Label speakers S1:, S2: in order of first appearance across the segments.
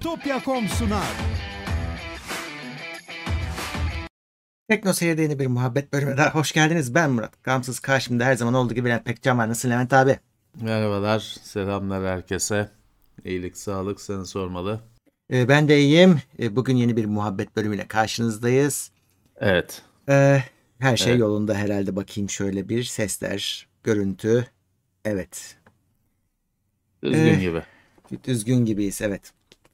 S1: Bitopya.com sunar.
S2: Tekno Seyir'de yeni bir muhabbet bölümüne daha hoş geldiniz. Ben Murat. Gamsız karşımda her zaman olduğu gibi Levent Pekcan var. Nasılsın Levent abi?
S3: Merhabalar, selamlar herkese. İyilik, sağlık seni sormalı.
S2: Ben de iyiyim. Bugün yeni bir muhabbet bölümüyle karşınızdayız.
S3: Evet.
S2: Her şey
S3: Evet.
S2: yolunda herhalde. Bakayım şöyle bir sesler, görüntü. Evet.
S3: Düzgün gibi.
S2: Düzgün gibiyiz. Evet.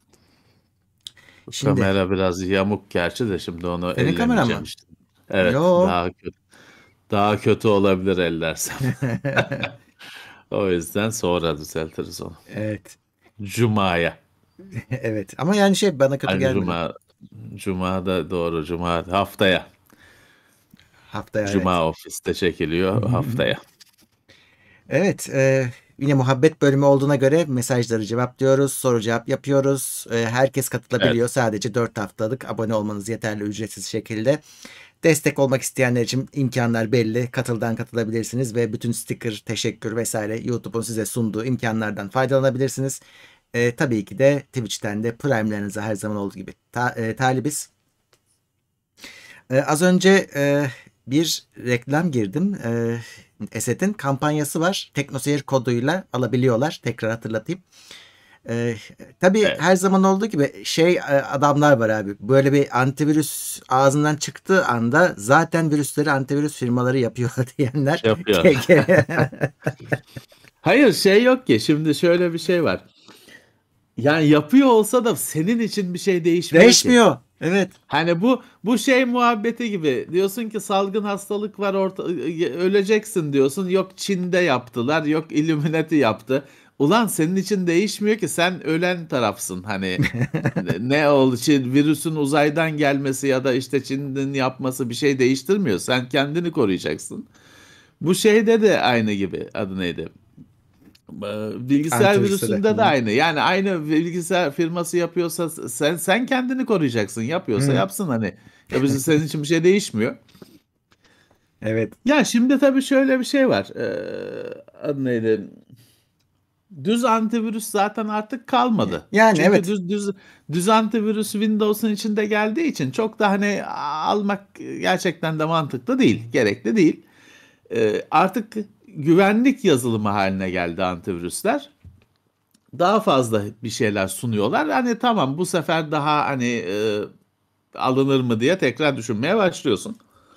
S3: Bu
S2: Şimdi
S3: kamera biraz yamuk gerçi de şimdi onu
S2: senin kamera
S3: ellemeyeceğim
S2: mı?
S3: işte. Evet,
S2: Yo.
S3: daha kötü olabilir ellersem. O yüzden sonra düzeltiriz onu.
S2: Evet.
S3: Cuma'ya.
S2: Evet. Ama yani bana kötü
S3: Hani
S2: gelmedi.
S3: Cuma'da doğru, haftaya.
S2: Haftaya evet.
S3: Cuma ofiste çekiliyor haftaya.
S2: Evet, yine muhabbet bölümü olduğuna göre mesajları cevaplıyoruz, soru cevap yapıyoruz. Herkes katılabiliyor.
S3: Evet.
S2: Sadece 4 haftalık abone olmanız yeterli ücretsiz şekilde. Destek olmak isteyenler için imkanlar belli. Katıldan katılabilirsiniz ve bütün sticker, teşekkür vesaire YouTube'un size sunduğu imkanlardan faydalanabilirsiniz. Tabii ki de Twitch'ten de Prime'lerinize her zaman olduğu gibi talibiz. Az önce bir reklam girdim. Eset'in kampanyası var. TeknoSeyir koduyla alabiliyorlar. Tekrar hatırlatayım. Tabii
S3: Evet.
S2: her zaman olduğu gibi adamlar var abi. Böyle bir antivirüs ağzından çıktığı anda zaten virüsleri antivirüs firmaları yapıyor diyenler.
S3: Yapıyor. Hayır yok ki. Şimdi şöyle bir şey var. Yani yapıyor olsa da senin için bir şey değişmiyor ki.
S2: Değişmiyor. Evet.
S3: Hani bu şey muhabbeti gibi. Diyorsun ki salgın hastalık var öleceksin diyorsun. Yok Çin'de yaptılar, yok Illuminati yaptı. Ulan senin için değişmiyor ki, sen ölen tarafsın. Hani ne oldu, virüsün uzaydan gelmesi ya da işte Çin'in yapması bir şey değiştirmiyor. Sen kendini koruyacaksın. Bu şeyde de aynı gibi. Adı neydi? Bilgisayar
S2: Antivirüste de.
S3: virüsünde de aynı. Yani aynı bilgisayar firması yapıyorsa sen kendini koruyacaksın. Yapıyorsa
S2: Hı.
S3: yapsın hani. Ya senin için bir şey değişmiyor.
S2: Evet.
S3: Ya şimdi tabii şöyle bir şey var. Adı neydi? Düz antivirüs zaten artık kalmadı.
S2: Yani
S3: Çünkü
S2: evet.
S3: düz antivirüs Windows'un içinde geldiği için çok da hani almak gerçekten de mantıklı değil, gerekli değil. Artık güvenlik yazılımı haline geldi antivirüsler. Daha fazla bir şeyler sunuyorlar. Hani tamam, bu sefer daha hani alınır mı diye tekrar düşünmeye başlıyorsun.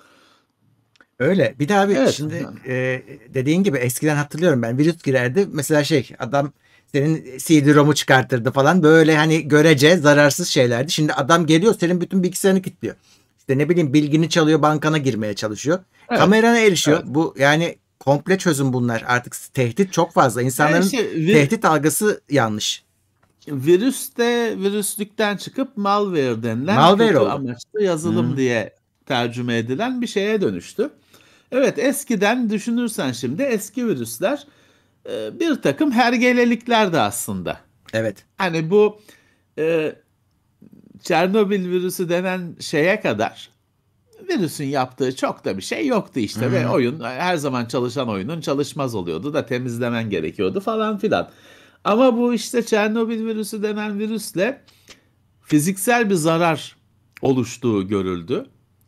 S2: Öyle. Bir de abi
S3: Evet.
S2: şimdi dediğin gibi eskiden hatırlıyorum ben virüs girerdi. Mesela adam senin CD-ROM'u çıkartırdı falan. Böyle hani görece zararsız şeylerdi. Şimdi adam geliyor senin bütün bilgisayarını kilitliyor. İşte ne bileyim bilgini çalıyor, bankana girmeye çalışıyor.
S3: Evet.
S2: Kamerana erişiyor.
S3: Evet.
S2: Bu yani komple çözüm bunlar. Artık tehdit çok fazla.
S3: Yani
S2: İnsanların tehdit algısı yanlış.
S3: virüs de virüslükten çıkıp malware denilen
S2: Malware
S3: kötü
S2: oldu.
S3: amaçlı yazılım diye tercüme edilen bir şeye dönüştü. Evet, eskiden düşünürsen şimdi eski virüsler bir takım hergeleliklerdi aslında.
S2: Evet.
S3: Hani bu e, Çernobil virüsü denen şeye kadar virüsün yaptığı çok da bir şey yoktu işte, ve oyun her zaman çalışan oyunun çalışmaz oluyordu da temizlemen gerekiyordu falan filan. Ama bu işte Çernobil virüsü denen virüsle fiziksel bir zarar oluştuğu görüldü.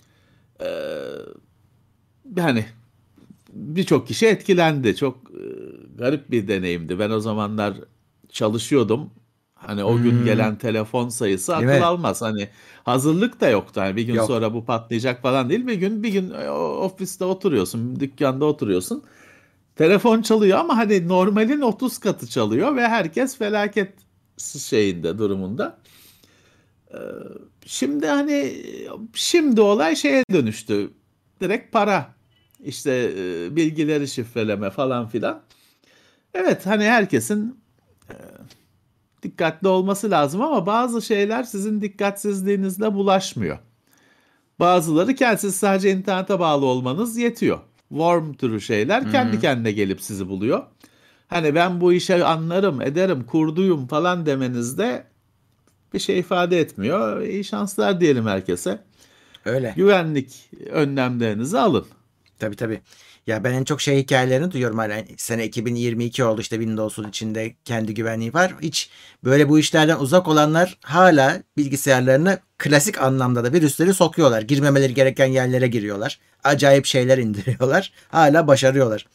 S3: Yani birçok kişi etkilendi. Çok garip bir deneyimdi. Ben o zamanlar çalışıyordum. Hani o gün gelen telefon sayısı
S2: Değil
S3: akıl
S2: mi?
S3: almaz. Hani hazırlık da yoktu. Hani bir gün
S2: Yok.
S3: sonra bu patlayacak falan değil. Bir gün ofiste oturuyorsun, dükkanda oturuyorsun. Telefon çalıyor ama hani normalin 30 katı çalıyor ve herkes felaket durumunda. Şimdi olay şeye dönüştü. Direkt para. İşte bilgileri şifreleme falan filan. Evet, hani herkesin dikkatli olması lazım ama bazı şeyler sizin dikkatsizliğinizle bulaşmıyor. Bazıları siz sadece internete bağlı olmanız yetiyor. Worm türü şeyler kendi kendine gelip sizi buluyor. Hani ben bu işe anlarım, ederim, kurduyum falan demenizde bir şey ifade etmiyor. İyi şanslar diyelim herkese.
S2: Öyle.
S3: Güvenlik önlemlerinizi alın.
S2: Tabii tabii. Ya ben en çok şey hikayelerini duyuyorum hala. Sene 2022 oldu işte, Windows'un içinde kendi güvenliği var. Hiç böyle bu işlerden uzak olanlar hala bilgisayarlarına klasik anlamda da virüsleri sokuyorlar. Girmemeleri gereken yerlere giriyorlar. Acayip şeyler indiriyorlar. Hala başarıyorlar.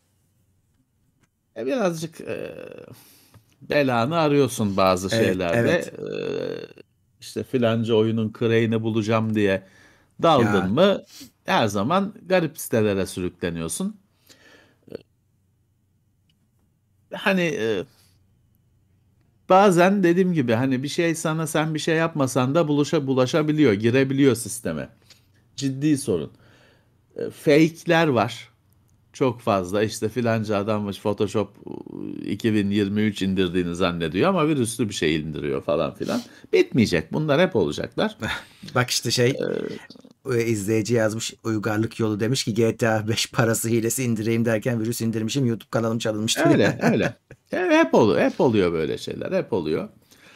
S3: Birazcık belanı arıyorsun bazı
S2: Evet,
S3: şeylerde.
S2: evet.
S3: İşte filanca oyunun crane'i bulacağım diye daldın
S2: Ya,
S3: mı her zaman garip sitelere sürükleniyorsun. Hani bazen dediğim gibi hani bir şey sana sen bir şey yapmasan da bulaşabiliyor, girebiliyor sisteme. Ciddi sorun. Fake'ler var. Çok fazla işte filanca adammış Photoshop 2023 indirdiğini zannediyor ama virüslü bir şey indiriyor falan filan. Bitmeyecek. Bunlar hep olacaklar.
S2: bak işte şey, izleyici yazmış, uygarlık yolu demiş ki GTA 5 parası hilesi indireyim derken virüs indirmişim, YouTube kanalım çalınmış diyor.
S3: Öyle öyle. Hep oluyor. Hep oluyor böyle şeyler. Hep oluyor.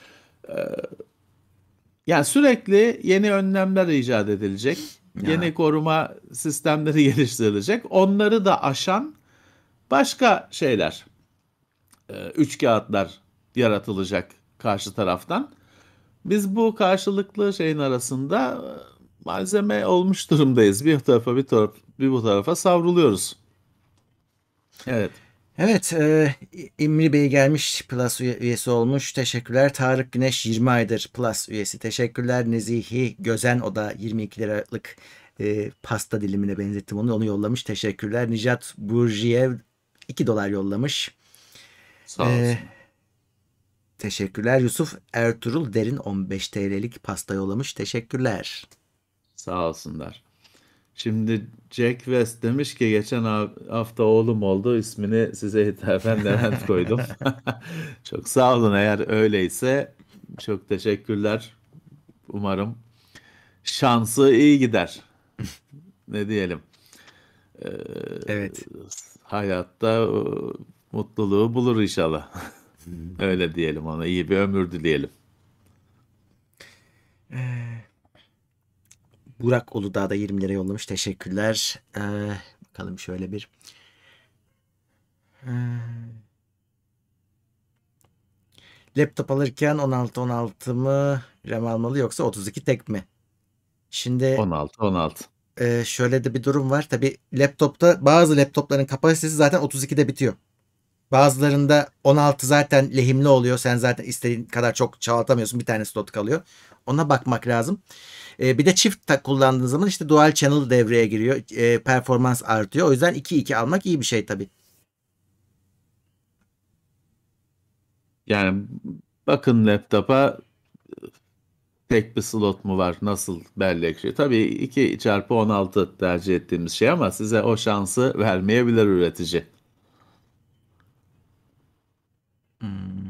S3: Yani sürekli yeni önlemler icat edilecek.
S2: Ya,
S3: Yeni koruma sistemleri geliştirilecek. Onları da aşan başka şeyler, üç kağıtlar yaratılacak karşı taraftan. Biz bu karşılıklı şeyin arasında malzeme olmuş durumdayız. Bir tarafa bir bu tarafa savruluyoruz. Evet.
S2: evet, İmri Bey gelmiş, Plus üyesi olmuş. Teşekkürler. Tarık Güneş 20 aydır Plus üyesi. Teşekkürler. Nezihi Gözen, o da 22 liralık pasta dilimine benzettim onu. Onu yollamış. Teşekkürler. Nijat Burjiyev 2 dolar yollamış.
S3: Sağ
S2: E,
S3: olsunlar.
S2: Teşekkürler. Yusuf Ertuğrul Derin 15 TL'lik pasta yollamış. Teşekkürler.
S3: Sağ olsunlar. Şimdi Jack West demiş ki geçen hafta oğlum oldu. İsmini size hitaben Levent koydum. Çok sağ olun, eğer öyleyse çok teşekkürler. Umarım şansı iyi gider. Ne diyelim? Ee,
S2: Evet.
S3: Hayatta mutluluğu bulur inşallah. Öyle diyelim, ona iyi bir ömür dileyelim.
S2: Burak Uludağ da 20 lira yollamış. Teşekkürler. Bakalım şöyle bir. Laptop alırken 16 mı RAM almalı yoksa 32 tek mi? Şimdi
S3: 16.
S2: şöyle de bir durum var. Tabi laptopta, bazı laptopların kapasitesi zaten 32'de bitiyor. Bazılarında 16 zaten lehimli oluyor. Sen zaten istediğin kadar çok çoğaltamıyorsun. Bir tane slot kalıyor. Ona bakmak lazım. Bir de çift kullandığın zaman işte dual channel devreye giriyor. Performans artıyor. O yüzden 2-2 almak iyi bir şey tabii.
S3: Yani bakın laptopa, tek bir slot mu var? Nasıl belleşiyor? Tabii 2 çarpı 16 tercih ettiğimiz şey ama size o şansı vermeyebilir üretici.
S2: Hmm.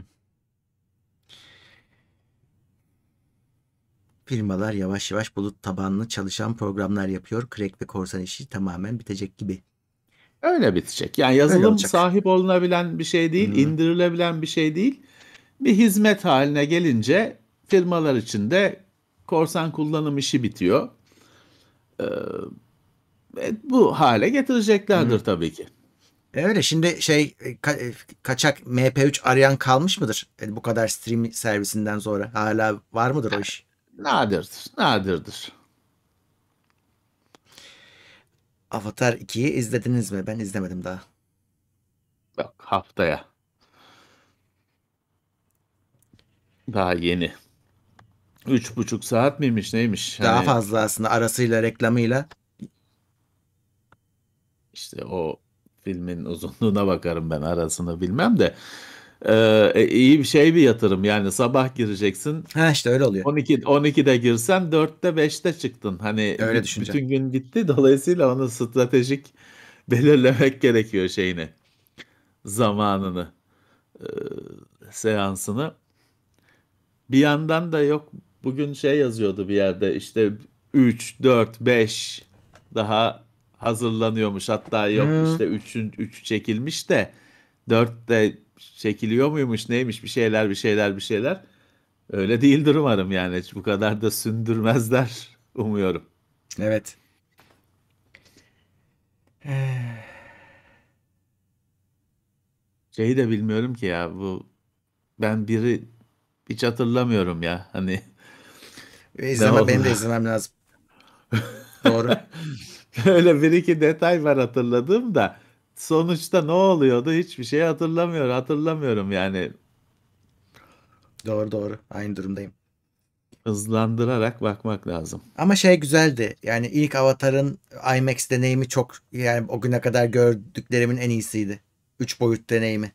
S2: Firmalar yavaş yavaş bulut tabanlı çalışan programlar yapıyor. Crack ve korsan işi tamamen bitecek gibi.
S3: Öyle bitecek. Yani
S2: Öyle
S3: yazılım
S2: olacak.
S3: sahip olunabilen bir şey değil,
S2: Hmm.
S3: indirilebilen bir şey değil. Bir hizmet haline gelince firmalar için de korsan kullanım işi bitiyor. Bu hale
S2: Hmm.
S3: getireceklerdir tabii ki.
S2: Öyle şimdi şey, kaçak MP3 arayan kalmış mıdır? Bu kadar stream servisinden sonra hala var mıdır o iş?
S3: Nadirdir, nadirdir.
S2: Avatar 2'yi izlediniz mi? Ben izlemedim daha.
S3: Bak, haftaya daha yeni. 3,5 saat miymiş neymiş?
S2: Daha
S3: Hani
S2: fazla aslında, arasıyla reklamıyla.
S3: işte o filmin uzunluğuna bakarım, ben arasını bilmem de. İyi bir şey, bir yatırım yani. Sabah gireceksin,
S2: Ha, işte öyle oluyor.
S3: 12'de girsen 4'te 5'te çıktın. Hani
S2: Öyle düşünce.
S3: bütün gün gitti. Dolayısıyla onu stratejik belirlemek gerekiyor şeyini, zamanını, e, seansını. Bir yandan da yok, bugün şey yazıyordu bir yerde, işte 3, 4, 5 daha hazırlanıyormuş. Hatta yok
S2: Hmm.
S3: işte 3 çekilmiş de 4 de çekiliyor muymuş neymiş, bir şeyler bir şeyler bir şeyler. Öyle değildir umarım, yani hiç bu kadar da sündürmezler umuyorum.
S2: Evet.
S3: Şeyi de bilmiyorum ki ya, bu ben biri hiç hatırlamıyorum ya. Hani ne
S2: Benim de
S3: oldu?
S2: izlemem lazım. Doğru.
S3: Öyle bir iki detay var hatırladığım da sonuçta ne oluyordu hiçbir şey hatırlamıyorum yani.
S2: Doğru doğru. Aynı durumdayım.
S3: Hızlandırarak bakmak lazım.
S2: Ama şey güzeldi. Yani ilk Avatar'ın IMAX deneyimi çok, yani o güne kadar gördüklerimin en iyisiydi. 3 boyut deneyimi.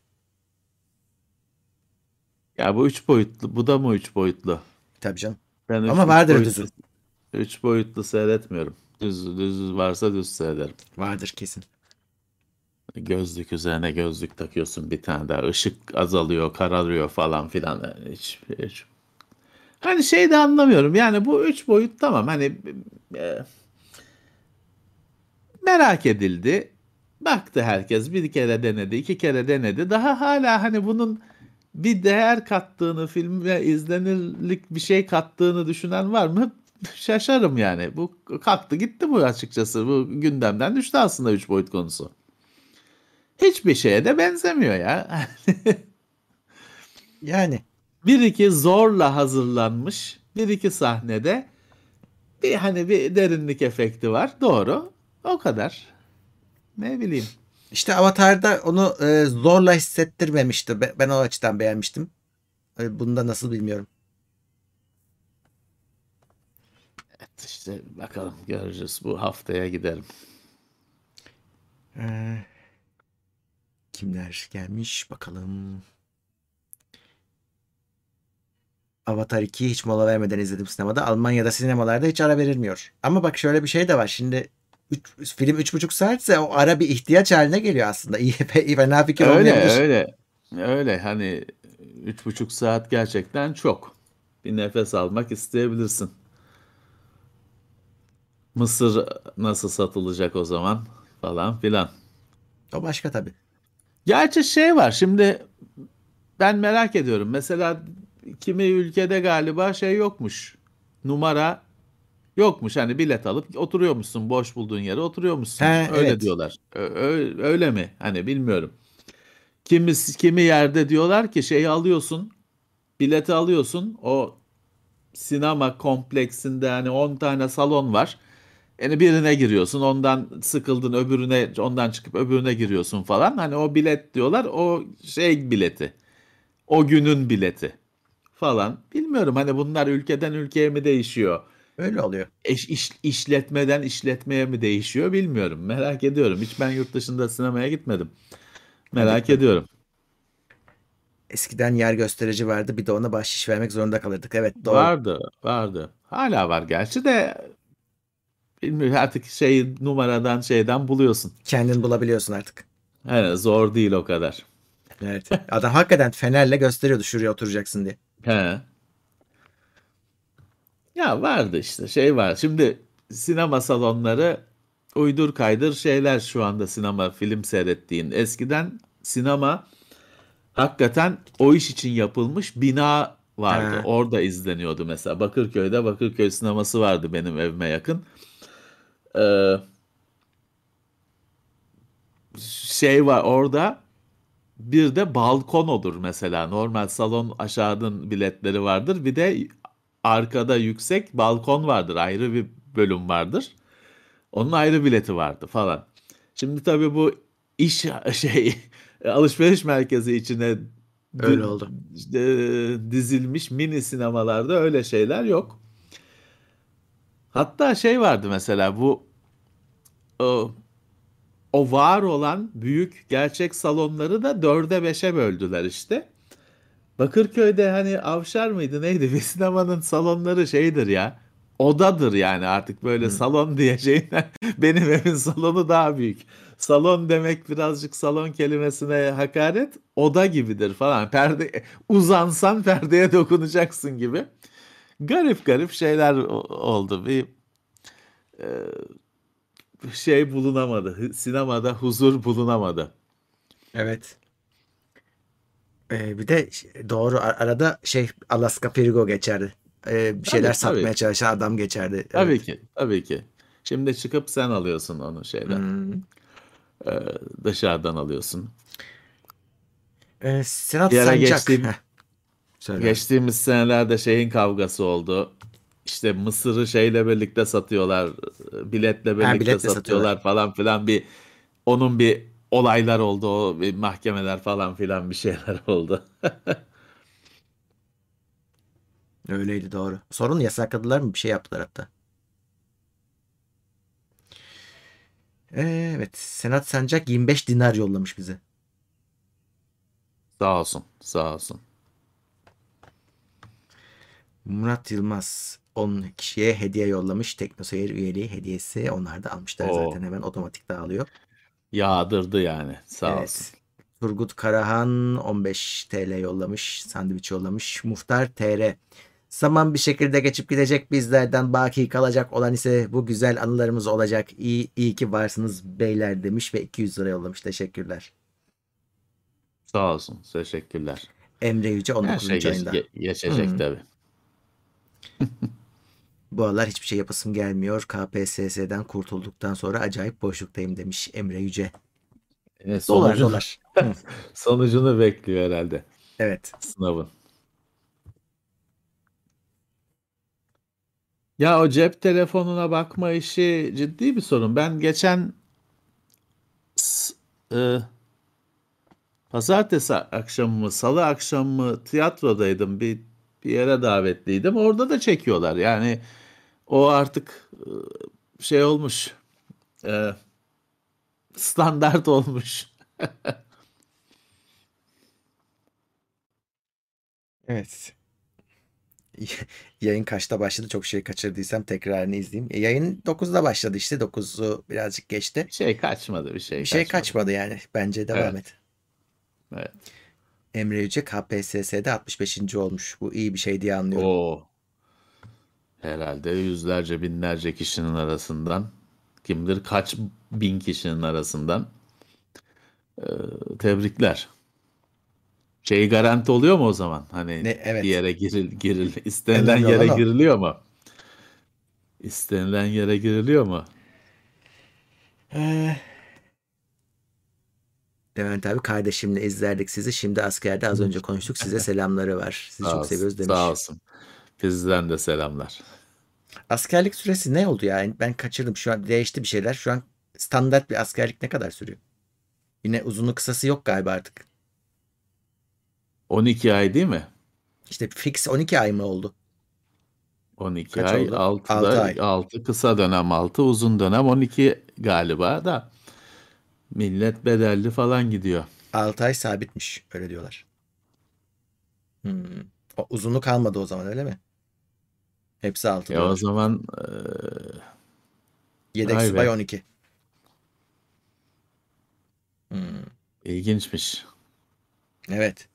S3: Ya bu üç boyutlu, bu da mı üç boyutlu?
S2: Tabii canım.
S3: Ben
S2: Ama vardır düzü.
S3: üç boyutlu seyretmiyorum. Düz varsa düz seyrederim.
S2: Vardır kesin.
S3: Gözlük üzerine gözlük takıyorsun, bir tane daha ışık azalıyor, kararıyor falan filan. Yani hiç. Hani şey de anlamıyorum. Yani bu üç boyut tamam, hani e, merak edildi. Baktı herkes, bir kere denedi, iki kere denedi. Daha hala hani bunun bir değer kattığını, filme izlenirlik bir şey kattığını düşünen var mı? Şaşarım yani. Bu kalktı gitti bu, açıkçası. Bu gündemden düştü aslında üç boyut konusu. Hiçbir şeye de benzemiyor ya.
S2: Yani
S3: Bir iki zorla hazırlanmış, bir iki sahnede bir hani bir derinlik efekti var. Doğru. O kadar. Ne bileyim.
S2: işte Avatar'da onu zorla hissettirmemişti. Ben o açıdan beğenmiştim. Bunda nasıl bilmiyorum.
S3: Evet, işte bakalım, göreceğiz. Bu haftaya giderim.
S2: Ee, Kimler gelmiş bakalım. Avatar 2'yi hiç mola vermeden izledim sinemada. Almanya'da sinemalarda hiç ara verilmiyor. Ama bak şöyle bir şey de var. Şimdi film 3,5 saatse o ara bir ihtiyaç haline geliyor aslında. İyi, fena fikir
S3: Öyle
S2: olmayabilir.
S3: öyle. Öyle hani 3,5 saat gerçekten çok. Bir nefes almak isteyebilirsin. Mısır nasıl satılacak o zaman falan filan.
S2: O başka tabii.
S3: Gerçi şey var şimdi, ben merak ediyorum. Mesela kimi ülkede galiba şey yokmuş. Numara yokmuş. Hani bilet alıp oturuyormuşsun. Boş bulduğun yere oturuyormuşsun.
S2: He
S3: Öyle
S2: evet.
S3: diyorlar. Öyle mi? Hani bilmiyorum. Kimi yerde diyorlar ki şeyi alıyorsun. Bileti alıyorsun. O sinema kompleksinde hani 10 tane salon var. Yani birine giriyorsun, ondan sıkıldın, ondan çıkıp öbürüne giriyorsun falan. Hani o bilet diyorlar, o şey bileti. O günün bileti falan. Bilmiyorum, hani bunlar ülkeden ülkeye mi değişiyor?
S2: Öyle oluyor.
S3: İşletmeden işletmeye mi değişiyor bilmiyorum. Merak ediyorum. Hiç ben yurt dışında sinemaya gitmedim.
S2: Ben de
S3: Merak
S2: gitmedim.
S3: ediyorum.
S2: Eskiden yer gösterici vardı. Bir de ona bahşiş vermek zorunda kalırdık. Evet doğru.
S3: Vardı. Hala var gerçi de, bilmiyorum artık, şey numaradan şeyden buluyorsun.
S2: Kendin bulabiliyorsun artık.
S3: Yani zor değil o kadar.
S2: Evet. Adam hakikaten fenerle gösteriyordu şuraya oturacaksın diye.
S3: He. Ya vardı işte, şey var. Şimdi sinema salonları uydur kaydır şeyler, şu anda sinema film seyrettiğin. Eskiden sinema hakikaten o iş için yapılmış bina vardı.
S2: Ha,
S3: Orada izleniyordu mesela. Bakırköy'de Bakırköy sineması vardı benim evime yakın. Ee, Şey var orada, bir de balkon olur mesela. Normal salon aşağıdan biletleri vardır. Bir de arkada yüksek balkon vardır. Ayrı bir bölüm vardır. Onun ayrı bileti vardı falan. Şimdi tabii bu iş şey alışveriş merkezi içine
S2: öyle oldu.
S3: dizilmiş mini sinemalarda öyle şeyler yok. Hatta şey vardı mesela, bu o, o var olan büyük gerçek salonları da dörde beşe böldüler işte. Bakırköy'de hani Avşar mıydı neydi? Bir sinemanın salonları şeydir ya. Odadır yani, artık böyle
S2: Hı.
S3: salon diyeceğinden benim evin salonu daha büyük. Salon demek birazcık, salon kelimesine hakaret. Oda gibidir falan. Uzansan perdeye dokunacaksın gibi. Garip garip şeyler oldu. Bir şey bulunamadı. Sinemada huzur bulunamadı.
S2: Evet. Bir de doğru arada şey Alaska Frigo geçerdi. Bir şeyler
S3: Tabii tabii.
S2: satmaya çalışan adam geçerdi.
S3: Tabii
S2: Evet.
S3: ki. Tabii ki. Şimdi çıkıp sen alıyorsun onu şeyden.
S2: Hmm.
S3: Dışarıdan alıyorsun.
S2: Senat
S3: Bir ara
S2: Sancak. Heh, söyle abi.
S3: geçtiğimiz senelerde şeyin kavgası oldu. İşte mısırı şeyle birlikte satıyorlar, biletle
S2: Ha,
S3: birlikte
S2: biletle satıyorlar.
S3: satıyorlar falan filan, onun bir olaylar oldu, o bir mahkemeler falan filan bir şeyler oldu.
S2: Öyleydi, doğru. Sorun yasakladılar mı? Bir şey yaptılar hatta. Evet. Senat Sancak 25 dinar yollamış bize.
S3: Sağ olsun, sağ olsun.
S2: Murat Yılmaz 10 kişiye hediye yollamış. Teknoseyir üyeliği hediyesi. Onlar da almışlar zaten,
S3: O
S2: hemen otomatik dağılıyor.
S3: yağdırdı yani, sağ olsun.
S2: Evet. Turgut Karahan 15 TL yollamış. Sandviç yollamış. Muhtar TR. Zaman bir şekilde geçip gidecek, bizlerden baki kalacak olan ise bu güzel anılarımız olacak. İyi, iyi ki varsınız beyler demiş ve 200 lira yollamış. Teşekkürler.
S3: Sağ olsun, teşekkürler.
S2: Emre Yüce
S3: Her şey
S2: 19. ayında.
S3: geçecek
S2: Hmm.
S3: tabii.
S2: Bu aralar hiçbir şey yapasım gelmiyor. KPSS'den kurtulduktan sonra acayip boşluktayım demiş Emre Yüce. Dolar
S3: Sonucunu
S2: dolar. Hı,
S3: sonucunu bekliyor herhalde
S2: evet.
S3: sınavın. Ya o cep telefonuna bakma işi ciddi bir sorun. Ben geçen s- e, pazartesi akşamı mı, salı akşamı mı tiyatrodaydım. Bir yere davetliydim. Orada da çekiyorlar. Yani o artık şey olmuş. e, Standart olmuş.
S2: Evet. Yayın kaçta başladı? Çok şey kaçırdıysam tekrarını izleyeyim. Yayın 9'da başladı işte. 9'u birazcık geçti.
S3: Bir şey kaçmadı, bir
S2: Bir
S3: şey
S2: şey
S3: kaçmadı.
S2: kaçmadı yani. Bence devam
S3: Evet,
S2: et.
S3: evet.
S2: Emre Yüce KPSS'de 65. olmuş. Bu iyi bir şey diye anlıyorum.
S3: O herhalde yüzlerce, binlerce kişinin arasından, kim bilir kaç bin kişinin arasından, tebrikler. Şey garanti oluyor mu o zaman? Hani
S2: Ne,
S3: bir
S2: evet.
S3: yere istenilen
S2: Önemli
S3: yere
S2: olan o.
S3: giriliyor mu? İstenilen yere giriliyor mu?
S2: Ee, Levent abi, kardeşimle izlerdik sizi. Şimdi askerde, az önce konuştuk. Size selamları var. Sizi
S3: Sağ
S2: çok
S3: olsun,
S2: seviyoruz
S3: sağ
S2: demiş.
S3: olsun. Bizden de selamlar.
S2: Askerlik süresi ne oldu ya? Ben kaçırdım. Şu an değişti bir şeyler. Şu an standart bir askerlik ne kadar sürüyor? Yine uzunu kısası yok galiba artık.
S3: 12 ay değil mi?
S2: İşte fix 12 ay mı oldu?
S3: 12
S2: Kaç
S3: ay,
S2: oldu? 6
S3: 6'da
S2: ay.
S3: 6 kısa dönem, 6 uzun dönem, 12 galiba da millet bedelli falan gidiyor.
S2: 6 ay sabitmiş. Öyle diyorlar. Hmm. O uzunlu kalmadı o zaman, öyle mi? Hepsi 6
S3: O
S2: diyorlar.
S3: zaman
S2: Yedek
S3: vay
S2: subay
S3: be,
S2: 12. Hmm.
S3: ilginçmiş.
S2: Evet.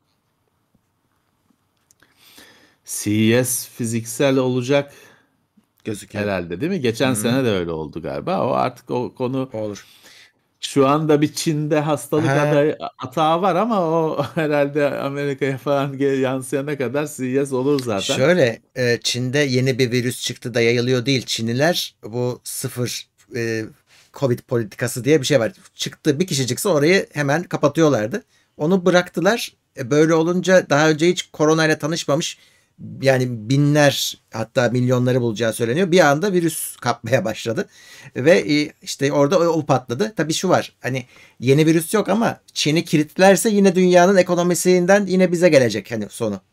S3: CES fiziksel olacak
S2: Gözüküyor.
S3: herhalde değil mi? Geçen
S2: Hmm.
S3: sene de öyle oldu galiba. O artık o konu
S2: Olur.
S3: şu anda bir Çin'de hastalık
S2: Ha,
S3: adayı atağı var ama o herhalde Amerika'ya falan yansıyana kadar CES olur zaten.
S2: şöyle, Çin'de yeni bir virüs çıktı da yayılıyor değil. Çinliler bu sıfır Covid politikası diye bir şey var. Çıktı, bir kişi çıksa orayı hemen kapatıyorlardı. Onu bıraktılar. Böyle olunca daha önce hiç koronayla tanışmamış, yani binler hatta milyonları bulacağı söyleniyor. Bir anda virüs kapmaya başladı ve işte orada o patladı. Tabii şu var, hani yeni virüs yok ama Çin'i kilitlerse yine dünyanın ekonomisinden yine bize gelecek hani sonu.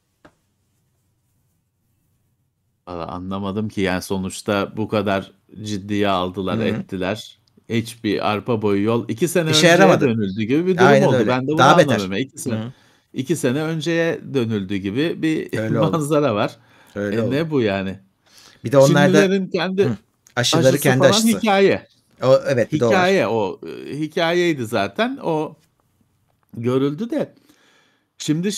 S3: Valla anlamadım ki, yani sonuçta bu kadar ciddiye aldılar,
S2: Hı.
S3: ettiler. Hiçbir arpa boyu yol 2 sene
S2: İşe
S3: önceye
S2: yaramadı.
S3: dönüldü gibi bir durum
S2: Aynen
S3: oldu.
S2: öyle.
S3: Ben de bunu
S2: Daha beter.
S3: anlamıyorum. 2 sene,
S2: Hı.
S3: 2 sene önceye dönüldü gibi bir
S2: Öyle oldu.
S3: manzara var.
S2: Öyle oldu.
S3: Ne bu yani?
S2: Bir de onlar da
S3: Çinlilerin kendi
S2: aşıları
S3: aşısı
S2: kendi
S3: falan
S2: aşısı.
S3: hikaye.
S2: Evet, bir de o var.
S3: Hikaye o, hikayeydi zaten. O görüldü de şimdi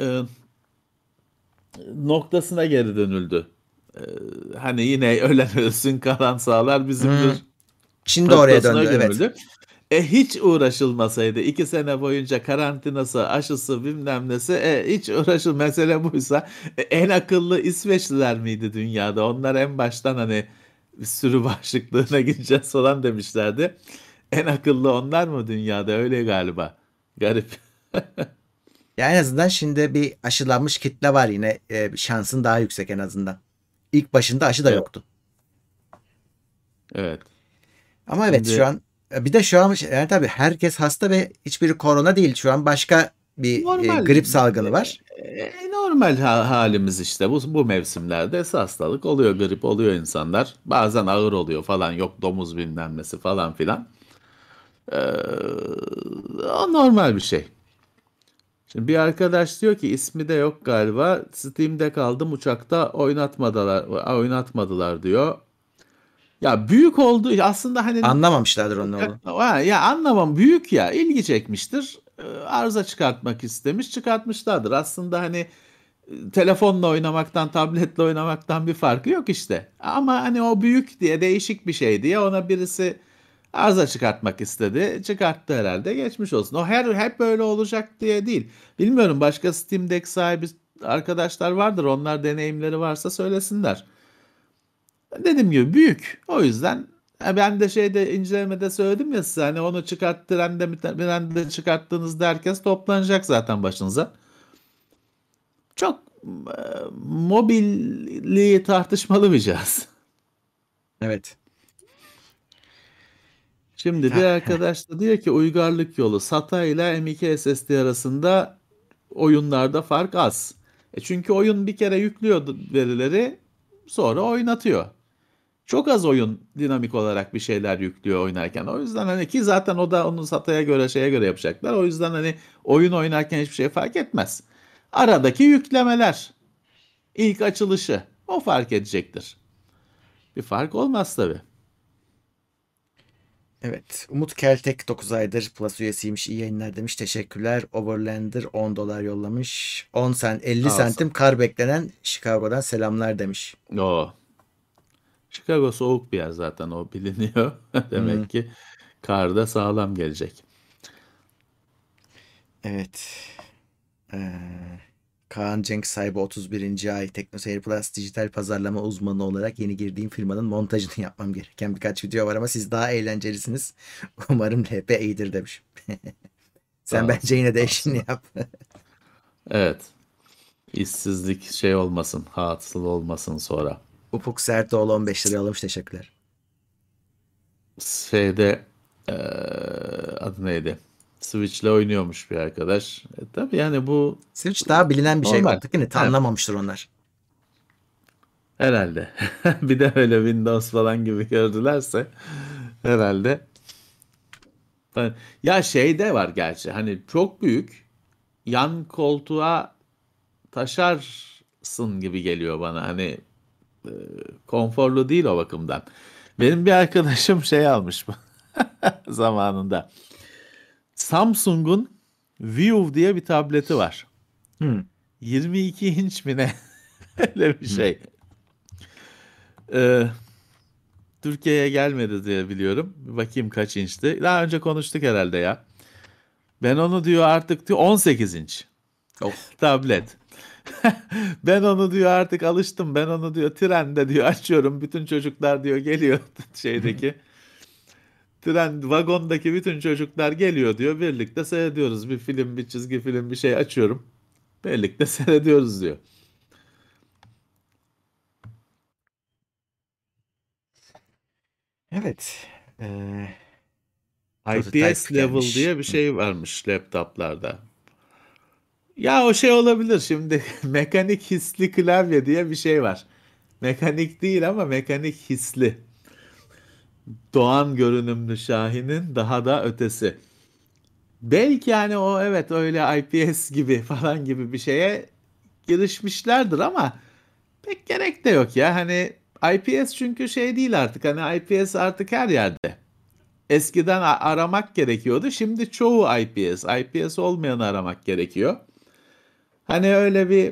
S3: noktasına geri dönüldü. E, Hani yine ölen ölsün, kalan sağlar
S2: Hı.
S3: bizimdir
S2: Çin de oraya
S3: noktasına
S2: döndü. Evet.
S3: gömüldü. Hiç uğraşılmasaydı 2 sene boyunca karantinası, aşısı, bilmem nesi, hiç mesele buysa, en akıllı İsveçliler miydi dünyada? Onlar en baştan hani bir sürü bağışıklığına gideceğiz falan demişlerdi. En akıllı onlar mı dünyada? Öyle galiba. Garip.
S2: Ya en azından şimdi bir aşılanmış kitle var yine. Şansın daha yüksek en azından. İlk başında aşı da
S3: Evet.
S2: yoktu.
S3: Evet.
S2: Ama evet şu
S3: Şimdi
S2: an bir de şu an yani tabii herkes hasta ve hiçbiri korona değil. Şu an başka bir
S3: normal
S2: grip salgını var.
S3: normal halimiz işte bu mevsimlerde hastalık oluyor, grip oluyor insanlar. Bazen ağır oluyor falan, yok domuz bilmem nesi falan filan. Ee, O normal bir şey. Şimdi bir arkadaş diyor ki ismi de yok galiba. Steam'de kaldım, uçakta oynatmadılar diyor. Ya büyük oldu aslında, hani
S2: Anlamamışlardır onun olduğunu.
S3: ya anlamam, büyük ya, ilgi çekmiştir. Arıza çıkartmak istemiş, çıkartmışlardır. Aslında hani telefonla oynamaktan, tabletle oynamaktan bir farkı yok işte. Ama hani o büyük diye, değişik bir şey diye ona birisi arıza çıkartmak istedi. Çıkarttı herhalde. Geçmiş olsun. O hep böyle olacak diye değil. Bilmiyorum, başka Steam Deck sahibi arkadaşlar vardır. Onlar deneyimleri varsa söylesinler. Dediğim gibi büyük. O yüzden ben de şeyde, incelemede söyledim ya size, hani onu trende çıkarttığınızda herkes toplanacak zaten başınıza. Çok mobilliği tartışmalı bir cihaz.
S2: Evet.
S3: Şimdi bir arkadaş da diyor ki uygarlık yolu SATA ile M.2 SSD arasında oyunlarda fark az. Çünkü oyun bir kere yüklüyor verileri, sonra oynatıyor. Çok az oyun dinamik olarak bir şeyler yüklüyor oynarken. O yüzden hani, ki zaten o da onu SATA'ya göre, şeye göre yapacaklar. O yüzden hani oyun oynarken hiçbir şey fark etmez. Aradaki yüklemeler, ilk açılışı, o fark edecektir. Bir fark olmaz tabii.
S2: Evet. Umut Keltek 9 aydır Plus üyesiymiş. İyi yayınlar demiş. Teşekkürler. Overlander 10 dolar yollamış. 10 sen 50
S3: Sağ olsun.
S2: santim kar beklenen Chicago'dan selamlar demiş.
S3: O Chicago soğuk bir yer, zaten o biliniyor.
S2: Hmm,
S3: Demek ki karda sağlam gelecek.
S2: evet. Ee, Kaan Cenk sahibi 31. ay TeknoSeyir Plus dijital pazarlama uzmanı olarak yeni girdiğim firmanın montajını yapmam gereken birkaç video var ama siz daha eğlencelisiniz. Umarım LP iyidir demiş. Sen
S3: Sağ
S2: bence
S3: olsun.
S2: yine de
S3: Sağ
S2: işini
S3: olsunlar.
S2: yap.
S3: Evet. İşsizlik şey olmasın, hasıl olmasın sonra.
S2: Ufuk Sertoğlu 15 lira yollamış. Teşekkürler.
S3: Şeyde eee, adı neydi? Switch'le oynuyormuş bir arkadaş. Tabii yani bu
S2: Switch daha bilinen bir şey.
S3: normal.
S2: Ötekini
S3: Evet,
S2: anlamamıştır onlar.
S3: herhalde. Bir de öyle Windows falan gibi gördülerse herhalde. Ya şey de var gerçi, hani çok büyük, yan koltuğa taşarsın gibi geliyor bana. Hani e, konforlu değil o bakımdan. Benim bir arkadaşım şey almış bu zamanında. Samsung'un View diye bir tableti var.
S2: Hmm.
S3: 22 inç mi ne? Öyle bir
S2: Hmm.
S3: şey. Ee, Türkiye'ye gelmedi diye biliyorum. Bir bakayım kaç inçti. Daha önce konuştuk herhalde ya. Ben onu diyor artık diyor 18 inç
S2: Oh.
S3: tablet. Ben onu diyor artık alıştım. Ben onu diyor trende diyor açıyorum. Bütün çocuklar diyor geliyor şeydeki. Vagondaki bütün çocuklar geliyor diyor. Birlikte seyrediyoruz. Bir film, bir çizgi film, bir şey açıyorum. Birlikte seyrediyoruz diyor.
S2: Evet. Ee, Prototype
S3: IPS level
S2: gelmiş.
S3: diye bir şey varmış laptoplarda. Ya o şey olabilir şimdi, mekanik hisli klavye diye bir şey var. Mekanik değil ama mekanik hisli. Doğan görünümlü Şahin'in daha da ötesi. Belki yani o, evet, öyle IPS gibi falan gibi bir şeye girişmişlerdir ama pek gerek de yok ya. Hani IPS çünkü şey değil artık. Hani IPS artık her yerde. Eskiden aramak gerekiyordu. Şimdi çoğu IPS. IPS olmayanı aramak gerekiyor. Hani öyle bir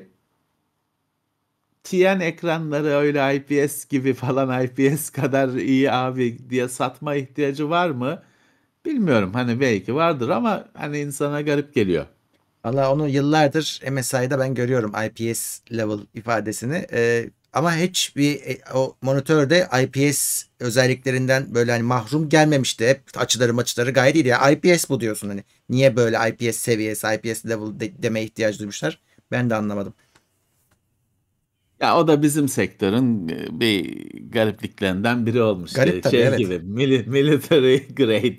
S3: TN ekranları öyle IPS gibi falan, IPS kadar iyi abi diye satma ihtiyacı var mı? Bilmiyorum. Hani belki vardır ama hani insana garip geliyor.
S2: Valla onu yıllardır MSI'da ben görüyorum IPS level ifadesini. ama hiç bir o monitörde IPS özelliklerinden böyle hani mahrum gelmemişti. Hep açıları gayet iyiydi. Ya IPS bu diyorsun hani. Niye böyle IPS seviyesi, IPS level demeye ihtiyaç duymuşlar? Ben de anlamadım.
S3: Ya o da bizim sektörün bir garipliklerinden biri olmuş.
S2: Garip tabii,
S3: Şey
S2: evet.
S3: gibi military grade.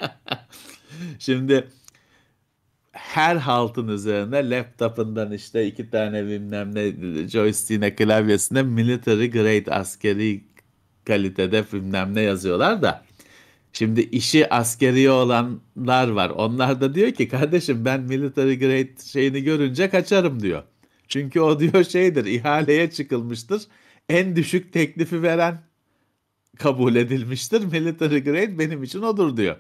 S3: Şimdi her haltın üzerine laptopundan işte iki tane bilmem ne joystick'ine klavyesine military grade askeri kalitede bilmem ne yazıyorlar da. Şimdi işi askeri olanlar var. Onlar da diyor ki kardeşim ben military grade şeyini görünce kaçarım diyor. Çünkü o diyor şeydir, ihaleye çıkılmıştır. En düşük teklifi veren kabul edilmiştir. Military grade benim için odur diyor.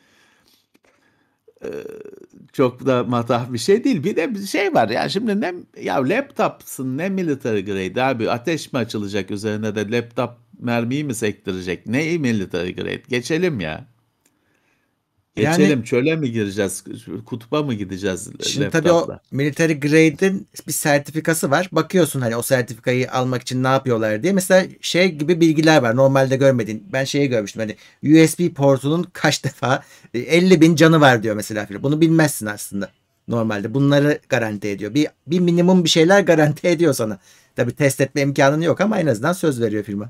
S3: Çok da matah bir şey değil. Bir de bir şey var ya, şimdi ne ya, laptopsun ne military grade abi, ateş mi açılacak üzerine de laptop mermiyi mi sektirecek? Neyi military grade? Geçelim ya.
S2: Yani
S3: Geçelim, çöle mi gireceğiz? Kutba mı gideceğiz
S2: şimdi tabii o
S3: laptopla?
S2: military grade'in bir sertifikası var. Bakıyorsun hani o sertifikayı almak için ne yapıyorlar diye. Mesela şey gibi bilgiler var. Normalde görmediğin. Ben şeyi görmüştüm. Hani USB portunun kaç defa 50 bin canı var diyor mesela. Bunu bilmezsin aslında. Normalde bunları garanti ediyor. Bir minimum bir şeyler garanti ediyor sana. Tabii test etme imkanın yok ama en azından söz veriyor firma.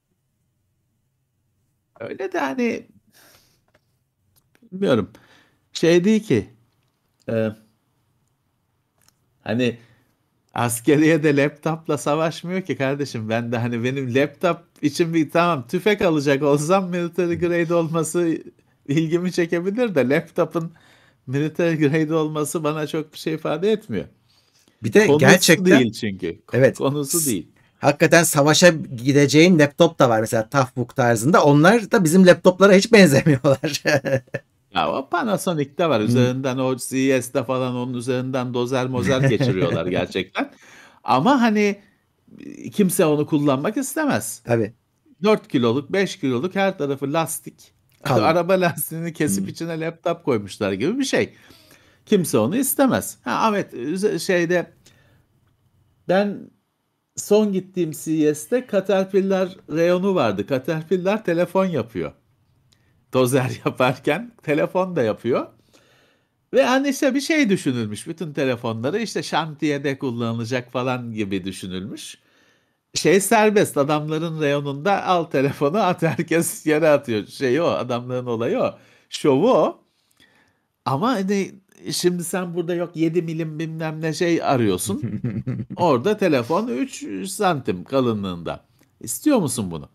S3: Öyle de hani bilmiyorum. Şey değil ki e, hani askeriye de laptopla savaşmıyor ki kardeşim. Ben de hani benim laptop için bir tamam tüfek alacak olsam military grade olması ilgimi çekebilir de laptopun military grade olması bana çok bir şey ifade etmiyor.
S2: Bir de
S3: Konusu
S2: gerçekten
S3: değil çünkü.
S2: evet,
S3: Konusu değil.
S2: hakikaten savaşa gideceğin laptop da var. Mesela Toughbook tarzında. Onlar da bizim laptoplara hiç benzemiyorlar.
S3: Ya o Panasonic'te var.
S2: Hmm,
S3: Üzerinden o CES'te falan onun üzerinden dozer mozer geçiriyorlar gerçekten. Ama hani kimse onu kullanmak istemez.
S2: tabii.
S3: 4 kiloluk, 5 kiloluk her tarafı lastik.
S2: Kalın.
S3: Araba lastiğini kesip
S2: Hmm.
S3: içine laptop koymuşlar gibi bir şey. Kimse onu istemez. Ha evet, şeyde ben son gittiğim CES'te Caterpillar reyonu vardı. Caterpillar telefon yapıyor. Dozer yaparken telefon da yapıyor. Ve hani işte bir şey düşünülmüş. Bütün telefonları işte şantiyede kullanılacak falan gibi düşünülmüş. Şey serbest, adamların reyonunda al telefonu at, herkes yere atıyor. Şey o, adamların olayı o. Şovu o. Ama hani şimdi sen burada yok 7 milim bilmem ne şey arıyorsun. Orada telefon 3 santim kalınlığında. İstiyor musun bunu?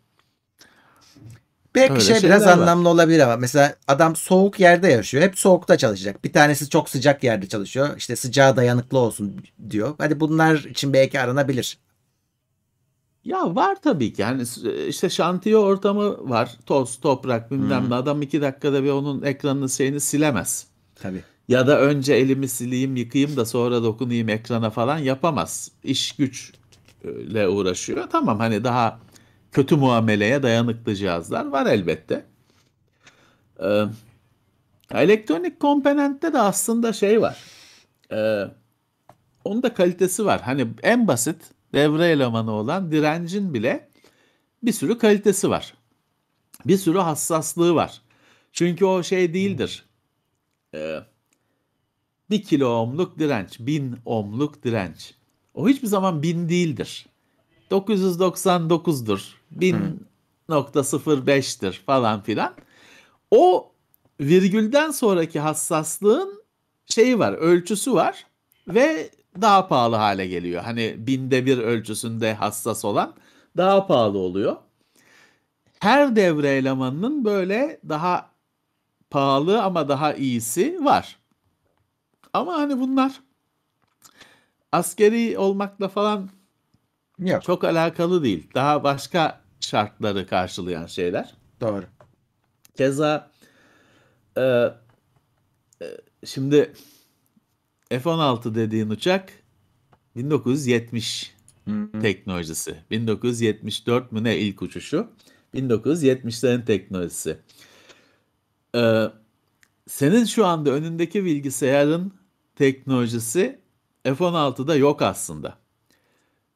S2: Belki
S3: Öyle
S2: şey biraz
S3: şeyler var.
S2: anlamlı olabilir ama mesela adam soğuk yerde yaşıyor. Hep soğukta çalışacak. Bir tanesi çok sıcak yerde çalışıyor. İşte sıcağa dayanıklı olsun diyor. Hadi bunlar için belki aranabilir.
S3: Ya var tabii ki. Yani işte şantiye ortamı var. Toz, toprak bilmem
S2: Hmm,
S3: ne. Adam 2 dakikada bir onun ekranını şeyini silemez.
S2: tabii.
S3: Ya da önce elimi sileyim, yıkayayım da sonra dokunayım ekrana falan yapamaz. İş güçle uğraşıyor. Tamam, hani daha kötü muameleye dayanıklı cihazlar var elbette. Ee, elektronik komponentte de aslında şey var. Ee, onun da kalitesi var. Hani en basit devre elemanı olan direncin bile bir sürü kalitesi var. Bir sürü hassaslığı var. Çünkü o şey değildir. Ee, 1 kilo ohmluk direnç, 1000 ohmluk direnç. O hiçbir zaman 1000 değildir. 999'dur,
S2: Hmm.
S3: 1000,05'tir falan filan. O virgülden sonraki hassaslığın şeyi var, ölçüsü var ve daha pahalı hale geliyor. Hani binde bir ölçüsünde hassas olan daha pahalı oluyor. Her devre elemanının böyle daha pahalı ama daha iyisi var. Ama hani bunlar askeri olmakla falan
S2: Yok.
S3: çok alakalı değil. Daha başka şartları karşılayan şeyler.
S2: Doğru.
S3: Keza e, şimdi F-16 dediğin uçak 1970
S2: Hmm.
S3: teknolojisi. 1974 mü ne ilk uçuşu? 1970'lerin teknolojisi. E, senin şu anda önündeki bilgisayarın teknolojisi F-16'da yok aslında.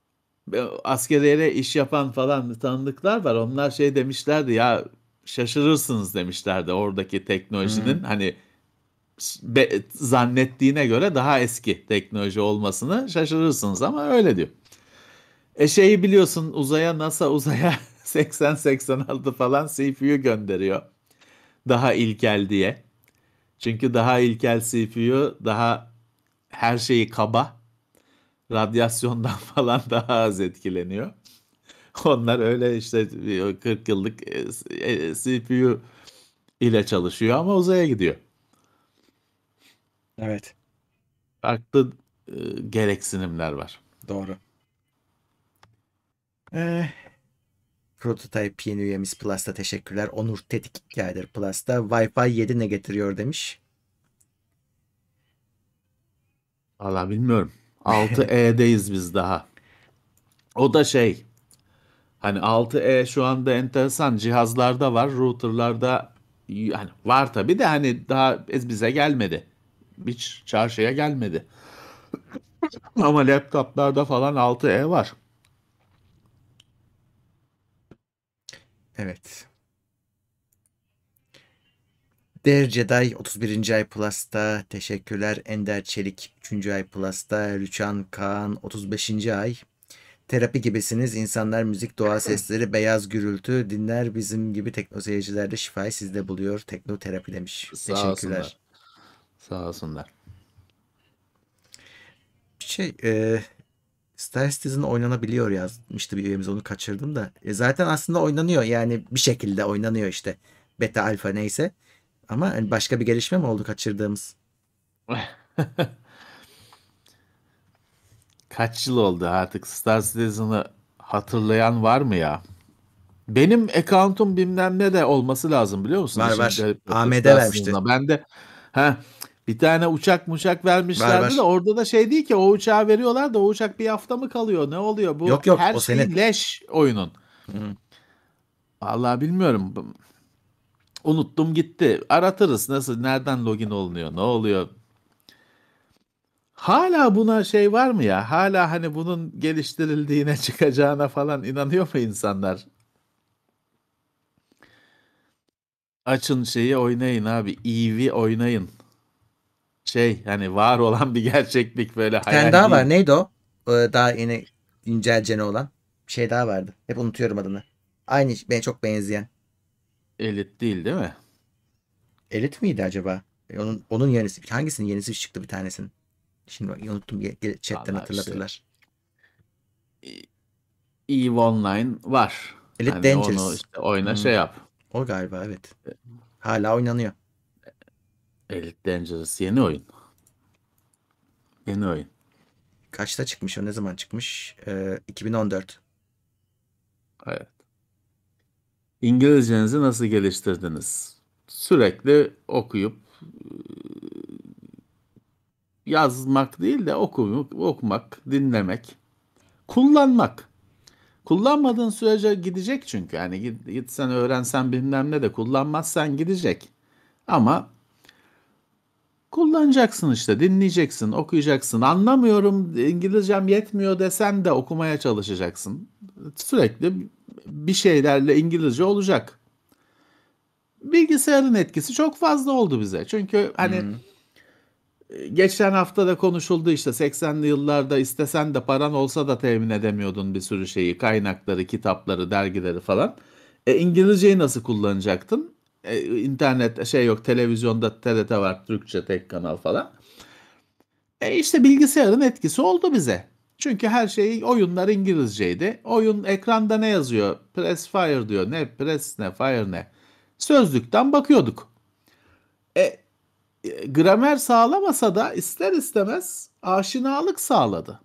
S3: Askeriyede iş yapan falan tanıdıklar var. Onlar şey demişlerdi ya, şaşırırsınız demişlerdi oradaki
S2: Hmm.
S3: teknolojinin hani zannettiğine göre daha eski teknoloji olmasını şaşırırsınız ama öyle diyor. Şeyi biliyorsun, NASA uzaya 80-86 falan CPU gönderiyor. Daha ilkel diye. Çünkü daha ilkel CPU daha her şeyi kaba. Radyasyondan falan daha az etkileniyor. Onlar öyle işte 40 yıllık CPU ile çalışıyor ama uzaya gidiyor.
S2: Evet,
S3: Farklı gereksinimler var.
S2: doğru. Eh, Prototype yeni üyemiz Plus'ta teşekkürler. Onur Tetik geldir Plus'ta. Wi-Fi 7 ne getiriyor demiş.
S3: Valla bilmiyorum. 6E'deyiz biz daha. O da şey, hani 6E şu anda enteresan cihazlarda var, routerlarda yani var tabii de hani daha bize gelmedi. Hiç çarşıya gelmedi. Ama laptoplarda falan 6E var.
S2: Evet. Der Jedi 31. ay Plus'ta teşekkürler. Ender Çelik 3. ay Plus'ta. Rüçhan Kaan 35. ay. Terapi gibisiniz. İnsanlar müzik, doğa sesleri, beyaz gürültü dinler. Bizim gibi tekno seyirciler de şifayı sizde buluyor. Teknoterapi demiş.
S3: Sağ olsunlar.
S2: Teşekkürler.
S3: Sağ olsunlar.
S2: Şey, Star Citizen oynanabiliyor yazmıştı bir üyemiz, onu kaçırdım da. Zaten aslında oynanıyor yani, bir şekilde oynanıyor işte. Beta, alfa neyse. Ama hani başka bir gelişme mi oldu kaçırdığımız?
S3: Kaç yıl oldu artık, Star Citizen'ı hatırlayan var mı ya? Benim account'um bilmem ne de olması lazım biliyor musun?
S2: Var
S3: İşin
S2: var.
S3: garip tarafı
S2: AMD
S3: Star
S2: vermişti.
S3: Citizen'a. Ben de ha, bir tane uçak
S2: Var
S3: vermişlerdi de
S2: var.
S3: orada da şey değil ki, o uçağı veriyorlar da o uçak bir hafta mı kalıyor? Ne oluyor? Bu
S2: Yok yok,
S3: her
S2: o senin.
S3: şeyi leş oyunun.
S2: Hı.
S3: Vallahi bilmiyorum. Unuttum gitti. Aratırız. Nasıl, nereden login olunuyor? Ne oluyor? Hala buna şey var mı ya? Hala hani bunun geliştirildiğine, çıkacağına falan inanıyor mu insanlar? Açın şeyi oynayın abi. EV oynayın. Şey, hani var olan bir gerçeklik, böyle
S2: Bir tane
S3: hayal
S2: daha var.
S3: değil.
S2: Neydi o? Daha yeni incelcene olan. Bir şey daha vardı. Hep unutuyorum adını. Aynı, beni çok benzeyen.
S3: Elit değil, değil mi?
S2: Elit miydi acaba? Onun yenisi. Hangisinin yenisi çıktı bir tanesinin? Şimdi bak, unuttum. Chatten
S3: Vallahi işte
S2: hatırlatırlar.
S3: EVE Online var.
S2: Elite
S3: Hani onu
S2: Dangerous.
S3: işte oyna
S2: Hmm,
S3: şey yap.
S2: o galiba, evet. Hala oynanıyor.
S3: Elite Dangerous yeni oyun. Yeni oyun.
S2: Kaçta çıkmış o? Ne zaman çıkmış? 2014.
S3: Evet. İngilizcenizi nasıl geliştirdiniz? Sürekli okuyup yazmak değil de okumak, dinlemek, kullanmak. Kullanmadığın sürece gidecek çünkü. Yani gitsen öğrensen bilmem ne de kullanmazsan gidecek. Ama kullanacaksın işte, dinleyeceksin, okuyacaksın. Anlamıyorum, İngilizcem yetmiyor desen de okumaya çalışacaksın. Sürekli bir şeylerle İngilizce olacak. Bilgisayarın etkisi çok fazla oldu bize. Çünkü hani
S2: Hmm.
S3: geçen hafta da konuşuldu işte, 80'li yıllarda istesen de paran olsa da temin edemiyordun bir sürü şeyi, kaynakları, kitapları, dergileri falan. İngilizceyi nasıl kullanacaktın? İnternet şey yok, televizyonda TRT var, Türkçe tek kanal falan. İşte bilgisayarın etkisi oldu bize. Çünkü her şey, oyunlar İngilizceydi. Oyun ekranda ne yazıyor? Press fire diyor. Ne press ne fire ne? Sözlükten bakıyorduk. E, Gramer sağlamasa da ister istemez aşinalık sağladı.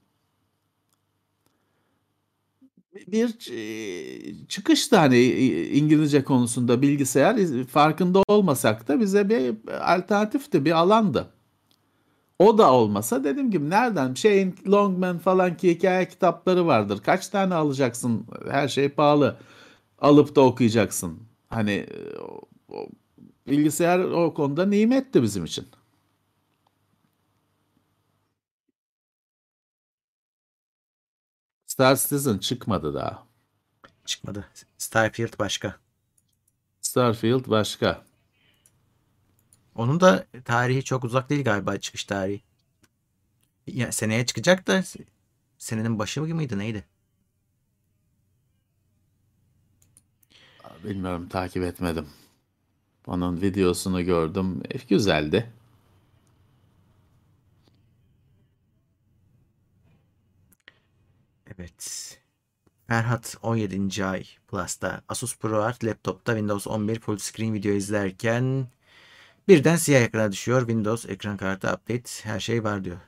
S3: Bir çıkıştı hani İngilizce konusunda bilgisayar, farkında olmasak da bize bir alternatifti, bir alandı. O da olmasa, dediğim gibi, nereden? Şeyin Longman falan ki hikaye kitapları vardır. Kaç tane alacaksın? Her şey pahalı. Alıp da okuyacaksın. Hani o bilgisayar o konuda nimetti bizim için. Star Citizen çıkmadı daha.
S2: Çıkmadı. Starfield başka.
S3: Starfield başka.
S2: Onun da tarihi çok uzak değil galiba, çıkış tarihi. Ya, seneye çıkacak da senenin başı mıydı neydi?
S3: Bilmiyorum, takip etmedim. Onun videosunu gördüm. Güzeldi.
S2: Evet. Ferhat 17. ay Plus'ta Asus ProArt laptopta Windows 11 full screen video izlerken birden siyah ekrana düşüyor. Windows ekran kartı update her şey var diyor.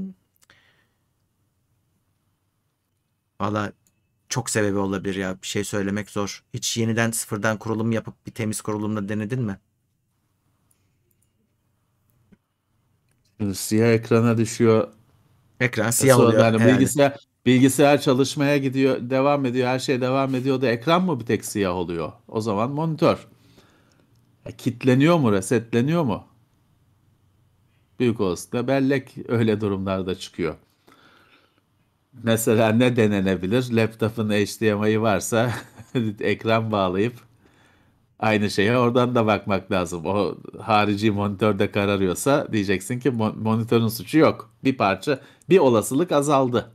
S2: Valla çok sebebi olabilir ya. Bir şey söylemek zor. Hiç yeniden sıfırdan kurulum yapıp bir temiz kurulumla denedin mi?
S3: Şimdi siyah ekrana düşüyor.
S2: Ekran siyah
S3: Sonra
S2: oluyor
S3: hani
S2: herhalde.
S3: bilgisayar çalışmaya gidiyor, devam ediyor, her şey devam ediyor da ekran mı bir tek siyah oluyor? O zaman monitör. Kitleniyor mu, resetleniyor mu? Büyük olasılıkla bellek öyle durumlarda çıkıyor. Mesela ne denenebilir? Laptopun HDMI'yi varsa ekran bağlayıp aynı şeye oradan da bakmak lazım. O harici monitörde kararıyorsa diyeceksin ki monitörün suçu yok. Bir parça, bir olasılık azaldı.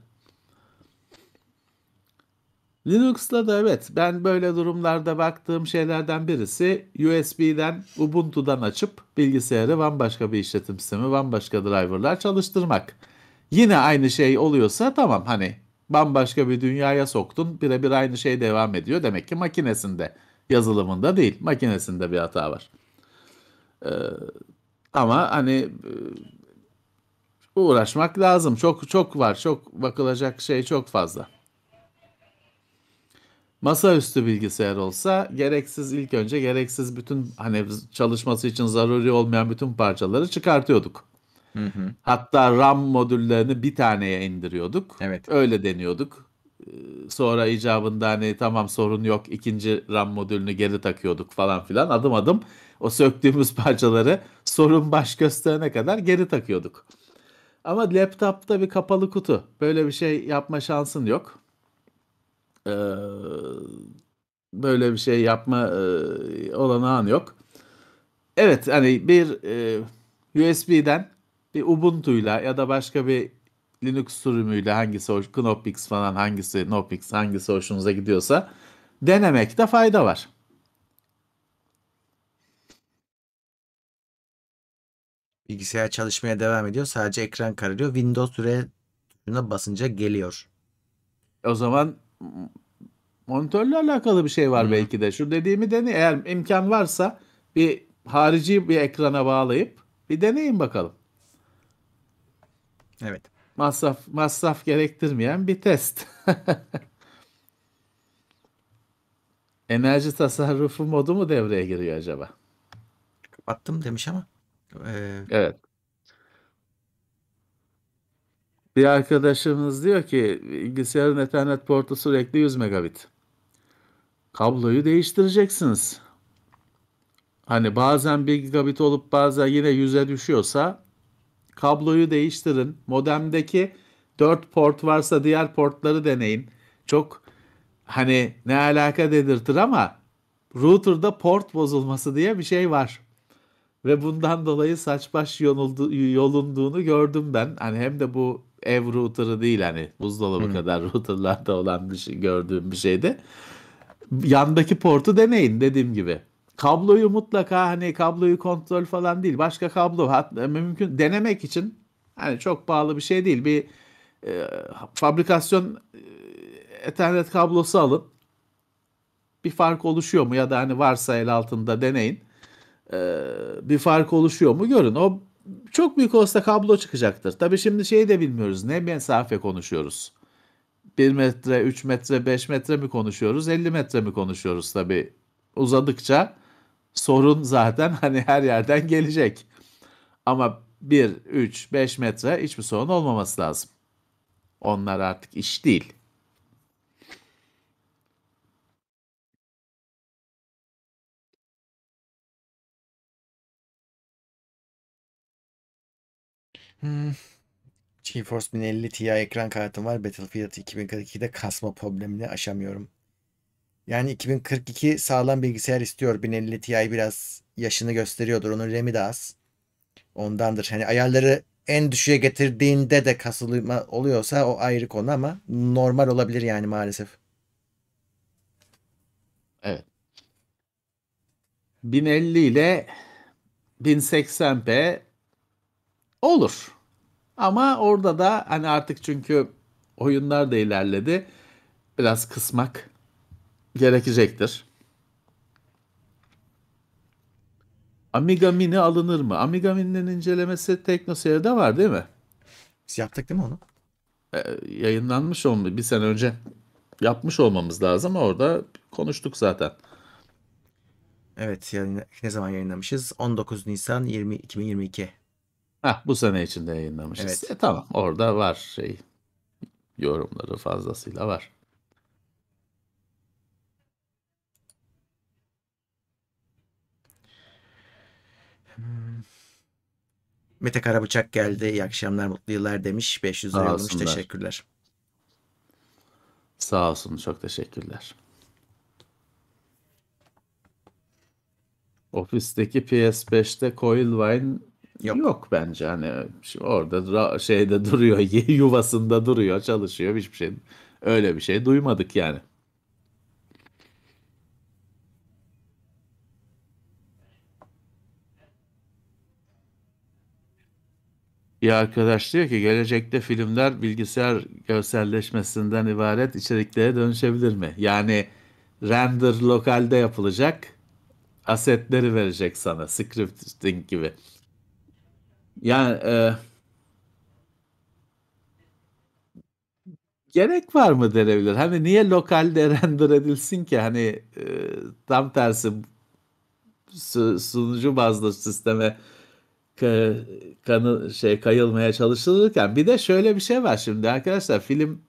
S3: Linux'ta da evet, ben böyle durumlarda baktığım şeylerden birisi USB'den Ubuntu'dan açıp bilgisayarı bambaşka bir işletim sistemi, bambaşka driverlar çalıştırmak. Yine aynı şey oluyorsa tamam, hani bambaşka bir dünyaya soktun, birebir aynı şey devam ediyor. Demek ki makinesinde, yazılımında değil, makinesinde bir hata var. Ama hani uğraşmak lazım. Çok çok var. Çok bakılacak şey çok fazla. Masaüstü bilgisayar olsa gereksiz, ilk önce gereksiz bütün hani çalışması için zaruri olmayan bütün parçaları çıkartıyorduk.
S2: Hı hı.
S3: Hatta RAM modüllerini bir taneye indiriyorduk.
S2: Evet.
S3: Öyle deniyorduk. Sonra icabında hani tamam sorun yok, ikinci RAM modülünü geri takıyorduk falan filan. Adım adım o söktüğümüz parçaları sorun baş gösterene kadar geri takıyorduk. Ama laptopta bir kapalı kutu. Böyle bir şey yapma şansın yok. Ee, Böyle bir şey yapma olanağın yok. Evet, hani bir USB'den bir Ubuntu'yla ya da başka bir Linux sürümüyle, hangisi hoş, Knoppix falan, hangisi Knoppix, hangisi hoşunuza gidiyorsa denemekte fayda var.
S2: Bilgisayar çalışmaya devam ediyor. Sadece ekran kararıyor. Windows tuşuna basınca geliyor.
S3: O zaman monitörle alakalı bir şey var
S2: Hmm,
S3: belki de. Şu dediğimi dene, eğer imkan varsa bir harici bir ekrana bağlayıp bir deneyin bakalım.
S2: evet.
S3: Masraf gerektirmeyen bir test. Enerji tasarrufu modu mu devreye giriyor acaba?
S2: Kapattım demiş ama.
S3: Evet. Bir arkadaşımız diyor ki bilgisayarın Ethernet portu sürekli 100 megabit. Kabloyu değiştireceksiniz. Hani bazen 1 gigabit olup bazen yine 100'e düşüyorsa kabloyu değiştirin. Modemdeki 4 port varsa diğer portları deneyin. Çok hani ne alaka dedirtir ama router'da port bozulması diye bir şey var. Ve bundan dolayı saç baş yolunduğunu gördüm ben. Hani hem de bu ev router'ı değil, hani buzdolabı
S2: hmm.
S3: kadar router'larda olan bir şey, gördüğüm bir şeydi. Yandaki portu deneyin dediğim gibi. Kabloyu mutlaka, hani kabloyu kontrol falan değil. Başka kablo, hatta mümkün denemek için, hani çok pahalı bir şey değil. Bir e, fabrikasyon Ethernet kablosu alın. Bir fark oluşuyor mu, ya da hani varsa el altında deneyin. Bir fark oluşuyor mu görün. O çok büyük olsa kablo çıkacaktır. Tabii şimdi şeyi de bilmiyoruz. Ne mesafe konuşuyoruz? 1 metre, 3 metre, 5 metre mi konuşuyoruz? 50 metre mi konuşuyoruz tabii. Uzadıkça sorun zaten hani her yerden gelecek. Ama 1, 3, 5 metre hiçbir sorun olmaması lazım. Onlar artık iş değil.
S2: Hmm. GeForce 1050 Ti ekran kartım var. Battlefield 2042'de kasma problemini aşamıyorum. Yani 2042 sağlam bilgisayar istiyor. 1050 Ti biraz yaşını gösteriyordur. Onun RAM'i de az. Ondandır. Hani ayarları en düşüğe getirdiğinde de kasılma oluyorsa o ayrı konu ama normal olabilir yani maalesef.
S3: Evet. 1050 ile 1080p olur. Ama orada da hani artık çünkü oyunlar da ilerledi. Biraz kısmak gerekecektir. Amiga Mini alınır mı? Amiga Mini'nin incelemesi TeknoSeyir'de var değil mi?
S2: Biz yaptık değil mi onu?
S3: Yayınlanmış olmalı. Bir sene önce yapmış olmamız lazım. Orada konuştuk zaten.
S2: Evet, yani ne zaman yayınlamışız? 19 Nisan 2022.
S3: Heh, bu sene içinde yayınlamışız.
S2: Evet.
S3: Tamam, orada var yorumları fazlasıyla var.
S2: Mete Karabıçak geldi. İyi akşamlar, mutlu yıllar demiş. 500 lira
S3: Sağ
S2: yollamış.
S3: olsunlar.
S2: Teşekkürler.
S3: Sağ olsun. Çok teşekkürler. Ofisteki PS5'te Coilvine
S2: Yok.
S3: yok bence. Hani şimdi orada şeyde duruyor, yuvasında duruyor, çalışıyor. Hiçbir şey öyle bir şey duymadık yani. Bir arkadaş diyor ki gelecekte filmler bilgisayar görselleşmesinden ibaret içeriklere dönüşebilir mi? Yani render lokalde yapılacak, asetleri verecek sana, scripting gibi. Yani gerek var mı denebilir? Hani niye lokalde render edilsin ki? Hani tam tersi sunucu bazlı sisteme kayılmaya çalışılırken bir de şöyle bir şey var şimdi arkadaşlar film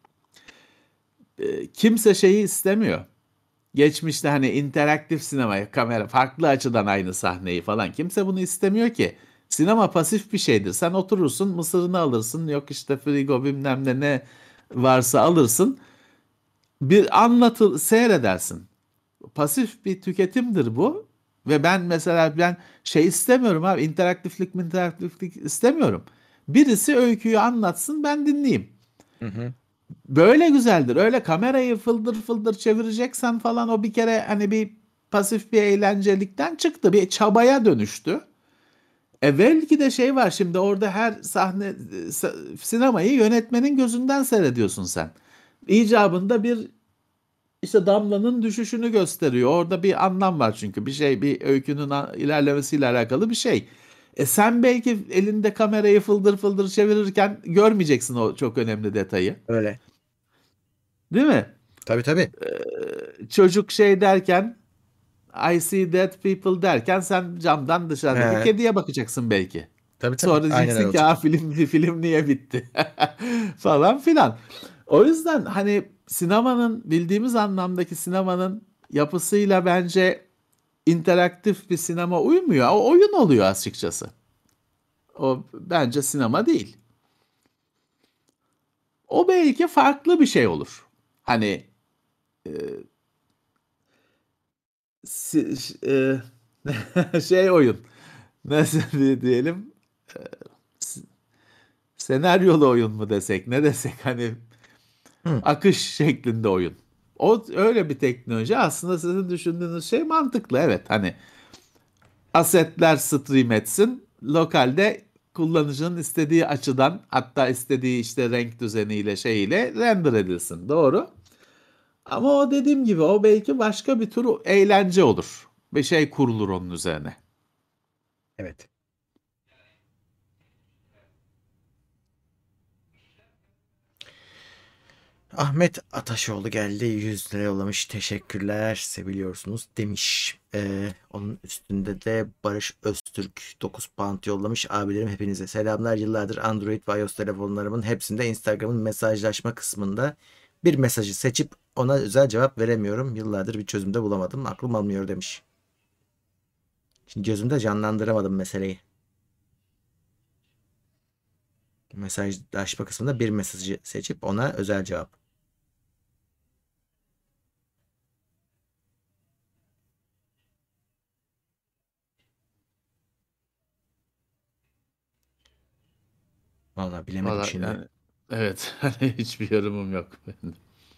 S3: kimse şeyi istemiyor. Geçmişte hani interaktif sinema, kamera farklı açıdan aynı sahneyi falan kimse bunu istemiyor ki. Sinema pasif bir şeydir. Sen oturursun, mısırını alırsın, yok işte frigo bilmem ne varsa alırsın. Bir seyredersin. Pasif bir tüketimdir bu. Ve ben mesela şey istemiyorum abi, interaktiflik istemiyorum. Birisi öyküyü anlatsın, ben dinleyeyim.
S2: Hı hı.
S3: Böyle güzeldir. Öyle kamerayı fıldır fıldır çevireceksen falan o bir kere hani bir pasif bir eğlencelikten çıktı. Bir çabaya dönüştü. Belki de şey var şimdi orada her sinemayı yönetmenin gözünden seyrediyorsun sen. İcabında bir işte damlanın düşüşünü gösteriyor. Orada bir anlam var çünkü bir öykünün ilerlemesiyle alakalı bir şey. Sen belki elinde kamerayı fıldır fıldır çevirirken görmeyeceksin o çok önemli detayı.
S2: Öyle.
S3: Değil mi?
S2: Tabii tabii.
S3: Çocuk şey derken I see dead people derken sen camdan dışarıdaki
S2: Ee,
S3: kediye bakacaksın belki.
S2: tabii tabii.
S3: Sonra
S2: Aynen öyle
S3: diyeceksin ki
S2: olacak.
S3: film niye bitti falan filan. O yüzden hani sinemanın bildiğimiz anlamdaki sinemanın yapısıyla bence interaktif bir sinema uymuyor. O oyun oluyor açıkçası. O bence sinema değil. O belki farklı bir şey olur. Hani e, şey oyun. Nasıl diyelim? S- Senaryolu oyun mu desek, ne desek hani
S2: Hı.
S3: akış şeklinde oyun. O öyle bir teknoloji aslında sizin düşündüğünüz şey mantıklı evet hani asetler stream etsin lokalde kullanıcının istediği açıdan hatta istediği işte renk düzeniyle şeyiyle render edilsin doğru. Ama o dediğim gibi o belki başka bir tür eğlence olur. Bir şey kurulur onun üzerine.
S2: Evet. Ahmet Ataşoğlu geldi. 100 lira yollamış. Teşekkürler. Seviliyorsunuz demiş. Onun üstünde de Barış Öztürk 9 pound yollamış. Abilerim hepinize selamlar. Yıllardır Android ve iOS telefonlarımın hepsinde Instagram'ın mesajlaşma kısmında bir mesajı seçip ona özel cevap veremiyorum. Yıllardır bir çözümde bulamadım. Aklım almıyor demiş. Şimdi gözümde canlandıramadım meseleyi. Mesajlaşma kısmında bir mesajı seçip ona özel cevap. Vallahi bilemedim
S3: Valla
S2: şimdi.
S3: yani evet hani hiçbir yorumum yok benim.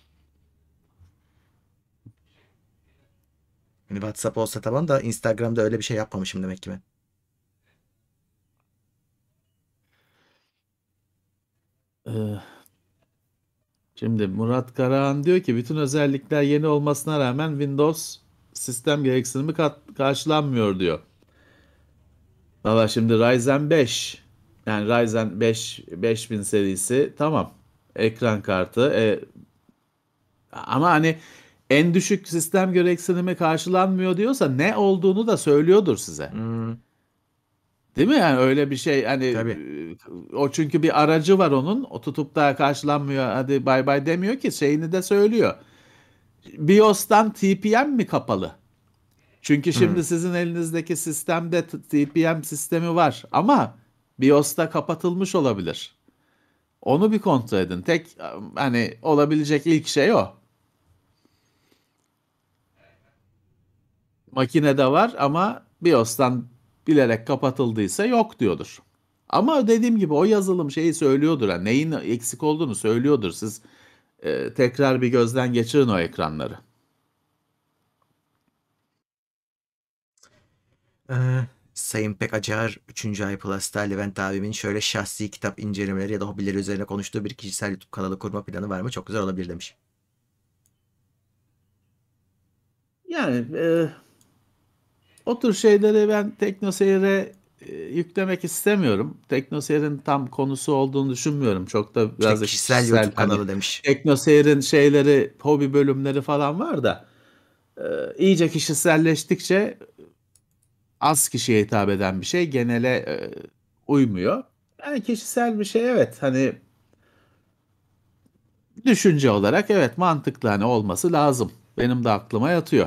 S2: Hani WhatsApp olsa tamam da Instagram'da öyle bir şey yapmamışım demek ki ben.
S3: Ee, Şimdi Murat Karahan diyor ki bütün özellikler yeni olmasına rağmen Windows sistem gereksinimi karşılanmıyor diyor. Valla şimdi Ryzen 5 yani Ryzen 5 5000 serisi tamam. Ekran kartı ama hani en düşük sistem gereksinimi karşılanmıyor diyorsa ne olduğunu da söylüyordur size.
S2: Hmm,
S3: Değil mi? Yani öyle bir şey hani
S2: tabii.
S3: o çünkü bir aracı var onun. O tutup da karşılanmıyor hadi bay bay demiyor ki şeyini de söylüyor. BIOS'tan TPM mi kapalı? Çünkü
S2: Hmm.
S3: şimdi sizin elinizdeki sistemde TPM sistemi var ama BIOS'ta kapatılmış olabilir. Onu bir kontrol edin. Tek hani olabilecek ilk şey o. Makinede var ama BIOS'tan bilerek kapatıldıysa yok diyordur. Ama dediğim gibi o yazılım şeyi söylüyordur. Yani neyin eksik olduğunu söylüyordur. Siz tekrar bir gözden geçirin o ekranları.
S2: Ee, Sayın Pek Acar 3. ay Plus'ta Levent abimin şöyle şahsi kitap incelemeleri ya da hobileri üzerine konuştuğu bir kişisel YouTube kanalı kurma planı var mı? Çok güzel olabilir demiş.
S3: Yani o tür şeyleri ben TeknoSeyir'e yüklemek istemiyorum. TeknoSeyir'in tam konusu olduğunu düşünmüyorum. Çok da
S2: İşte
S3: biraz da
S2: kişisel
S3: kişisel
S2: YouTube
S3: hani
S2: kanalı demiş.
S3: TeknoSeyir'in şeyleri, hobi bölümleri falan var da iyice kişiselleştikçe az kişiye hitap eden bir şey genele uymuyor. Yani kişisel bir şey evet hani düşünce olarak evet mantıklı hani olması lazım. Benim de aklıma yatıyor.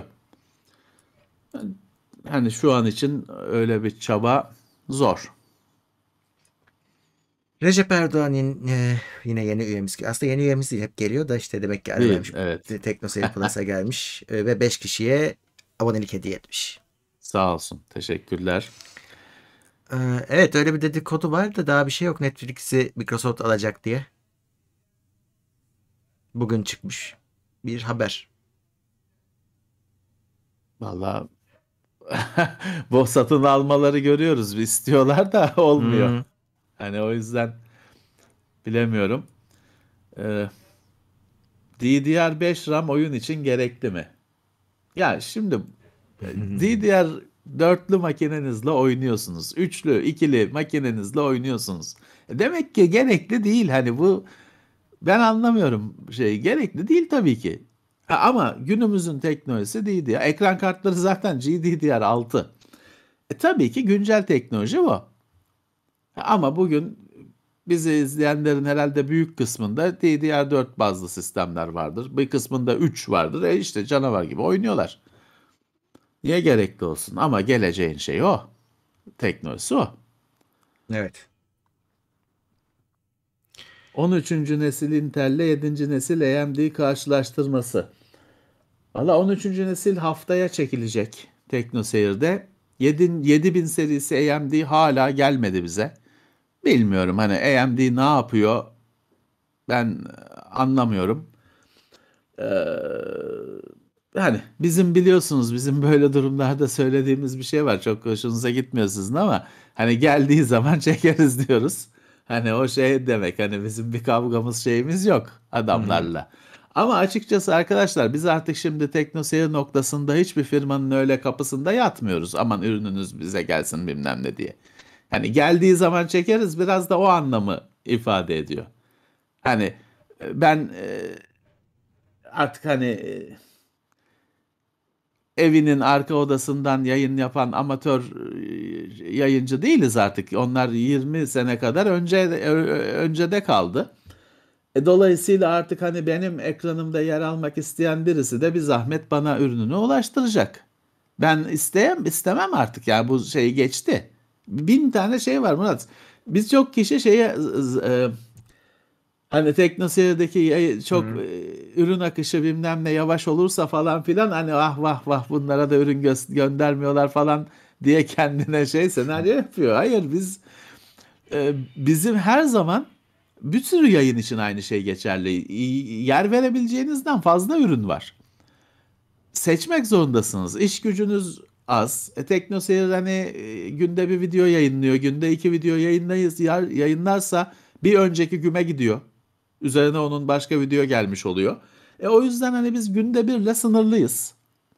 S3: Hani şu an için öyle bir çaba zor.
S2: Recep Erdoğan'ın yine yeni üyemiz. Aslında yeni üyemiz değil, hep geliyor da işte demek ki ara
S3: Değil,
S2: vermiş.
S3: evet.
S2: TeknoSeyir Plus'a gelmiş ve 5 kişiye abonelik hediye etmiş.
S3: Sağ olsun. Teşekkürler.
S2: Evet, öyle bir dedikodu var da daha bir şey yok. Netflix'i Microsoft alacak diye. Bugün çıkmış bir haber.
S3: Vallahi bu satın almaları görüyoruz. İstiyorlar da olmuyor.
S2: Hmm.
S3: Hani o yüzden bilemiyorum. Ee, DDR5 RAM oyun için gerekli mi? Ya şimdi DDR dörtlü makinenizle oynuyorsunuz. Üçlü, ikili makinenizle oynuyorsunuz. Demek ki gerekli değil. Hani bu ben anlamıyorum şey. Gerekli değil tabii ki. Ama günümüzün teknolojisi DDR. Ekran kartları zaten GDDR6. Tabii ki güncel teknoloji bu. Ama bugün bizi izleyenlerin herhalde büyük kısmında DDR4 bazlı sistemler vardır. Bir kısmında 3 vardır. İşte canavar gibi oynuyorlar. Niye gerekli olsun? Ama geleceğin şeyi o. Teknolojisi o.
S2: Evet.
S3: 13. nesil Intel ile 7. nesil AMD karşılaştırması. Valla 13. nesil haftaya çekilecek TeknoSeyir'de. 7000 serisi AMD hala gelmedi bize. Bilmiyorum hani AMD ne yapıyor ben anlamıyorum. Hani bizim biliyorsunuz bizim böyle durumlarda söylediğimiz bir şey var. Çok hoşunuza gitmiyor sizin ama hani geldiği zaman çekeriz diyoruz. Hani o şey demek hani bizim bir kavgamız şeyimiz yok
S2: Hı hı.
S3: adamlarla. Ama açıkçası arkadaşlar biz artık şimdi teknoseyir noktasında hiçbir firmanın öyle kapısında yatmıyoruz. Aman ürününüz bize gelsin bilmem ne diye. Hani geldiği zaman çekeriz biraz da o anlamı ifade ediyor. Hani ben artık hani evinin arka odasından yayın yapan amatör yayıncı değiliz artık. Onlar 20 sene kadar öncede kaldı. Dolayısıyla artık hani benim ekranımda yer almak isteyen birisi de bir zahmet bana ürününü ulaştıracak. Ben istemem artık yani bu şey geçti. 1000 tane şey var Murat. Birçok kişi hani TeknoSeyir'deki çok
S2: Hı.
S3: ürün akışı bilmem ne yavaş olursa falan filan, hani ah vah vah bunlara da ürün göndermiyorlar falan diye kendine senaryo yapıyor. Hayır, bizim her zaman bir sürü yayın için aynı şey geçerli. Yer verebileceğinizden fazla ürün var. Seçmek zorundasınız. İş gücünüz az. TeknoSeyir hani günde bir video yayınlıyor. Günde iki video yayınlarsa bir önceki güme gidiyor. Üzerine onun başka video gelmiş oluyor. O yüzden hani biz günde birle sınırlıyız.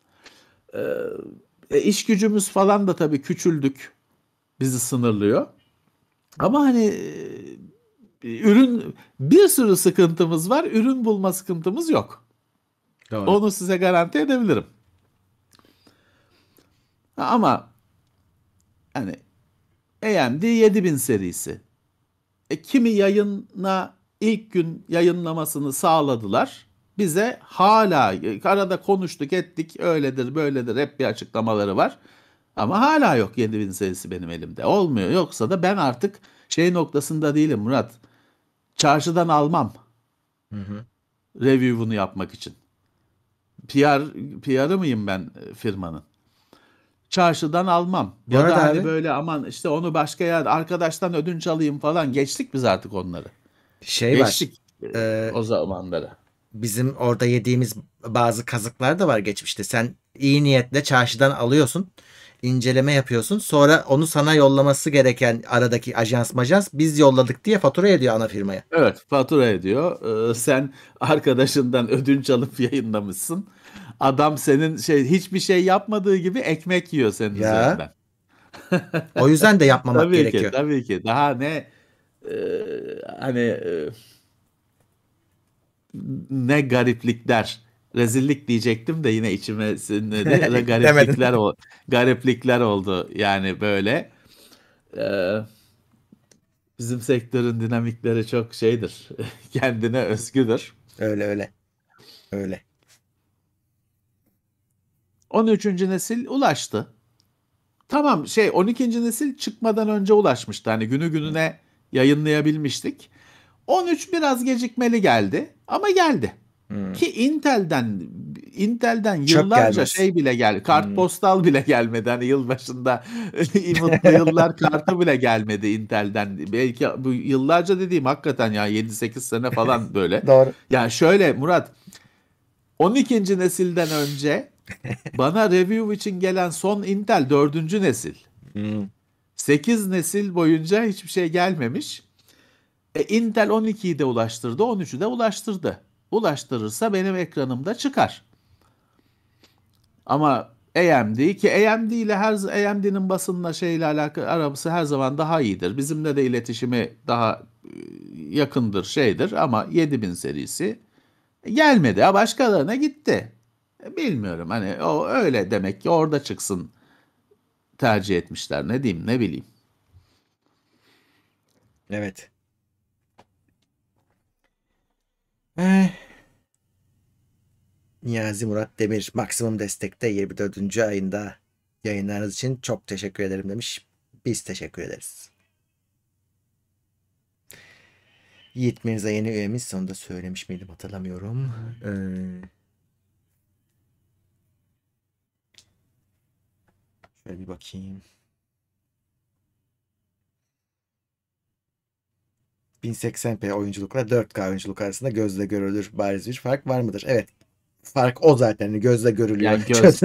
S3: İş gücümüz falan da tabii küçüldük. Bizi sınırlıyor. Ama hani ürün, bir sürü sıkıntımız var. Ürün bulma sıkıntımız yok.
S2: Doğru.
S3: Onu size garanti edebilirim. Ama hani AMD 7000 serisi. Kimi yayına ilk gün yayınlamasını sağladılar. Bize hala arada konuştuk ettik, öyledir böyledir, hep bir açıklamaları var. Ama hala yok 7000 serisi benim elimde. Olmuyor. Yoksa da ben artık noktasında değilim Murat. Çarşıdan almam
S2: Hı hı.
S3: review'unu yapmak için. PR PR'ı mıyım ben firmanın? Çarşıdan almam.
S2: Bu
S3: Ya da
S2: arada
S3: hani
S2: abi
S3: böyle aman işte onu başka yer arkadaştan ödünç alayım falan. Geçtik biz artık onları.
S2: şey var.
S3: Geçtik
S2: Ee,
S3: o zamanları.
S2: bizim orada yediğimiz bazı kazıklar da var geçmişte. Sen iyi niyetle çarşıdan alıyorsun, inceleme yapıyorsun. Sonra onu sana yollaması gereken aradaki ajans biz yolladık diye fatura ediyor ana firmaya.
S3: Evet, fatura ediyor. Sen arkadaşından ödünç alıp yayınlamışsın. Adam senin hiçbir şey yapmadığı gibi ekmek yiyor senin
S2: Ya
S3: üzerinden.
S2: o yüzden de yapmamak
S3: Tabii ki,
S2: gerekiyor.
S3: tabii ki. Daha hani ne gariplikler, rezillik diyecektim de yine içime sinmedi.
S2: Demedin.
S3: Gariplikler oldu yani böyle. Ee, Bizim sektörün dinamikleri çok kendine özgüdür.
S2: Öyle öyle. Öyle.
S3: 13. nesil ulaştı. Tamam 12. nesil çıkmadan önce ulaşmıştı. Hani günü gününe yayınlayabilmiştik. 13 biraz gecikmeli geldi ama geldi.
S2: Hmm.
S3: Ki Intel'den
S2: Çöp
S3: yıllarca
S2: gelmez.
S3: bile geldi.
S2: Hmm.
S3: Kartpostal bile gelmedi. Hani yılbaşında mutlu yıllar kartı bile gelmedi Intel'den. Belki bu yıllarca dediğim hakikaten ya 7-8 sene falan böyle.
S2: Doğru.
S3: Yani şöyle Murat, 12. nesilden önce bana review için gelen son Intel 4. nesil.
S2: Hmm.
S3: 8 nesil boyunca hiçbir şey gelmemiş. Intel 12'yi de ulaştırdı, 13'ü de ulaştırdı. Ulaştırırsa benim ekranımda çıkar. Ama AMD ile AMD'nin basınla alakalı arabası her zaman daha iyidir. Bizimle de iletişimi daha yakındır, ama 7000 serisi gelmedi. Ha, başkalarına gitti. Bilmiyorum, hani o öyle, demek ki orada çıksın tercih etmişler. Ne diyeyim, ne bileyim.
S2: Evet. Eh, Niyazi Murat Demir maksimum destekte 24. ayında yayınlarınız için çok teşekkür ederim demiş. Biz teşekkür ederiz. Yiğit Mirza yeni üyemiz. Onu da söylemiş miydim hatırlamıyorum. Şöyle bir bakayım. 1080p oyunculukla 4K oyunculuk arasında gözle görülür bariz bir fark var mıdır? Evet. Fark o zaten. Hani gözle görülüyor.
S3: Yani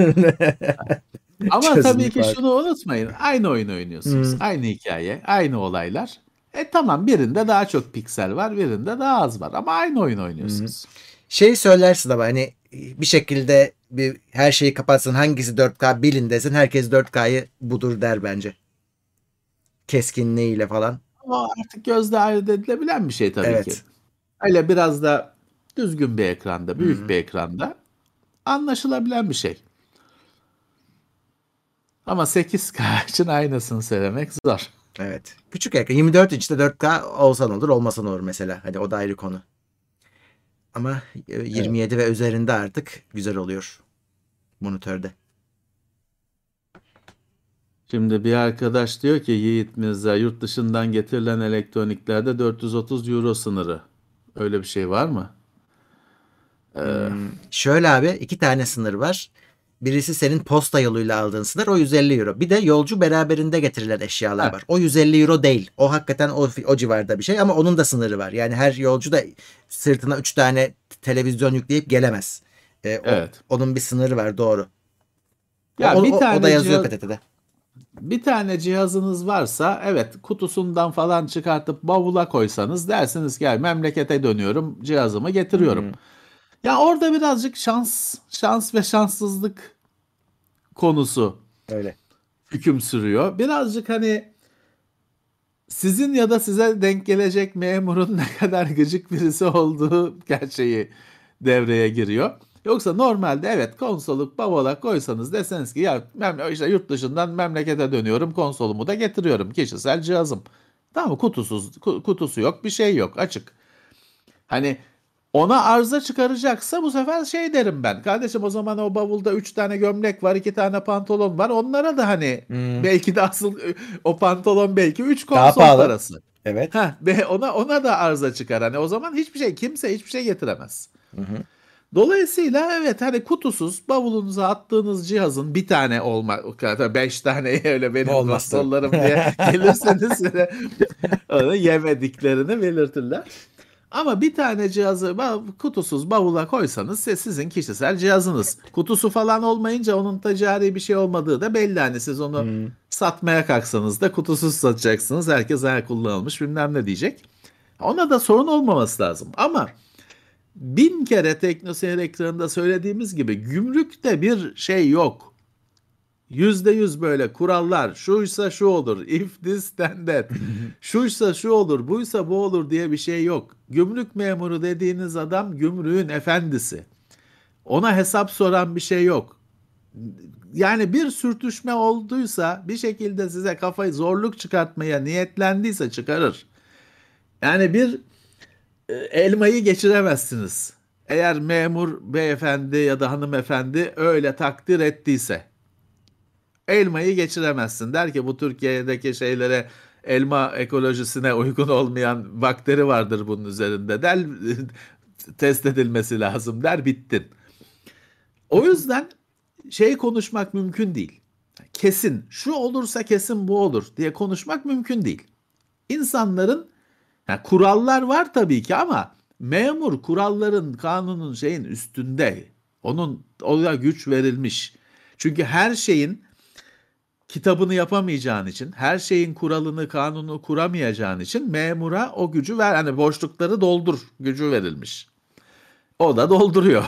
S3: ama tabii
S2: Çözünürlük
S3: ki
S2: var.
S3: şunu unutmayın. Aynı oyun oynuyorsunuz.
S2: Hmm.
S3: Aynı hikaye, aynı olaylar. Tamam, birinde daha çok piksel var, birinde daha az var ama aynı oyun
S2: Hmm.
S3: oynuyorsunuz.
S2: Şey söylersin ama hani bir şekilde her şeyi kapatsın hangisi 4K bilin desin herkes 4K'yı budur der bence. Keskinliğiyle falan.
S3: Ama artık gözle ayırt edilebilen bir şey tabii ki.
S2: Evet.
S3: Öyle biraz da düzgün bir ekranda, büyük
S2: Hmm.
S3: bir ekranda anlaşılabilen bir şey. Ama 8K için aynısını söylemek zor.
S2: Evet. Küçük ekran 24 inçte 4K olsan olur olmasan olur mesela. Hadi o da ayrı konu. Ama
S3: Evet.
S2: 27 ve üzerinde artık güzel oluyor monitörde.
S3: Şimdi bir arkadaş diyor ki Yiğit Mirza yurt dışından getirilen elektroniklerde 430 euro sınırı. Öyle bir şey var mı?
S2: Şöyle abi, iki tane sınır var. Birisi senin posta yoluyla aldığın sınır, o 150 euro. Bir de yolcu beraberinde getirilen eşyalar
S3: Heh,
S2: var. O 150 euro değil. O hakikaten o civarda bir şey ama onun da sınırı var. Yani her yolcu da sırtına 3 tane televizyon yükleyip gelemez.
S3: evet.
S2: Onun bir sınırı var, doğru.
S3: Ya
S2: O da yazıyor PTT'de.
S3: bir tane cihazınız varsa evet kutusundan falan çıkartıp bavula koysanız dersiniz ki "Gel, memlekete dönüyorum cihazımı getiriyorum."
S2: Hmm,
S3: Ya orada birazcık şans ve şanssızlık konusu
S2: öyle.
S3: hüküm sürüyor. Birazcık hani sizin ya da size denk gelecek memurun ne kadar gıcık birisi olduğu gerçeği devreye giriyor. Yoksa normalde evet konsolu bavula koysanız deseniz ki ya ben işte yurt dışından memlekete dönüyorum konsolumu da getiriyorum kişisel cihazım. Tamam mı? Kutusu yok bir şey yok açık. Hani ona arıza çıkaracaksa bu sefer şey derim ben. Kardeşim o zaman o bavulda 3 tane gömlek var, 2 tane pantolon var. Onlara da hani
S2: Hmm,
S3: belki de asıl o pantolon belki 3
S2: Daha
S3: konsol
S2: pahalı.
S3: parası.
S2: Evet.
S3: Ha, ve ona da arıza çıkar. Hani o zaman kimse hiçbir şey getiremez.
S2: Hı hı.
S3: Dolayısıyla evet hani kutusuz bavulunuza attığınız cihazın bir tane olmak, 5 tane öyle benim
S2: Olmaz tabii.
S3: konsollarım diye gelirseniz onu yemediklerini belirtirler. Ama bir tane cihazı kutusuz bavula koysanız sizin kişisel cihazınız. Kutusu falan olmayınca onun ticari bir şey olmadığı da belli. Hani siz onu
S2: Hmm.
S3: satmaya kalksanız da kutusuz satacaksınız. Herkes kullanılmış bilmem ne diyecek. Ona da sorun olmaması lazım. Ama bin kere TeknoSeyir ekranında söylediğimiz gibi gümrükte bir şey yok. %100 böyle kurallar, şuysa şu olur, if this then that, şuysa şu olur, buysa bu olur diye bir şey yok. Gümrük memuru dediğiniz adam gümrüğün efendisi. Ona hesap soran bir şey yok. Yani bir sürtüşme olduysa bir şekilde size kafayı zorluk çıkartmaya niyetlendiyse çıkarır. Yani bir elmayı geçiremezsiniz. Eğer memur beyefendi ya da hanımefendi öyle takdir ettiyse. Elmayı geçiremezsin. Der ki bu Türkiye'deki şeylere elma ekolojisine uygun olmayan bakteri vardır bunun üzerinde der. Test edilmesi lazım der bittin. O yüzden şey konuşmak mümkün değil. Kesin şu olursa kesin bu olur diye konuşmak mümkün değil. İnsanların kurallar var tabii ki ama memur kuralların kanunun şeyin üstünde. Ona güç verilmiş. Çünkü her şeyin kitabını yapamayacağın için, her şeyin kuralını, kanunu kuramayacağın için memura o gücü ver. Hani boşlukları doldur gücü verilmiş. O da dolduruyor.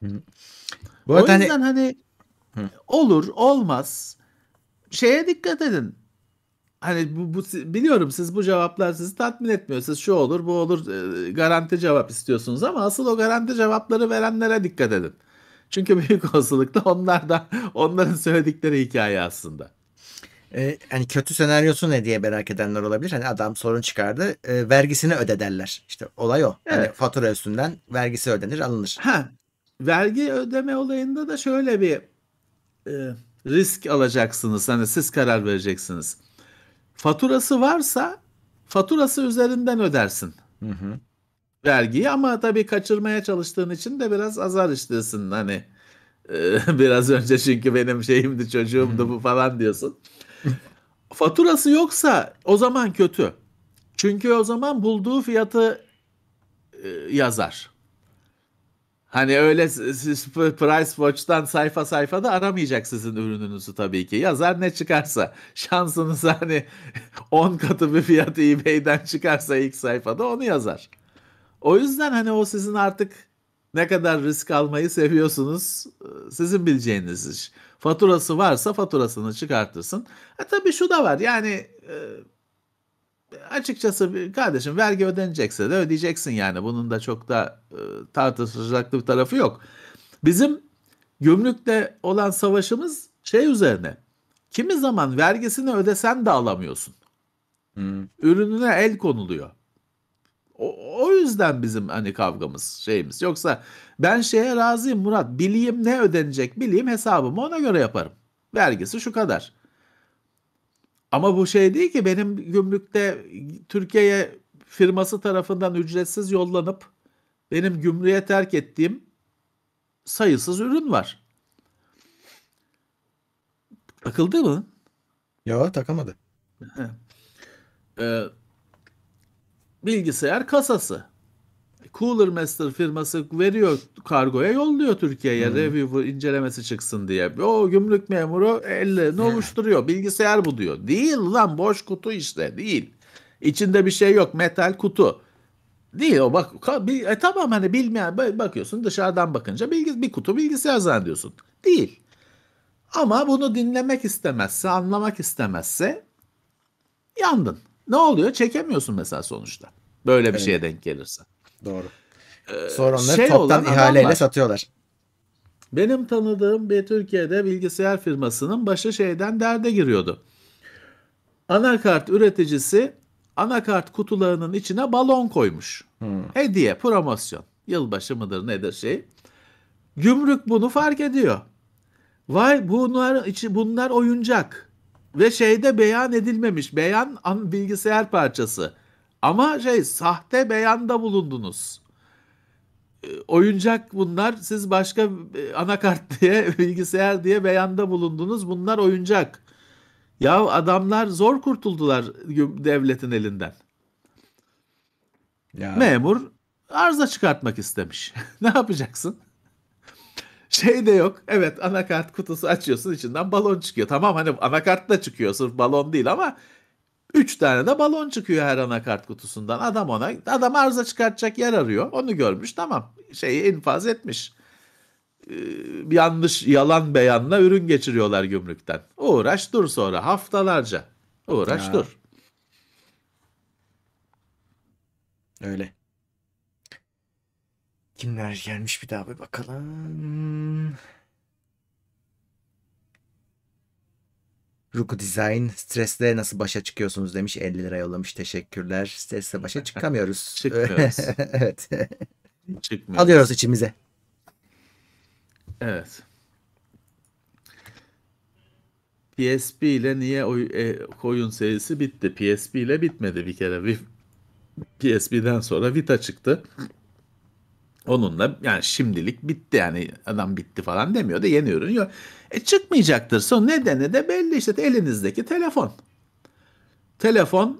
S2: Bu
S3: O
S2: arada hani
S3: yüzden hani
S2: hı.
S3: olur, olmaz. Şeye dikkat edin. Hani biliyorum siz bu cevaplar sizi tatmin etmiyor. Siz şu olur, bu olur garanti cevap istiyorsunuz ama asıl o garanti cevapları verenlere dikkat edin. Çünkü büyük olasılıkla onların söyledikleri hikaye aslında.
S2: Hani kötü senaryosu ne diye merak edenler olabilir. Hani adam sorun çıkardı, vergisini öde derler. İşte olay o. Hani
S3: Evet.
S2: fatura üstünden vergisi ödenir, alınır.
S3: Ha, vergi ödeme olayında da şöyle bir e, risk alacaksınız. Hani siz karar vereceksiniz. Faturası varsa faturası üzerinden ödersin
S2: Hı hı.
S3: vergiyi ama tabii kaçırmaya çalıştığın için de biraz azar işlesin hani biraz önce çünkü benim şeyimdi çocuğumdu bu falan diyorsun. Faturası yoksa o zaman kötü. Çünkü o zaman bulduğu fiyatı yazar. Hani öyle siz Price Watch'tan sayfa sayfa da aramayacak sizin ürününüzü tabii ki. Yazar ne çıkarsa. Şansınız hani 10 katı bir fiyatı eBay'den çıkarsa ilk sayfada onu yazar. O yüzden hani o sizin artık ne kadar risk almayı seviyorsunuz sizin bileceğiniz iş. Faturası varsa faturasını çıkartırsın. Tabii şu da var yani açıkçası kardeşim vergi ödenecekse de ödeyeceksin yani. Bunun da çok da tartışılacak bir tarafı yok. Bizim gümrükte olan savaşımız şey üzerine. Kimi zaman vergisini ödesen de alamıyorsun.
S2: Hı.
S3: Ürününe el konuluyor. O yüzden bizim hani kavgamız şeyimiz. Yoksa ben şeye razıyım Murat. Bileyim ne ödenecek bileyim hesabımı ona göre yaparım. Vergisi şu kadar. Ama bu şey değil ki, benim gümrükte Türkiye'ye firması tarafından ücretsiz yollanıp benim gümrüğe terk ettiğim sayısız ürün var. Takıldı mı?
S2: Yo, takamadı.
S3: Ee, Bilgisayar kasası. Cooler Master firması veriyor, kargoya yolluyor Türkiye'ye,
S2: Hmm.
S3: review incelemesi çıksın diye. O gümrük memuru ellerini ovuşturuyor. Bilgisayar bu diyor. Değil lan, boş kutu işte, değil. İçinde bir şey yok, metal kutu. Değil o, bak tamam, hani bilmeyen bakıyorsun, dışarıdan bakınca bir kutu bilgisayar zannediyorsun. Değil. Ama bunu dinlemek istemezse, anlamak istemezse yandın. Ne oluyor? Çekemiyorsun mesela sonuçta. Böyle bir şeye
S2: Öyle.
S3: denk gelirse.
S2: Doğru. Sonra onları
S3: Şey
S2: toptan
S3: olan adam
S2: ihaleyle
S3: var.
S2: satıyorlar.
S3: Benim tanıdığım bir Türkiye'de bilgisayar firmasının başı şeyden derde giriyordu. Anakart üreticisi anakart kutularının içine balon koymuş.
S2: Hmm.
S3: Hediye, promosyon. Yılbaşı mıdır nedir şey. Gümrük bunu fark ediyor. Vay, bunlar oyuncak. Ve şeyde beyan edilmemiş. Bilgisayar parçası. Ama sahte beyanda bulundunuz. Oyuncak bunlar. Siz başka anakart diye, bilgisayar diye beyanda bulundunuz. Bunlar oyuncak. Ya adamlar zor kurtuldular devletin elinden.
S2: Ya.
S3: Memur arıza çıkartmak istemiş. Ne yapacaksın? Şey de yok. Evet, anakart kutusu açıyorsun, içinden balon çıkıyor. Tamam, hani anakart da çıkıyor, sırf balon değil, ama 3 tane de balon çıkıyor her anakart kutusundan. Adam arıza çıkartacak yer arıyor. Onu görmüş, tamam. Şeyi infaz etmiş. Bir yanlış yalan beyanla ürün geçiriyorlar gümrükten. Uğraş dur, sonra haftalarca. Uğraş
S2: Ya.
S3: dur.
S2: Öyle. Kimler gelmiş bir daha bir bakalım. Ruku Design, stresle nasıl başa çıkıyorsunuz demiş. 50 lira yollamış. Teşekkürler. Stresle başa çıkamıyoruz.
S3: Çıkmıyoruz.
S2: Evet. Alıyoruz
S3: Çıkmıyoruz.
S2: içimize.
S3: Evet. PSP ile niye oyun serisi bitti? PSP ile bitmedi bir kere. PSP'den sonra Vita çıktı. Onunla yani şimdilik bitti, yani adam bitti falan demiyor da yeni ürün yok. Çıkmayacaktır. Son nedeni de belli, işte elinizdeki telefon. Telefon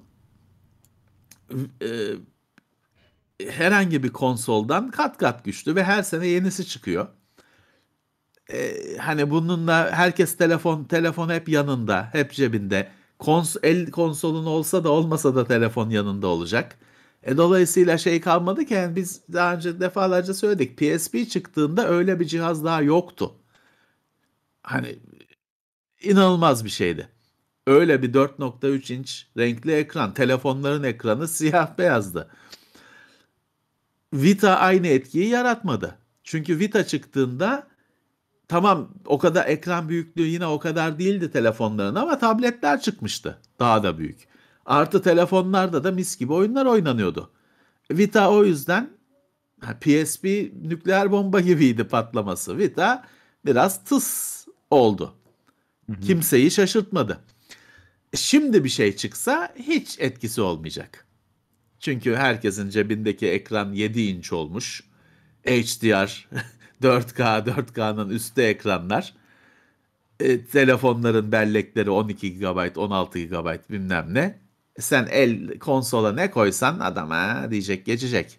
S3: e, herhangi bir konsoldan kat kat güçlü ve her sene yenisi çıkıyor. Hani bununla herkes telefon hep yanında, hep cebinde. El konsolun olsa da olmasa da telefon yanında olacak. Dolayısıyla şey kalmadı ki, yani biz daha önce defalarca söyledik. PSP çıktığında öyle bir cihaz daha yoktu. Hani inanılmaz bir şeydi. Öyle bir 4.3 inç renkli ekran, telefonların ekranı siyah beyazdı. Vita aynı etkiyi yaratmadı. Çünkü Vita çıktığında, tamam, o kadar ekran büyüklüğü yine o kadar değildi telefonların, ama tabletler çıkmıştı daha da büyük. Artı telefonlarda da mis gibi oyunlar oynanıyordu. Vita o yüzden, PSP nükleer bomba gibiydi patlaması. Vita biraz tıs oldu.
S2: Hı hı.
S3: Kimseyi şaşırtmadı. Şimdi bir şey çıksa hiç etkisi olmayacak. Çünkü herkesin cebindeki ekran 7 inç olmuş. HDR, 4K, 4K'nın üstü ekranlar. Telefonların bellekleri 12 GB, 16 GB bilmem ne. Sen konsola ne koysan adam ha diyecek, geçecek.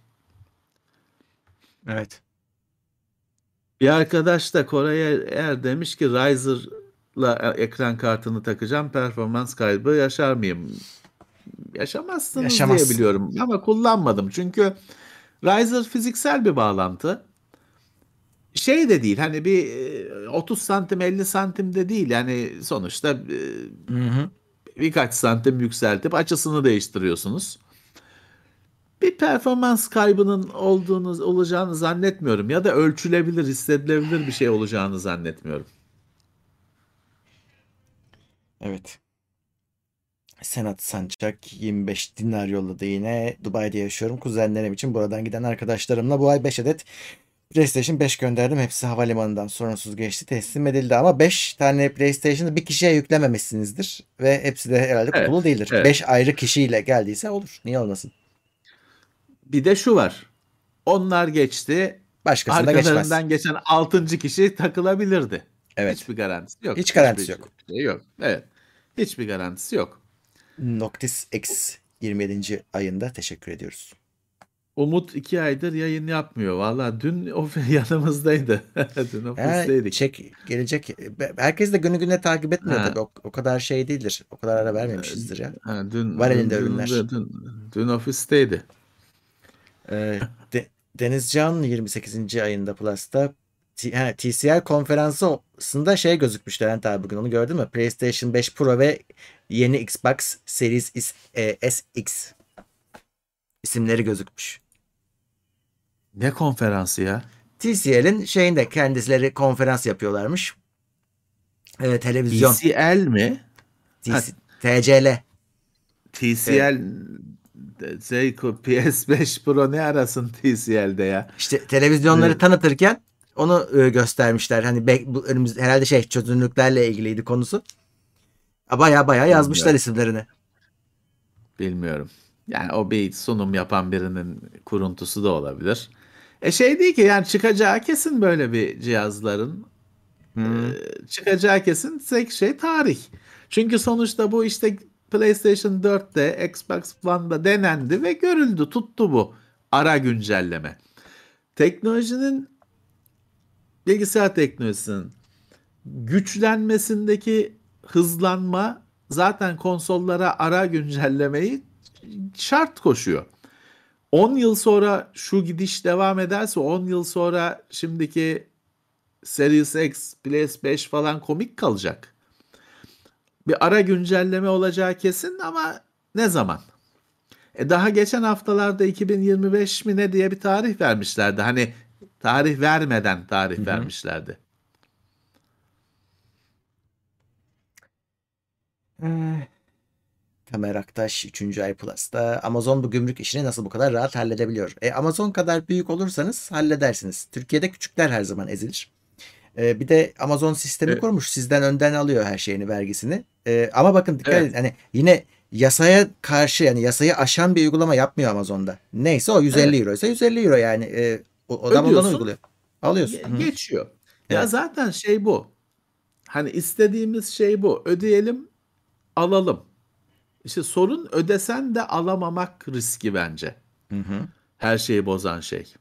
S2: Evet.
S3: Bir arkadaş da Koray demiş ki Riser'la ekran kartını takacağım, performans kaybı yaşar mıyım? Yaşamazsınız diye
S2: Yaşamazsın.
S3: biliyorum ama kullanmadım. Çünkü Riser fiziksel bir bağlantı. Şey de değil, hani bir 30 santim 50 santim de değil, yani sonuçta
S2: Hı hı.
S3: birkaç santim yükseltip açısını değiştiriyorsunuz. Bir performans kaybının olacağını zannetmiyorum, ya da ölçülebilir, hissedilebilir bir şey olacağını zannetmiyorum.
S2: Evet. Senat Sancak 25 dinar yolladı yine. Dubai'de yaşıyorum. Kuzenlerim için buradan giden arkadaşlarımla bu ay 5 adet PlayStation 5 gönderdim. Hepsi havalimanından sorunsuz geçti. Teslim edildi ama 5 tane PlayStation'ı bir kişiye yüklememişsinizdir. Ve hepsi de herhalde
S3: Evet,
S2: kutulu değildir.
S3: evet.
S2: 5 ayrı kişiyle geldiyse olur. Niye olmasın?
S3: Bir de şu var. Onlar geçti.
S2: Başkasında geçmez.
S3: Arkalarından geçen 6. kişi takılabilirdi.
S2: Evet.
S3: Hiçbir garantisi yok.
S2: Hiç
S3: Hiçbir
S2: garantisi yok.
S3: şey yok. Evet. Hiçbir garantisi yok.
S2: Noctis X 27. ayında teşekkür ediyoruz.
S3: Umut 2 aydır yayın yapmıyor. Valla dün yanımızdaydı. Dün ofisteydik.
S2: Gelecek. Herkes de günü güne takip etmiyor
S3: Ha,
S2: tabii. O kadar şey değildir. O kadar ara vermemişizdir ya.
S3: ha,
S2: Var elinde ürünler.
S3: dün ofisteydi.
S2: Ee, Denizcan 28. ayında Plus'ta TCL konferansında şey gözükmüş Levent abi, bugün onu gördün mü? PlayStation 5 Pro ve yeni Xbox Series SX isimleri gözükmüş.
S3: Ne konferansı ya?
S2: TCL'in şeyinde kendileri konferans yapıyorlarmış. Televizyon.
S3: TCL mi? Ha,
S2: TCL.
S3: TCL PS5 Pro ne arasın TCL'de ya?
S2: İşte televizyonları
S3: Evet.
S2: tanıtırken onu göstermişler. Hani bu önümüz herhalde çözünürlüklerle ilgiliydi konusu. Baya yazmışlar
S3: Bilmiyorum.
S2: isimlerini.
S3: Bilmiyorum. Yani o bir sunum yapan birinin kuruntusu da olabilir. Şey değil ki yani çıkacağı kesin böyle bir cihazların
S2: Hmm.
S3: çıkacağı kesin tek şey tarih. Çünkü sonuçta bu işte PlayStation 4'te, Xbox One'da denendi ve görüldü, tuttu bu ara güncelleme. Teknolojinin, bilgisayar teknolojisinin güçlenmesindeki hızlanma zaten konsollara ara güncellemeyi şart koşuyor. 10 yıl sonra şu gidiş devam ederse 10 yıl sonra şimdiki Series X, PS5 falan komik kalacak. Bir ara güncelleme olacağı kesin ama ne zaman? Daha geçen haftalarda 2025 mi ne diye bir tarih vermişlerdi. Hani tarih vermeden
S2: Hı
S3: tarih
S2: hı.
S3: vermişlerdi.
S2: Tamer Aktaş 3. ay Plus'ta Amazon bu gümrük işini nasıl bu kadar rahat halledebiliyor? Amazon kadar büyük olursanız halledersiniz. Türkiye'de küçükler her zaman ezilir. Bir de Amazon sistemi
S3: Evet.
S2: kurmuş. Sizden önden alıyor her şeyini, vergisini. Ama bakın dikkat
S3: Evet.
S2: edin. Hani yine yasaya karşı, yani yasayı aşan bir uygulama yapmıyor Amazon'da. Neyse o 150
S3: Evet.
S2: euro ise 150 euro yani. O adam ondan
S3: Ödüyorsun,
S2: uyguluyor. Alıyorsun. Hı hı.
S3: geçiyor. Ya
S2: Evet.
S3: zaten şey bu. Hani istediğimiz şey bu. Ödeyelim, alalım. İşte sorun ödesen de alamamak riski bence.
S2: Hı hı.
S3: Her şeyi bozan şey.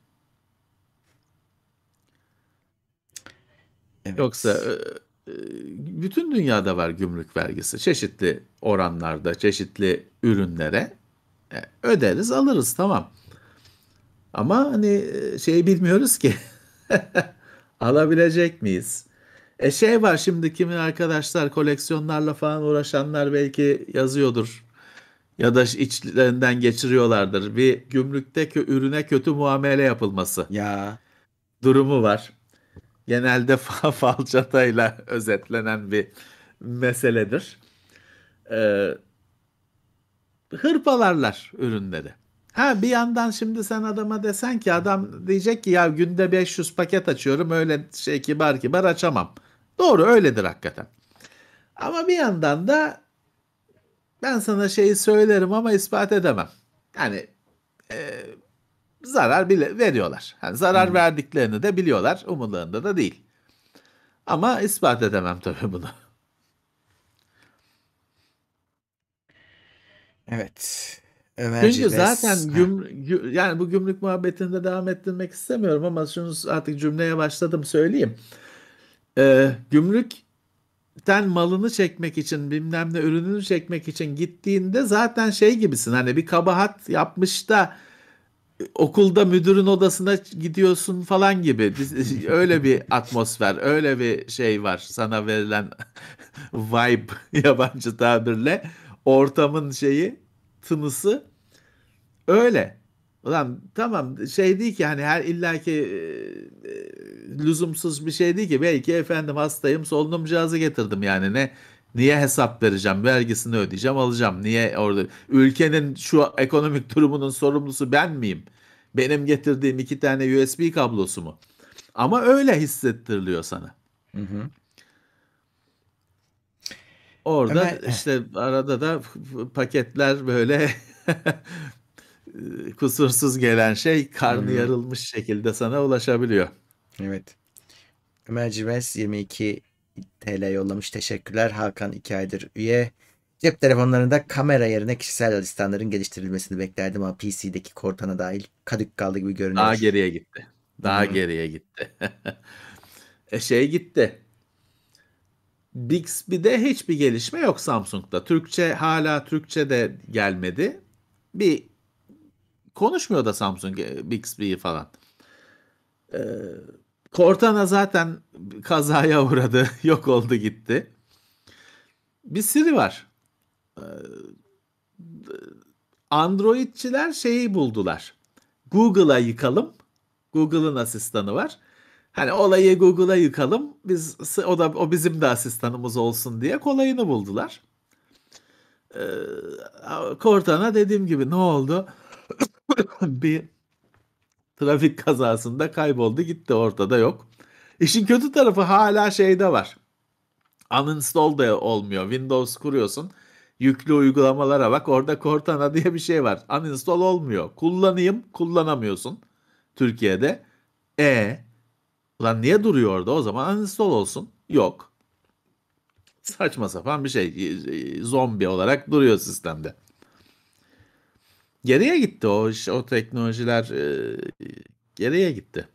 S3: Yoksa
S2: Evet.
S3: bütün dünyada var gümrük vergisi. Çeşitli oranlarda, çeşitli ürünlere öderiz, alırız tamam. Ama hani şeyi bilmiyoruz ki alabilecek miyiz? Şey var şimdi kimin arkadaşlar koleksiyonlarla falan uğraşanlar belki yazıyordur. Ya da içlerinden geçiriyorlardır. Bir gümrükteki ürüne kötü muamele yapılması
S2: Ya.
S3: durumu var. Genelde falçatayla özetlenen bir meseledir. Ee, Hırpalarlar ürünleri. Ha bir yandan şimdi sen adama desen ki adam diyecek ki ya günde 500 paket açıyorum öyle şey kibar kibar açamam. Doğru öyledir hakikaten. Ama bir yandan da ben sana şeyi söylerim ama ispat edemem. Yani e, zarar bile veriyorlar. Yani
S2: Hı
S3: zarar
S2: hı.
S3: verdiklerini de biliyorlar. Umurlarında da değil. Ama ispat edemem tabii bunu.
S2: Evet. Ömer
S3: Çünkü
S2: Cilves.
S3: zaten yani bu gümrük muhabbetinde devam ettirmek istemiyorum ama şunu artık cümleye başladım söyleyeyim. Gümrükten malını çekmek için bilmem ne ürününü çekmek için gittiğinde zaten şey gibisin hani bir kabahat yapmış da okulda müdürün odasına gidiyorsun falan gibi. Öyle bir atmosfer, öyle bir şey var sana verilen vibe yabancı tabirle ortamın şeyi tınısı öyle. Ulan tamam şey değil ki hani her illaki lüzumsuz bir şey değil ki belki efendim hastayım solunum cihazı getirdim yani niye hesap vereceğim vergisini ödeyeceğim alacağım niye orada ülkenin şu ekonomik durumunun sorumlusu ben miyim benim getirdiğim 2 tane USB kablosu mu Ama öyle hissettiriliyor sana.
S2: Hı hı.
S3: Orada
S2: Ömer,
S3: işte arada da paketler böyle kusursuz gelen şey
S2: hı
S3: karnı
S2: hı.
S3: yarılmış şekilde sana ulaşabiliyor.
S2: Evet. Ömer Cimes 22 TL yollamış. Teşekkürler. Hakan 2 aydır üye. Cep telefonlarında kamera yerine kişisel asistanların geliştirilmesini beklerdim ama PC'deki Cortana dahil kadük kaldı gibi
S3: Daha
S2: görünüyor.
S3: geriye gitti. Daha
S2: Hmm,
S3: geriye gitti. Şey gitti. Bixby'de hiçbir gelişme yok Samsung'da. Hala Türkçe de gelmedi. Bir konuşmuyor da Samsung Bixby'yi falan. Cortana zaten kazaya uğradı. Yok oldu gitti. Bir Siri var. Androidçiler şeyi buldular. Google'a yıkalım. Google'ın asistanı var. Hani olayı Google'a yıkalım. O bizim de asistanımız olsun diye kolayını buldular. Cortana dediğim gibi ne oldu? Bir trafik kazasında kayboldu gitti, ortada yok. İşin kötü tarafı hala şeyde var. Uninstall da olmuyor. Windows kuruyorsun. Yüklü uygulamalara bak. Orada Cortana diye bir şey var. Uninstall olmuyor. Kullanamıyorsun Türkiye'de. E Ulan niye duruyor orada? O zaman uninstall olsun. Yok. Saçma sapan bir şey. Zombi olarak duruyor sistemde. Geriye gitti o iş, o teknolojiler geriye gitti.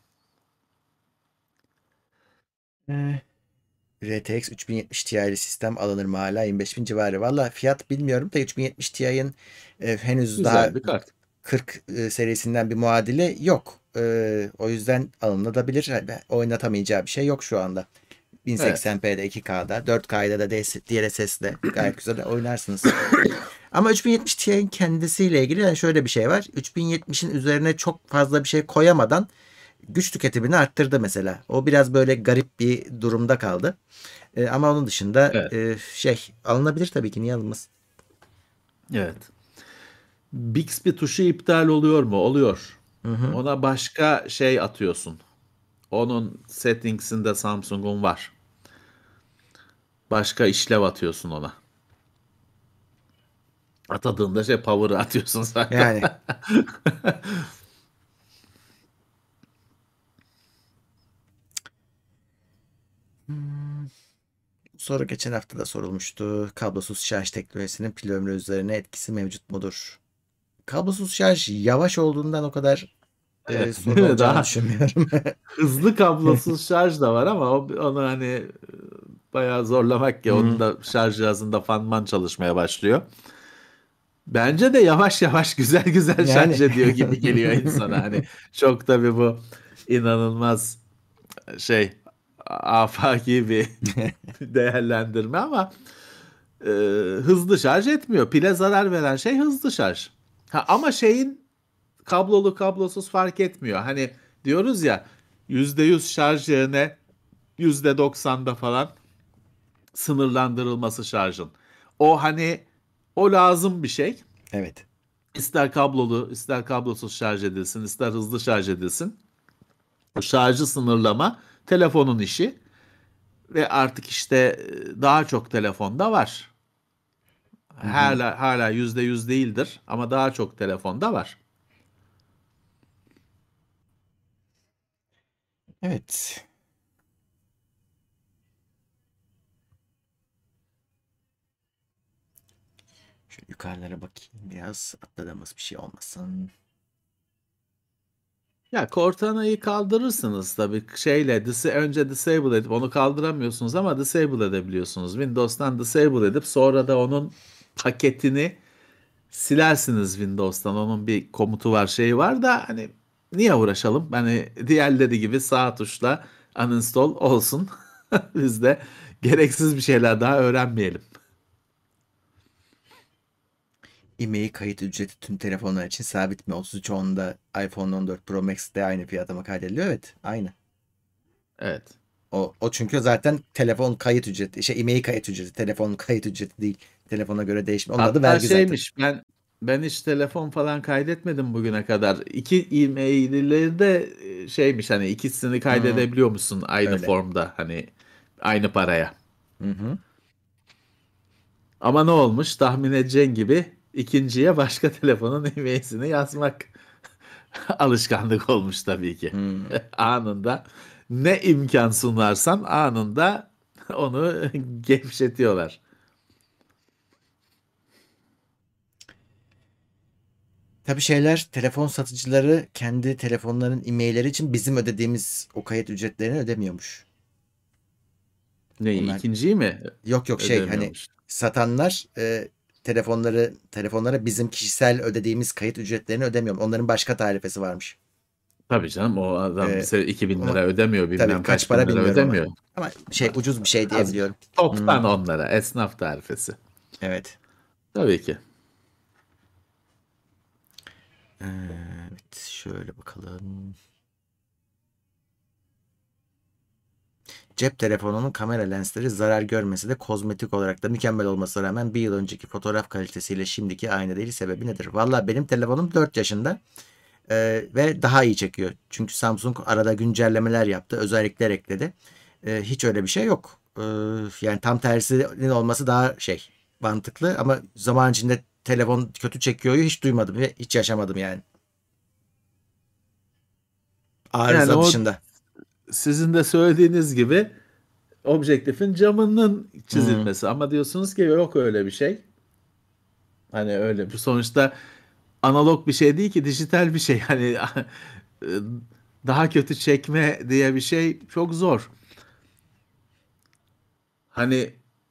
S2: eh, RTX 3070 Ti'li sistem alınır mı hala 25.000 civarı? Valla fiyat bilmiyorum da 3070 Ti'nin henüz daha
S3: Güzel bir kart.
S2: 40 serisinden bir muadili yok. O yüzden alınabilir. Oynatamayacağı bir şey yok şu anda.
S3: Evet.
S2: 1080p'de 2K'da 4K'da da DLSS'de gayet güzel oynarsınız. Ama 3070 Ti'nin kendisiyle ilgili yani şöyle bir şey var. 3070'in üzerine çok fazla bir şey koyamadan güç tüketimini arttırdı mesela. O biraz böyle garip bir durumda kaldı. Ama onun dışında
S3: Evet.
S2: alınabilir tabii ki, niye alınmaz?
S3: Evet. Bixby tuşu iptal oluyor mu? Oluyor.
S2: Hı hı.
S3: Ona başka şey atıyorsun. Onun settings'inde Samsung'un var. Başka işlev atıyorsun ona. Atadığında power'ı atıyorsun zaten.
S2: Yani soru geçen hafta da sorulmuştu. Kablosuz şarj teknolojisinin pil ömrü üzerine etkisi mevcut mudur? Kablosuz şarj yavaş olduğundan o kadar
S3: Evet,
S2: sorun
S3: değil mi?
S2: olacağını
S3: Daha
S2: düşünmüyorum.
S3: hızlı kablosuz şarj da var ama onu hani bayağı zorlamak
S2: Hı
S3: ya, onun
S2: hı.
S3: da şarj cihazında fanman çalışmaya başlıyor. Bence de yavaş yavaş güzel güzel
S2: Yani
S3: şarj ediyor gibi geliyor insana. Hani çok tabii bu inanılmaz şey afaki bir değerlendirme ama e, hızlı şarj etmiyor. Pile zarar veren şey hızlı şarj. Ha, ama kablolu kablosuz fark etmiyor. Hani diyoruz ya, %100 şarj yerine %90'da falan sınırlandırılması şarjın. O hani o lazım bir şey.
S2: evet.
S3: İster kablolu, ister kablosuz şarj edilsin, ister hızlı şarj edilsin. O şarjı sınırlama telefonun işi ve artık işte daha çok telefonda var.
S2: Hı hı.
S3: Hala %100 değildir ama daha çok telefonda var.
S2: Evet. Şöyle yukarılara bakayım biraz. Atladığımız bir şey olmasın.
S3: Ya Cortana'yı kaldırırsınız tabii önce disable edip onu kaldıramıyorsunuz ama disable edebiliyorsunuz. Windows'tan disable edip sonra da onun paketini silersiniz Windows'tan. Onun bir komutu var, şeyi var da hani niye uğraşalım? Hani diğerleri gibi sağ tuşla uninstall olsun. Biz de gereksiz bir şeyler daha öğrenmeyelim.
S2: IMEI kayıt ücreti tüm telefonlar için sabit mi? 3310'da iPhone 14 Pro Max'te aynı fiyata mı kaydediliyor? Evet, aynı.
S3: Evet.
S2: O çünkü zaten telefon kayıt ücreti, IMEI kayıt ücreti, telefon kayıt ücreti değil. Telefona göre değişmiyor. Onun adı
S3: Hatta
S2: vergi zaten.
S3: şeymiş, ben Ben hiç telefon falan kaydetmedim bugüne kadar. İki e-mailleri de şeymiş, hani ikisini
S2: Hmm,
S3: kaydedebiliyor musun aynı
S2: öyle.
S3: formda, hani aynı paraya.
S2: Hı hı.
S3: Ama ne olmuş? Tahmin edeceğin gibi ikinciye başka telefonun e-mail'ini yazmak alışkanlık olmuş tabii ki.
S2: Hmm.
S3: Anında ne imkan sunarsan anında onu gevşetiyorlar.
S2: Tabii şeyler, telefon satıcıları kendi telefonlarının e-mailleri için bizim ödediğimiz o kayıt ücretlerini ödemiyormuş.
S3: Neyi?
S2: Onlar
S3: İkinciyi mi
S2: yok yok şey hani
S3: ödemiyormuş?
S2: satanlar telefonlara bizim kişisel ödediğimiz kayıt ücretlerini ödemiyor. Onların başka tarifesi varmış.
S3: Tabii canım, o adam
S2: E,
S3: bize 2.000
S2: ama
S3: lira ödemiyor,
S2: tabii
S3: bilmem
S2: kaç
S3: kaç bin
S2: para
S3: lira
S2: bilmiyorum ama.
S3: ödemiyor.
S2: Ama şey ucuz bir şey diye
S3: Az.
S2: biliyorum. Hmm,
S3: Toptan onlara esnaf tarifesi.
S2: evet.
S3: Tabii ki.
S2: Evet şöyle bakalım. Cep telefonunun kamera lensleri zarar görmese de kozmetik olarak da mükemmel olmasına rağmen bir yıl önceki fotoğraf kalitesiyle şimdiki aynı değil. Sebebi nedir? Valla benim telefonum 4 yaşında ve daha iyi çekiyor. Çünkü Samsung arada güncellemeler yaptı. Özellikler ekledi. Hiç öyle bir şey yok. Yani tam tersinin olması daha şey mantıklı ama zaman içinde telefon kötü çekiyor hiç duymadım ve hiç yaşamadım yani.
S3: Yani
S2: Arıza
S3: o
S2: dışında.
S3: sizin de söylediğiniz gibi objektifin camının
S2: Hmm,
S3: çizilmesi, ama diyorsunuz ki yok öyle bir şey. Hani öyle bu sonuçta analog bir şey değil ki, dijital bir şey. Hani daha kötü çekme diye bir şey çok zor. Hani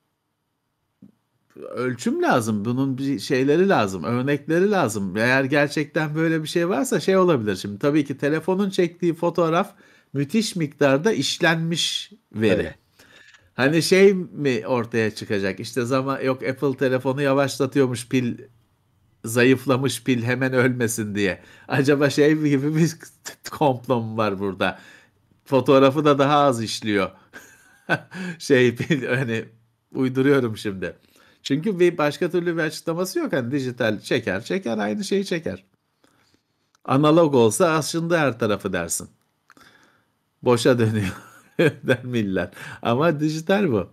S3: ölçüm lazım. Bunun bir şeyleri lazım. Örnekleri lazım. Eğer gerçekten böyle bir şey varsa şey olabilir. Şimdi tabii ki telefonun çektiği fotoğraf müthiş miktarda işlenmiş veri.
S2: öyle.
S3: Hani şey mi ortaya çıkacak? İşte zaman yok, Apple telefonu yavaşlatıyormuş, pil zayıflamış, pil hemen ölmesin diye. Acaba şey gibi bir komplo mu var burada? Fotoğrafı da daha az işliyor. Şey, hani uyduruyorum şimdi. Çünkü bir başka türlü bir açıklaması yok. Hani dijital çeker çeker aynı şeyi çeker. Analog olsa aslında her tarafı dersin. Boşa dönüyor der millet. Ama dijital bu.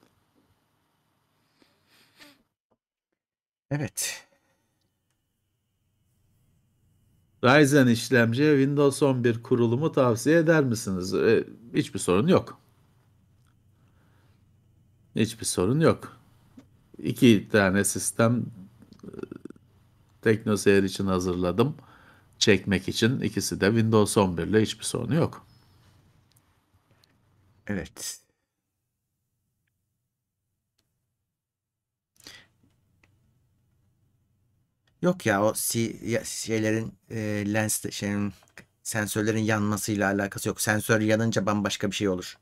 S2: Evet.
S3: Ryzen işlemci Windows 11 kurulumu tavsiye eder misiniz? Hiçbir sorun yok. Hiçbir sorun yok. İki tane sistem TeknoSeyir için hazırladım. Çekmek için. İkisi de Windows 11 ile, hiçbir sorunu yok.
S2: Evet. Yok ya o şeylerin şeyin sensörlerin yanmasıyla alakası yok. Sensör yanınca bambaşka bir şey olur.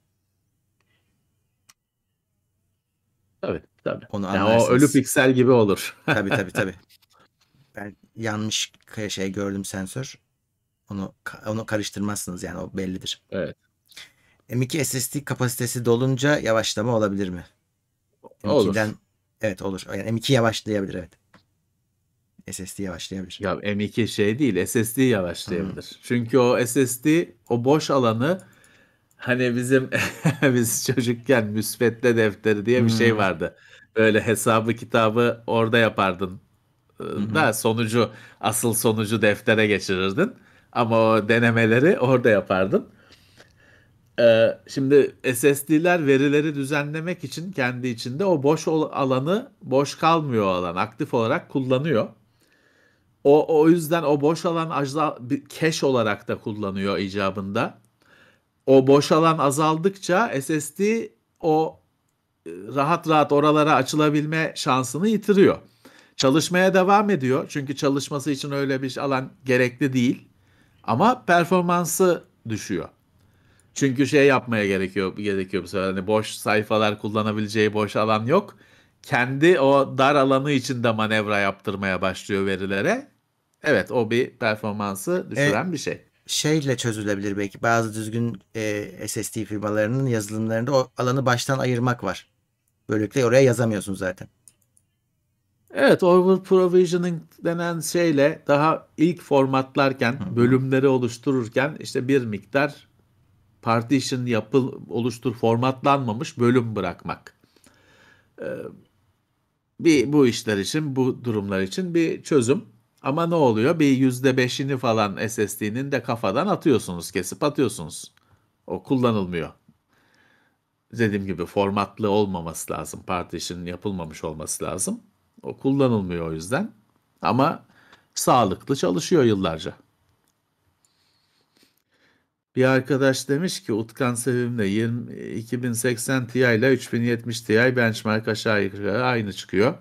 S3: Tabii tabii.
S2: Onu
S3: Yani o ölü
S2: anlarsınız.
S3: piksel gibi olur.
S2: Tabii tabii tabii. Ben yanmış şey gördüm sensör. Onu karıştırmazsınız yani o bellidir.
S3: Evet.
S2: M.2 SSD kapasitesi dolunca yavaşlama olabilir mi?
S3: Olur.
S2: M.2'den evet olur. Yani M.2 yavaşlayabilir evet. SSD yavaşlayabilir.
S3: Ya M2 şey değil, SSD
S2: Hmm.
S3: yavaşlayabilir. Çünkü o SSD o boş alanı, hani bizim biz çocukken müsvedde defteri diye bir şey
S2: Hmm.
S3: vardı. Böyle hesabı kitabı orada yapardın.
S2: Hı hı.
S3: Da asıl sonucu deftere geçirirdin. Ama o denemeleri orada yapardın. Şimdi SSD'ler verileri düzenlemek için kendi içinde o alanı, boş kalmıyor o alan, aktif olarak kullanıyor. O yüzden o boş alan bir cache olarak da kullanıyor icabında. O boş alan azaldıkça SSD o rahat rahat oralara açılabilme şansını yitiriyor. Çalışmaya devam ediyor. Çünkü çalışması için öyle bir alan gerekli değil. Ama performansı düşüyor. Çünkü şey yapmaya gerekiyor bu sefer. Hani boş sayfalar kullanabileceği boş alan yok. Kendi o dar alanı içinde manevra yaptırmaya başlıyor verilere. Evet, o bir performansı
S2: E,
S3: düşüren bir şey.
S2: şeyle çözülebilir belki. Bazı düzgün SSD firmalarının yazılımlarında o alanı baştan ayırmak var. Böylelikle oraya yazamıyorsun zaten.
S3: Evet, over provisioning denen şeyle daha ilk formatlarken,
S2: Hı hı.
S3: bölümleri oluştururken işte bir miktar partition formatlanmamış bölüm bırakmak. Bu işler için, bu durumlar için bir çözüm. Ama ne oluyor? Bir %5'ini falan SSD'nin de kafadan atıyorsunuz, kesip atıyorsunuz. O kullanılmıyor. Dediğim gibi formatlı olmaması lazım. Partition yapılmamış olması lazım. O kullanılmıyor o yüzden. Ama sağlıklı çalışıyor yıllarca. Bir arkadaş demiş ki Utkan Sevim'le 2080 Ti ile 3070 Ti benchmark aşağı yukarı aynı çıkıyor.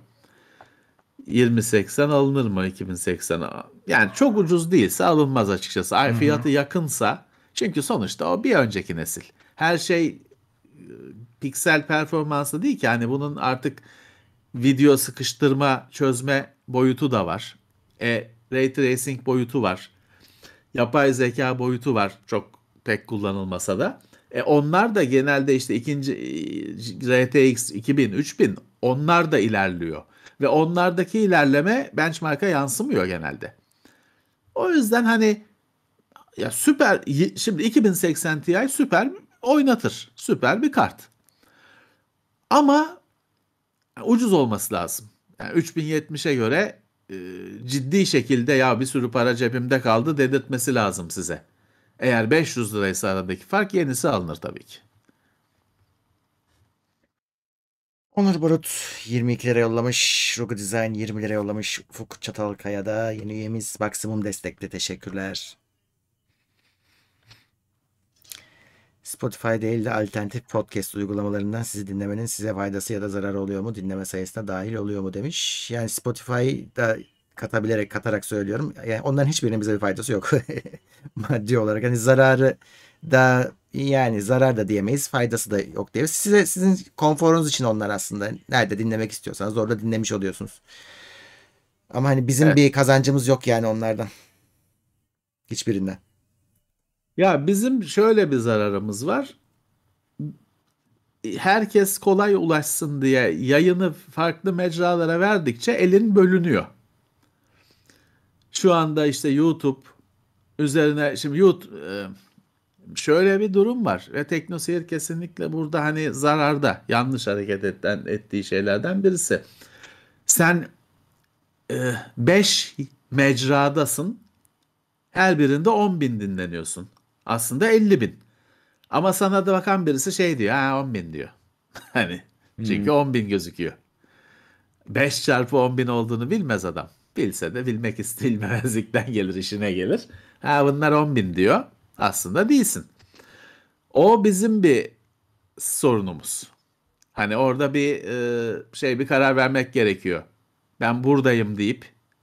S3: 2080 alınır mı 2080? Yani çok ucuz değilse alınmaz açıkçası.
S2: Hı
S3: Ay,
S2: hı.
S3: fiyatı yakınsa, çünkü sonuçta o bir önceki nesil. Her şey piksel performansı değil ki. Hani bunun artık video sıkıştırma, çözme boyutu da var. Ray tracing boyutu var. Yapay zeka boyutu var. Çok pek kullanılmasa da. Onlar da genelde işte ikinci RTX 2000, 3000 onlar da ilerliyor. Ve onlardaki ilerleme benchmark'a yansımıyor genelde. O yüzden hani ya süper, şimdi 2080 Ti süper oynatır. Süper bir kart. Ama ucuz olması lazım. Yani 3070'e göre e, ciddi şekilde ya bir sürü para cebimde kaldı dedirtmesi lazım size. Eğer 500 liraysa aradaki fark, yenisi alınır tabii ki.
S2: Onur Barut 22 lira yollamış. Rugu Design 20 lira yollamış. Ufuk Çatalkaya da yeni üyemiz maksimum destekte. Teşekkürler. Spotify değil de alternatif podcast uygulamalarından sizi dinlemenin size faydası ya da zararı oluyor mu? Dinleme sayısına dahil oluyor mu demiş. Yani Spotify'da katarak söylüyorum. Yani onların hiçbirinin bize bir faydası yok. Maddi olarak. Hani zararı da yani zarar da diyemeyiz. Faydası da yok diyemeyiz. Sizin konforunuz için onlar aslında. Nerede dinlemek istiyorsanız orada dinlemiş oluyorsunuz. Ama hani bizim
S3: Evet.
S2: bir kazancımız yok yani onlardan. Hiçbirinden.
S3: Ya bizim şöyle bir zararımız var. Herkes kolay ulaşsın diye yayını farklı mecralara verdikçe elin bölünüyor. Şu anda işte YouTube üzerine, şimdi şöyle bir durum var ve TeknoSeyir kesinlikle burada hani zararda, yanlış ettiği şeylerden birisi. Sen 5 mecradasın, her birinde 10 bin dinleniyorsun. Aslında 50 bin. Ama sana da bakan birisi şey diyor, ha 10 bin diyor. Hani
S2: Hmm.
S3: çünkü 10 bin gözüküyor. 5 çarpı 10 bin olduğunu bilmez adam. Bilse de bilmemezlikten gelir, işine gelir. Ha bunlar 10 bin diyor. Aslında değilsin. O bizim bir sorunumuz. Hani orada bir karar vermek gerekiyor. Ben buradayım deyip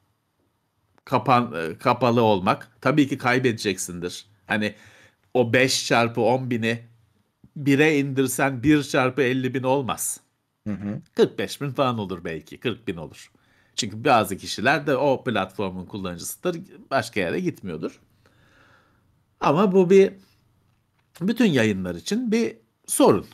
S3: kapalı olmak. Tabii ki kaybedeceksindir. Hani o 5 çarpı 10 bini 1'e indirsen 1 çarpı 50 bin olmaz.
S2: Hı hı.
S3: 45 bin falan olur belki. 40 bin olur. Çünkü bazı kişiler de o platformun kullanıcısıdır. Başka yere gitmiyordur. Ama bu bütün yayınlar için bir sorun.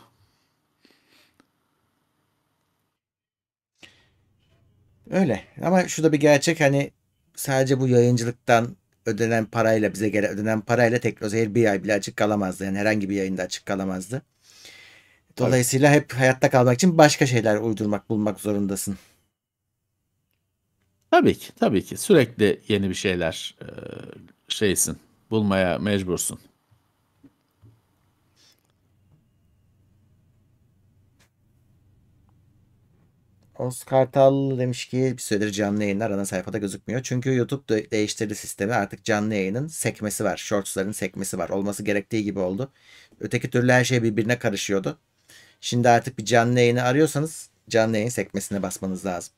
S2: Öyle. Ama şu da bir gerçek hani sadece bu yayıncılıktan ödenen parayla bize gelen ödenen parayla Teknoseyir bir ay bile açık kalamazdı. Yani herhangi bir yayında açık kalamazdı.
S3: Tabii.
S2: Dolayısıyla hep hayatta kalmak için başka şeyler uydurmak, bulmak zorundasın.
S3: Tabii ki, tabii ki. Sürekli yeni bir şeyler şeysin, bulmaya mecbursun.
S2: Oz Kartal demiş ki bir süredir canlı yayınlar ana sayfada gözükmüyor. Çünkü YouTube değiştirdi sistemi. Artık canlı yayının sekmesi var. Shorts'ların sekmesi var. Olması gerektiği gibi oldu. Öteki türlü her şey birbirine karışıyordu. Şimdi artık bir canlı yayını arıyorsanız canlı yayın sekmesine basmanız lazım.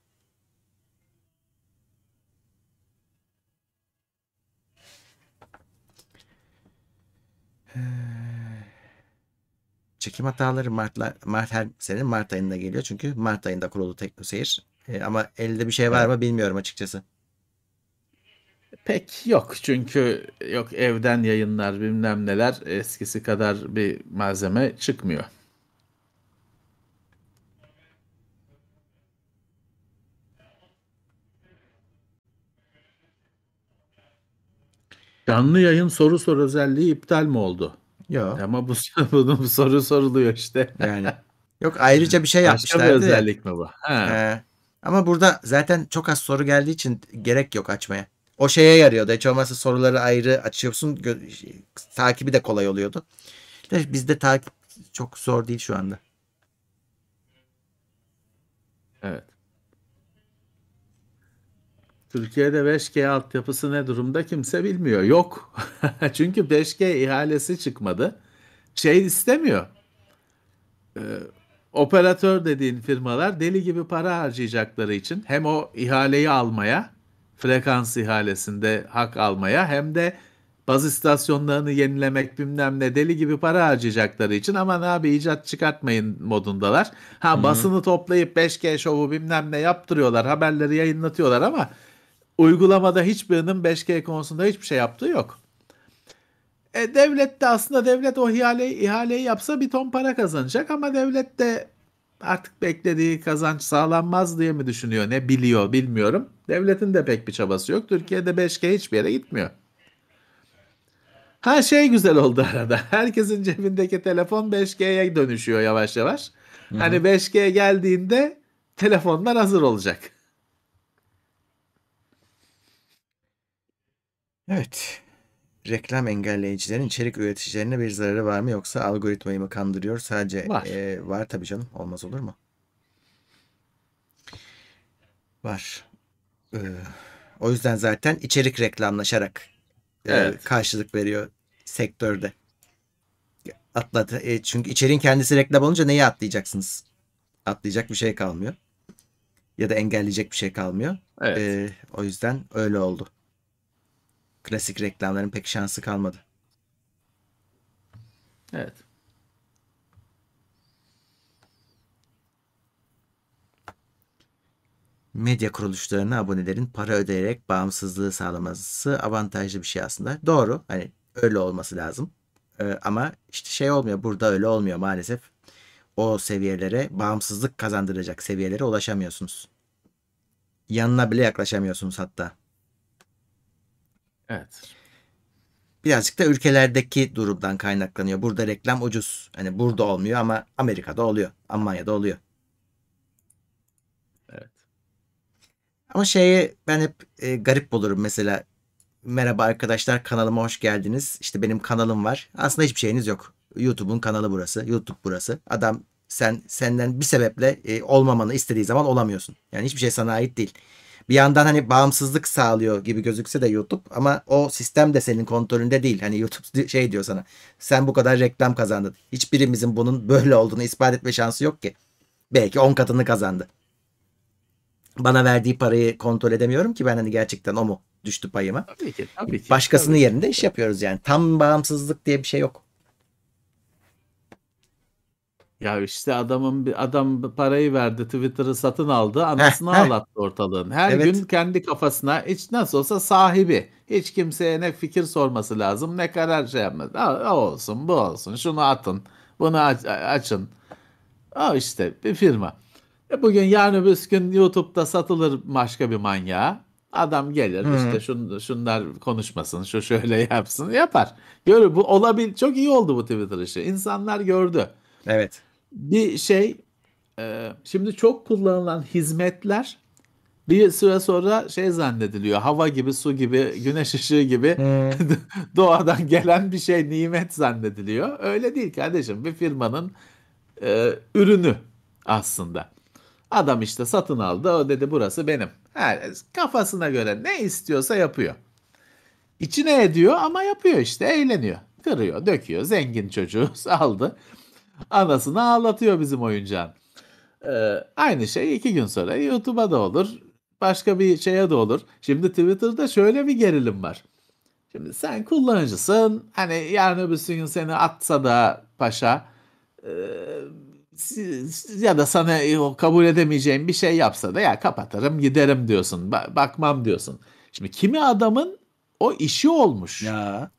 S2: Çekim hataları her sene Mart ayında geliyor. Çünkü Mart ayında kuruldu TeknoSeyir. Ama elde bir şey var
S3: Evet.
S2: mı bilmiyorum açıkçası.
S3: Pek yok, çünkü yok evden yayınlar bilmem neler, eskisi kadar bir malzeme çıkmıyor. Canlı yayın soru özelliği iptal mi oldu?
S2: Yok.
S3: Ama bu soru soruluyor işte.
S2: Yani yok, ayrıca bir şey
S3: Başka bir
S2: yapmışlardı ya.
S3: özellik mi bu? Ha.
S2: Ama burada zaten çok az soru geldiği için gerek yok açmaya. O şeye yarıyordu. Hiç olmazsa soruları ayrı açıyorsun. Takibi de kolay oluyordu. İşte bizde takip çok zor değil şu anda.
S3: Evet. Türkiye'de 5G altyapısı ne durumda kimse bilmiyor. Yok. Çünkü 5G ihalesi çıkmadı. Şey istemiyor. Ee, Operatör dediğin firmalar deli gibi para harcayacakları için hem o ihaleyi almaya, frekans ihalesinde hak almaya, hem de baz istasyonlarını yenilemek bilmem ne deli gibi para harcayacakları için aman abi icat çıkartmayın modundalar.
S2: Hı
S3: Ha,
S2: hı.
S3: basını toplayıp 5G şovu bilmem ne yaptırıyorlar, haberleri yayınlatıyorlar ama uygulamada hiçbirinin 5G konusunda hiçbir şey yaptığı yok. Devlet de aslında devlet o ihaleyi yapsa bir ton para kazanacak ama devlet de artık beklediği kazanç sağlanmaz diye mi düşünüyor, ne biliyor bilmiyorum. Devletin de pek bir çabası yok. Türkiye'de 5G hiçbir yere gitmiyor. Ha, şey güzel oldu arada. Herkesin cebindeki telefon 5G'ye dönüşüyor yavaş yavaş.
S2: Hı hı.
S3: Hani 5G geldiğinde telefonlar hazır olacak.
S2: Evet. Reklam engelleyicilerin içerik üreticilerine bir zararı var mı, yoksa algoritmayı mı kandırıyor? Sadece
S3: Var.
S2: var tabii canım. Olmaz olur mu? Var. Ee, O yüzden zaten içerik reklamlaşarak
S3: Evet.
S2: karşılık veriyor sektörde. Atladı. Çünkü içeriğin kendisi reklam olunca neyi atlayacaksınız? Atlayacak bir şey kalmıyor. Ya da engelleyecek bir şey kalmıyor.
S3: Evet.
S2: O yüzden öyle oldu. Klasik reklamların pek şansı kalmadı.
S3: Evet.
S2: Medya kuruluşlarına abonelerin para ödeyerek bağımsızlığı sağlaması avantajlı bir şey aslında. Doğru. Hani öyle olması lazım. Ama işte şey olmuyor. Burada öyle olmuyor maalesef. O seviyelere, bağımsızlık kazandıracak seviyelere ulaşamıyorsunuz. Yanına bile yaklaşamıyorsunuz hatta.
S3: Evet.
S2: Birazcık da ülkelerdeki durumdan kaynaklanıyor. Burada reklam ucuz. Hani burada olmuyor ama Amerika'da oluyor. Almanya'da oluyor.
S3: Evet.
S2: Ama şeyi ben hep garip bulurum mesela. Merhaba arkadaşlar, kanalıma hoş geldiniz. İşte benim kanalım var. Aslında hiçbir şeyiniz yok. YouTube'un kanalı burası. YouTube burası. Adam senden bir sebeple olmamanı istediği zaman olamıyorsun. Yani hiçbir şey sana ait değil. Bir yandan hani bağımsızlık sağlıyor gibi gözükse de YouTube, ama o sistem de senin kontrolünde değil. Hani YouTube şey diyor sana. Sen bu kadar reklam kazandın. Hiçbirimizin bunun böyle olduğunu ispat etme şansı yok ki. Belki 10 katını kazandı. Bana verdiği parayı kontrol edemiyorum ki ben, hani gerçekten o mu düştü payıma.
S3: Tabii ki, tabii ki,
S2: Başkasının
S3: tabii ki.
S2: yerinde iş yapıyoruz yani. Tam bağımsızlık diye bir şey yok.
S3: Ya işte adam parayı verdi, Twitter'ı satın aldı,
S2: Heh,
S3: anasını
S2: heh,
S3: ağlattı ortalığın. Her gün
S2: evet.
S3: kendi kafasına, hiç nasıl olsa sahibi. Hiç kimseye ne fikir sorması lazım, ne karar şey yapması. O olsun, bu olsun, şunu atın, bunu açın. O işte bir firma. Bugün yarın öbür gün YouTube'da satılır başka bir manyağa. Adam gelir işte
S2: Hı,
S3: şunlar konuşmasın, şu şöyle yapsın, yapar. Görür, bu olabilir. Çok iyi oldu bu Twitter işi. İnsanlar gördü.
S2: evet.
S3: Bir şey, şimdi çok kullanılan hizmetler bir süre sonra şey zannediliyor. Hava gibi, su gibi, güneş ışığı gibi
S2: Hı,
S3: doğadan gelen bir şey, nimet zannediliyor. Öyle değil kardeşim. Bir firmanın ürünü aslında. Adam işte satın aldı. O dedi burası benim. Kafasına göre ne istiyorsa yapıyor. İçine ediyor ama yapıyor işte. Eğleniyor. Kırıyor, döküyor. Zengin çocuğu aldı. Anasını ağlatıyor bizim oyuncağın. Aynı şey 2 gün sonra YouTube'a da olur. Başka bir şeye de olur. Şimdi Twitter'da şöyle bir gerilim var. Şimdi sen kullanıcısın. Hani yarın öbür gün seni atsa da paşa, e, ya da sana o kabul edemeyeceğin bir şey yapsa da ya kapatırım giderim diyorsun. Bakmam diyorsun. Şimdi kimi adamın o işi olmuş.
S2: ya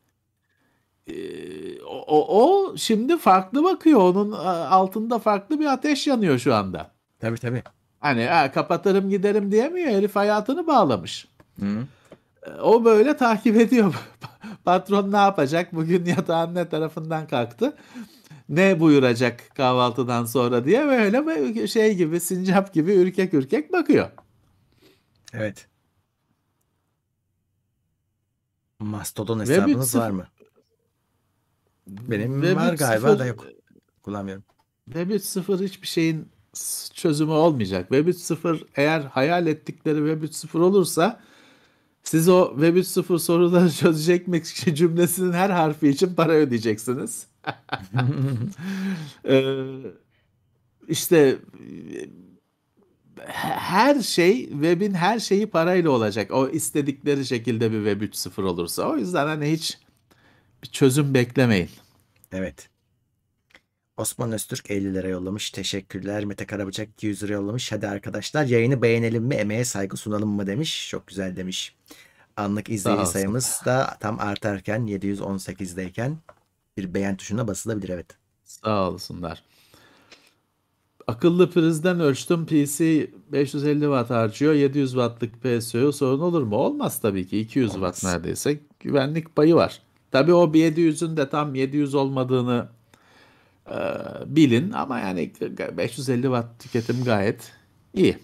S3: O şimdi farklı bakıyor. Onun altında farklı bir ateş yanıyor şu anda.
S2: tabii tabii.
S3: Hani kapatırım giderim diyemiyor. Herif hayatını bağlamış.
S2: Hı.
S3: O böyle takip ediyor. Patron ne yapacak? Bugün yatağın ne tarafından kalktı? Ne buyuracak kahvaltıdan sonra diye böyle şey gibi, sincap gibi ürkek ürkek bakıyor.
S2: Evet. Mastodon
S3: Web
S2: hesabınız var
S3: 3.0
S2: mı? Benim
S3: Web
S2: var galiba da
S3: 3.0
S2: yok. Kullanmıyorum.
S3: Web 3.0 hiçbir şeyin çözümü olmayacak. Web 3.0 eğer hayal ettikleri Web 3.0 olursa siz o Web 3.0 soruları çözecek cümlesinin her harfi için para ödeyeceksiniz. Ee, işte her şey, webin her şeyi parayla olacak. O istedikleri şekilde bir Web 3.0 olursa. O yüzden hani hiç bir çözüm beklemeyin.
S2: Evet. Osman Öztürk 50 lira yollamış. Teşekkürler. Mete Karabıçak 200 lira yollamış. Hadi arkadaşlar yayını beğenelim mi? Emeğe saygı sunalım mı demiş. Çok güzel demiş. Anlık izleyici
S3: Sağ olsun.
S2: sayımız da tam artarken 718'deyken bir beğen tuşuna basılabilir, evet.
S3: Sağ olsunlar. Akıllı prizden ölçtüm. PC 550 watt harcıyor. 700 wattlık PSU sorun olur mu? Olmaz tabii ki. 200 watt
S2: Olmaz.
S3: neredeyse güvenlik payı var. Tabii o 700'ün de tam 700 olmadığını e, bilin ama yani 550 watt tüketim gayet iyi.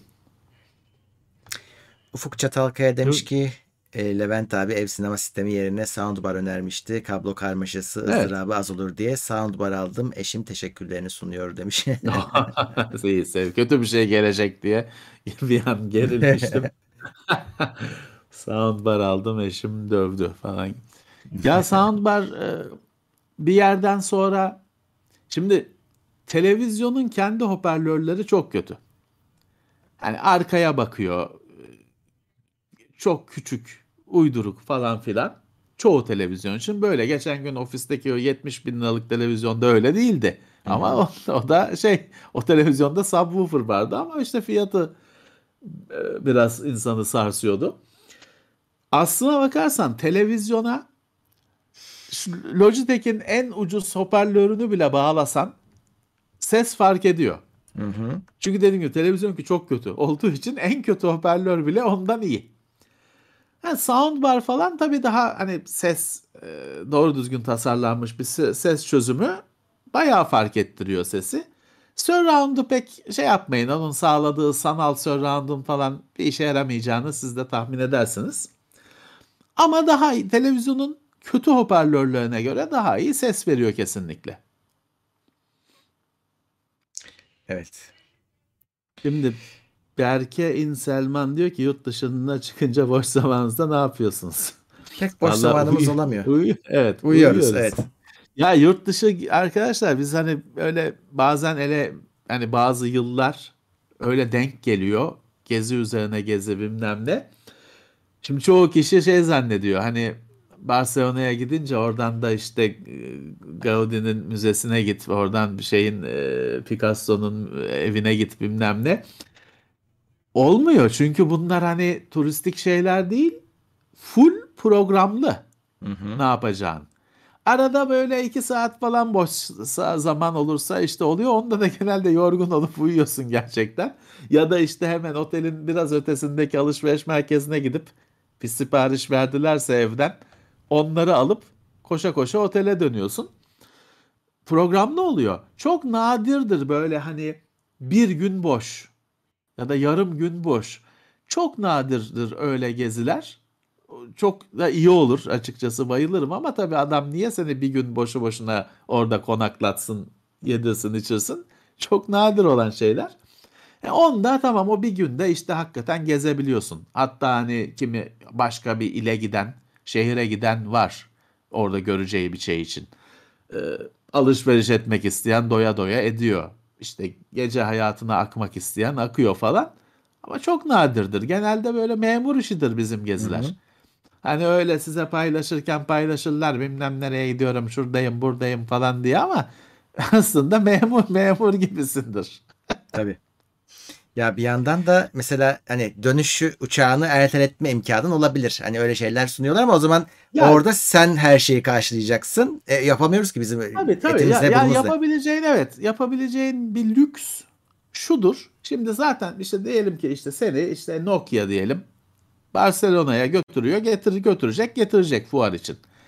S2: Ufuk Çatalkaya demiş
S3: Dur.
S2: ki Levent abi ev sinema sistemi yerine soundbar önermişti. Kablo karmaşası
S3: Evet.
S2: ızdırabı az olur diye soundbar aldım. Eşim teşekkürlerini sunuyor demiş.
S3: İyi, kötü bir şey gelecek diye bir an gerilmiştim. Soundbar aldım, eşim dövdü falan. Ya soundbar bir yerden sonra şimdi televizyonun kendi hoparlörleri çok kötü. Yani arkaya bakıyor. Çok küçük, uyduruk falan filan. Çoğu televizyon için böyle. Geçen gün ofisteki o 70 bin liralık televizyonda öyle değildi.
S2: Hı
S3: Ama
S2: hı.
S3: o da şey, o televizyonda subwoofer vardı ama işte fiyatı biraz insanı sarsıyordu. Aslına bakarsan televizyona Logitech'in en ucuz hoparlörünü bile bağlasan ses fark ediyor.
S2: Hı hı.
S3: Çünkü dediğim gibi televizyon ki çok kötü olduğu için en kötü hoparlör bile ondan iyi. Ha, soundbar falan tabii daha hani ses doğru düzgün tasarlanmış bir ses çözümü bayağı fark ettiriyor sesi. Surround'u pek şey yapmayın. Onun sağladığı sanal surround'un falan bir işe yaramayacağını siz de tahmin edersiniz. Ama daha iyi. Televizyonun kötü hoparlörlerine göre daha iyi ses veriyor kesinlikle.
S2: Evet.
S3: Şimdi Berke İnselman diyor ki yurt dışına çıkınca boş zamanınızda ne yapıyorsunuz?
S2: Pek boş
S3: Valla
S2: zamanımız olamıyor.
S3: evet,
S2: Uyuyoruz,
S3: uyuyoruz.
S2: evet.
S3: Ya yurt dışı arkadaşlar biz hani öyle bazen hani bazı yıllar öyle denk geliyor. Gezi üzerine gezi bilmem ne. Şimdi çoğu kişi şey zannediyor hani Barcelona'ya gidince oradan da işte Gaudi'nin müzesine git, oradan bir şeyin Picasso'nun evine git bilmem ne. Olmuyor çünkü bunlar hani turistik şeyler değil, full programlı
S2: Hı hı.
S3: ne yapacağın. Arada böyle 2 saat falan boş zaman olursa işte oluyor. Onda da genelde yorgun olup uyuyorsun gerçekten. Ya da işte hemen otelin biraz ötesindeki alışveriş merkezine gidip bir sipariş verdilerse evden onları alıp koşa koşa otele dönüyorsun. Programlı oluyor. Çok nadirdir böyle hani bir gün boş ya da yarım gün boş. Çok nadirdir öyle geziler. Çok da iyi olur açıkçası, bayılırım ama tabii adam niye seni bir gün boşu boşuna orada konaklatsın, yedirsin, içirsin? Çok nadir olan şeyler. Onda tamam, o bir günde işte hakikaten gezebiliyorsun. Hatta hani kimi başka bir ile giden, şehire giden var orada göreceği bir şey için. Ee, Alışveriş etmek isteyen doya doya ediyor. İşte gece hayatına akmak isteyen akıyor falan. Ama çok nadirdir. Genelde böyle memur işidir bizim
S2: Hı hı.
S3: geziler. Hani öyle size paylaşırken paylaşırlar bilmem nereye gidiyorum, şuradayım, buradayım falan diye ama aslında memur memur gibisindir.
S2: Tabii. Ya bir yandan da mesela hani dönüşü uçağını erteletme imkanın olabilir. Hani öyle şeyler sunuyorlar ama o zaman
S3: Ya
S2: orada sen her şeyi karşılayacaksın. Yapamıyoruz ki bizim
S3: tabii tabii
S2: etimiz
S3: ya,
S2: ne
S3: ya
S2: bulumuz ne.
S3: yapabileceğin, evet, yapabileceğin bir lüks şudur. Şimdi zaten işte diyelim ki işte seni işte Nokia diyelim Barcelona'ya götürüyor, getirecek fuar için.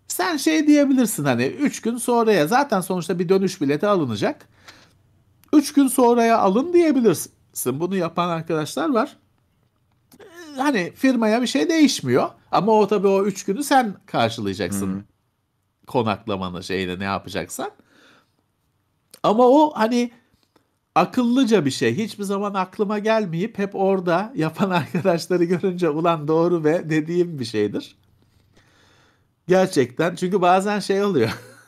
S3: Sen şey diyebilirsin, hani 3 gün sonraya zaten sonuçta bir dönüş bileti alınacak. 3 gün sonraya alın diyebilirsin. Bunu yapan arkadaşlar var. Hani firmaya bir şey değişmiyor. Ama o tabii o 3 günü sen karşılayacaksın.
S2: Hı.
S3: Konaklamanı, şeyini, ne yapacaksan. Ama o hani akıllıca bir şey. Hiçbir zaman aklıma gelmeyip hep orada yapan arkadaşları görünce ulan doğru be dediğim bir şeydir. Gerçekten, çünkü bazen şey oluyor.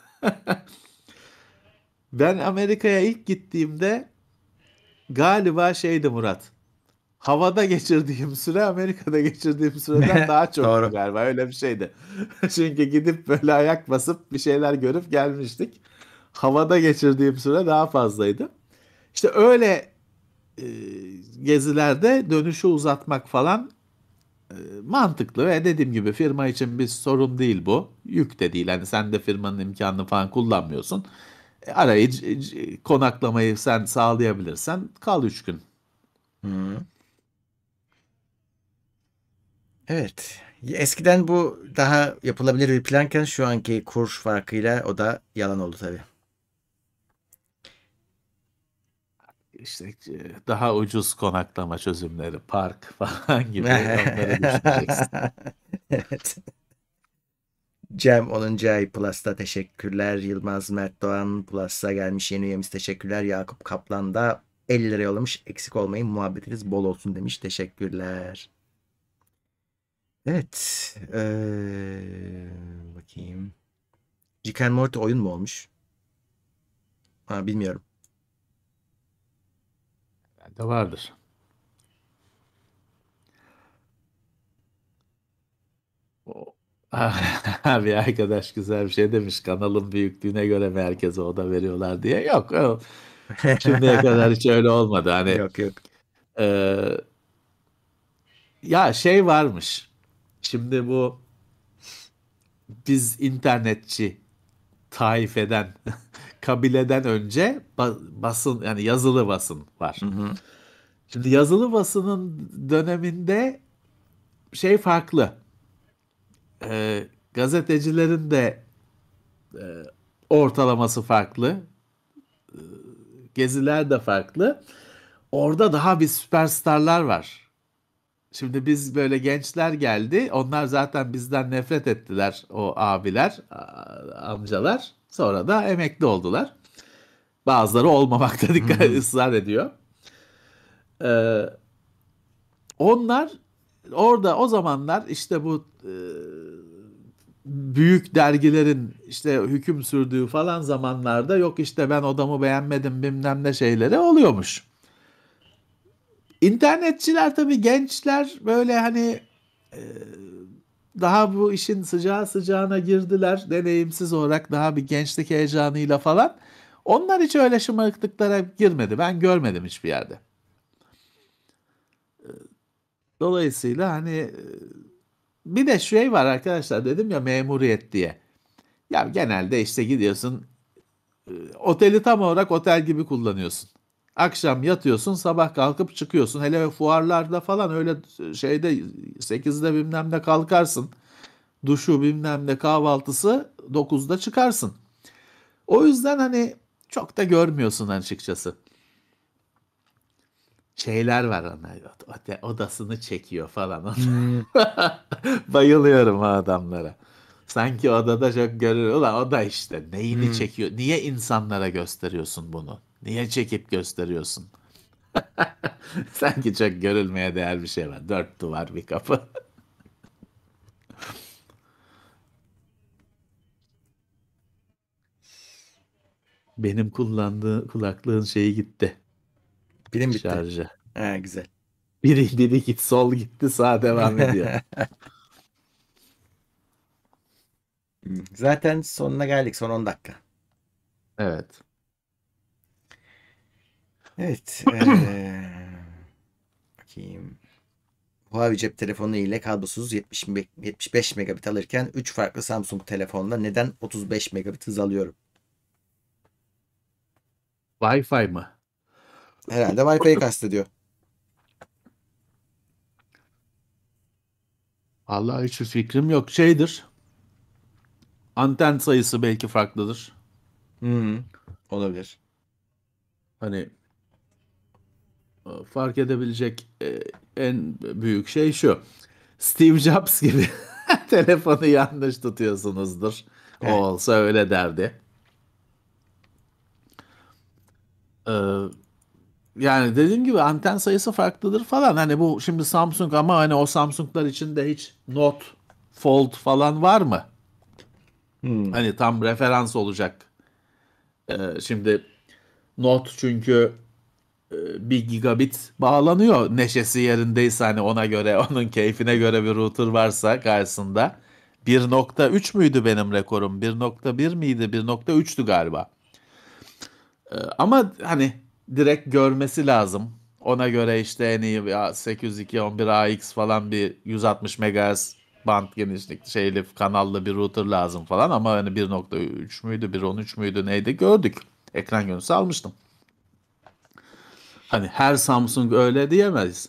S3: Ben Amerika'ya ilk gittiğimde galiba şeydi Murat. Havada geçirdiğim süre Amerika'da geçirdiğim süreden daha çoktu
S2: Doğru.
S3: galiba. Öyle bir şeydi. Çünkü gidip böyle ayak basıp bir şeyler görüp gelmiştik. Havada geçirdiğim süre daha fazlaydı. İşte öyle e, gezilerde dönüşü uzatmak falan mantıklı ve dediğim gibi firma için bir sorun değil bu. Yük de değil. Hani sen de firmanın imkanını falan kullanmıyorsun. Arayı, konaklamayı sen sağlayabilirsen kal 3 gün.
S2: Hı. Evet. Eskiden bu daha yapılabilir bir planken şu anki kur farkıyla o da yalan oldu tabii.
S3: İşte daha ucuz konaklama çözümleri, park falan gibi, onları düşüneceksin.
S2: Evet. Cem 10. ay Plus'ta teşekkürler. Yılmaz Mert Doğan Plus'a gelmiş yeni üyemiz teşekkürler. Yakup Kaplan da 50 lira yollamış. Eksik olmayın muhabbetiniz bol olsun demiş. Teşekkürler. Evet. Bakayım. Rick and Morty oyun mu olmuş? Ha, bilmiyorum.
S3: Bende vardır. O- Bir arkadaş güzel bir şey demiş. Kanalın büyüklüğüne göre mi herkese oda veriyorlar diye. Yok. Şimdiye kadar hiç öyle olmadı. Hani
S2: Yok yok.
S3: e, ya şey varmış. Şimdi bu biz internetçi taifeden, kabileden önce basın, yani yazılı basın
S2: Hı
S3: var.
S2: hı.
S3: Şimdi yazılı basının döneminde şey farklı. Gazetecilerin de ortalaması farklı. Geziler de farklı. Orada daha bir süperstarlar var. Şimdi biz böyle gençler geldi. Onlar zaten bizden nefret ettiler, o abiler, amcalar. Sonra da emekli oldular. Bazıları olmamakta
S2: Hı
S3: dikkat
S2: hı.
S3: ısrar ediyor. Ee, Onlar orada o zamanlar işte bu büyük dergilerin işte hüküm sürdüğü falan zamanlarda, yok işte ben odamı beğenmedim bilmem ne şeyleri oluyormuş. İnternetçiler tabii, gençler böyle hani daha bu işin sıcağı sıcağına girdiler. Deneyimsiz olarak daha bir gençlik heyecanıyla falan. Onlar hiç öyle şımarıklıklara girmedi. Ben görmedim hiçbir yerde. Dolayısıyla hani bir de şey var arkadaşlar, dedim ya memuriyet diye. Ya genelde işte gidiyorsun, oteli tam olarak otel gibi kullanıyorsun. Akşam yatıyorsun, sabah kalkıp çıkıyorsun. Hele fuarlarda falan öyle şeyde 8'de bilmem ne kalkarsın. Duşu bilmem ne kahvaltısı 9'da çıkarsın. O yüzden hani çok da görmüyorsun açıkçası. Şeyler var, onlar odasını çekiyor falan.
S2: Hmm.
S3: Bayılıyorum o adamlara. Sanki odada çok görür. Ulan o da işte neyini
S2: Hmm.
S3: çekiyor? Niye insanlara gösteriyorsun bunu? Niye çekip gösteriyorsun? Sanki çok görülmeye değer bir şey var. Dört duvar bir kapı. Benim kullandığı kulaklığın şeyi gitti.
S2: Pilim bitti.
S3: Şarjı.
S2: Ha, güzel.
S3: Biri git, sol gitti, sağ devam ediyor.
S2: Zaten sonuna geldik. Son 10 dakika.
S3: Evet.
S2: Evet. Bakayım. Huawei cep telefonu ile kablosuz 75 megabit alırken 3 farklı Samsung telefonla neden 35 megabit hız alıyorum?
S3: Wi-Fi mı?
S2: Herhalde Wi-Fi'yi kastediyor.
S3: Allah, hiçbir fikrim yok. Şeydir. Anten sayısı belki farklıdır.
S2: Hı, olabilir.
S3: Hani fark edebilecek en büyük şey şu. Steve Jobs gibi telefonu yanlış tutuyorsunuzdur. O
S2: Heh.
S3: olsa öyle derdi. Ee, Yani dediğim gibi anten sayısı farklıdır falan. Hani bu şimdi Samsung ama hani o Samsung'lar içinde hiç Note, Fold falan var mı?
S2: Hı.
S3: Hani tam referans olacak. Şimdi Note çünkü 1 gigabit bağlanıyor neşesi yerindeyse hani ona göre onun keyfine göre bir router varsa karşısında. 1.3 müydü benim rekorum? 1.1 miydi? 1.3'tü galiba. Ama hani direkt görmesi lazım. Ona göre işte en iyi 802.11ax falan bir 160 MHz band genişlikli şeyli kanallı bir router lazım falan ama hani 1.3 müydü 1.13 müydü neydi gördük. Ekran görüntüsü almıştım. Hani her Samsung öyle diyemeyiz.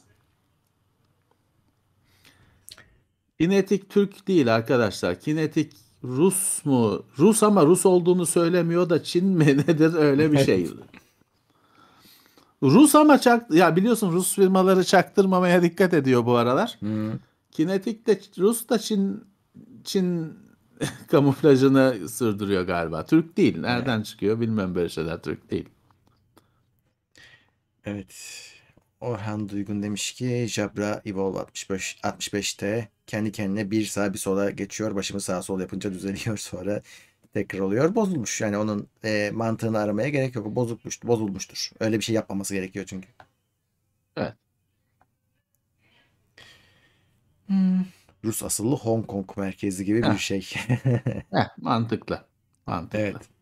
S3: Kinetik Türk değil arkadaşlar. Kinetik Rus mu? Rus ama Rus olduğunu söylemiyor da Çin mi nedir öyle bir şey. Rus ama ya biliyorsun Rus firmaları çaktırmamaya dikkat ediyor bu aralar.
S2: Hı.
S3: Kinetik de Rus da Çin kamuflajını sürdürüyor galiba. Türk değil.
S2: Evet.
S3: Nereden çıkıyor bilmem böyle şeyler Türk değil.
S2: Evet. Orhan Duygun demiş ki Jabra Evolve 65T kendi kendine bir sağa bir sola geçiyor. Başımı sağa sol yapınca düzeliyor, sonra tekrar oluyor. Bozulmuş. Yani onun mantığını aramaya gerek yok. O bozulmuştur. Öyle bir şey yapmaması gerekiyor çünkü.
S3: Evet.
S2: Hmm. Rus asıllı Hong Kong merkezli gibi bir
S3: Heh,
S2: şey.
S3: mantıklı. Mantıklı.
S2: Evet.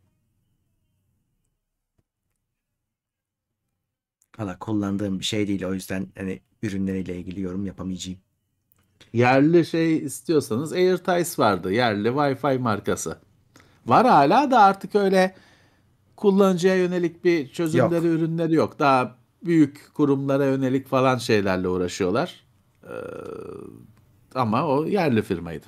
S2: Valla kullandığım bir şey değil. O yüzden hani ürünleriyle ilgili yorum yapamayacağım.
S3: Yerli şey istiyorsanız AirTice vardı. Yerli Wi-Fi markası. Var hala da artık öyle kullanıcıya yönelik bir çözümleri,
S2: Yok.
S3: ürünleri yok. Daha büyük kurumlara yönelik falan şeylerle uğraşıyorlar. Ee, Ama o yerli firmaydı.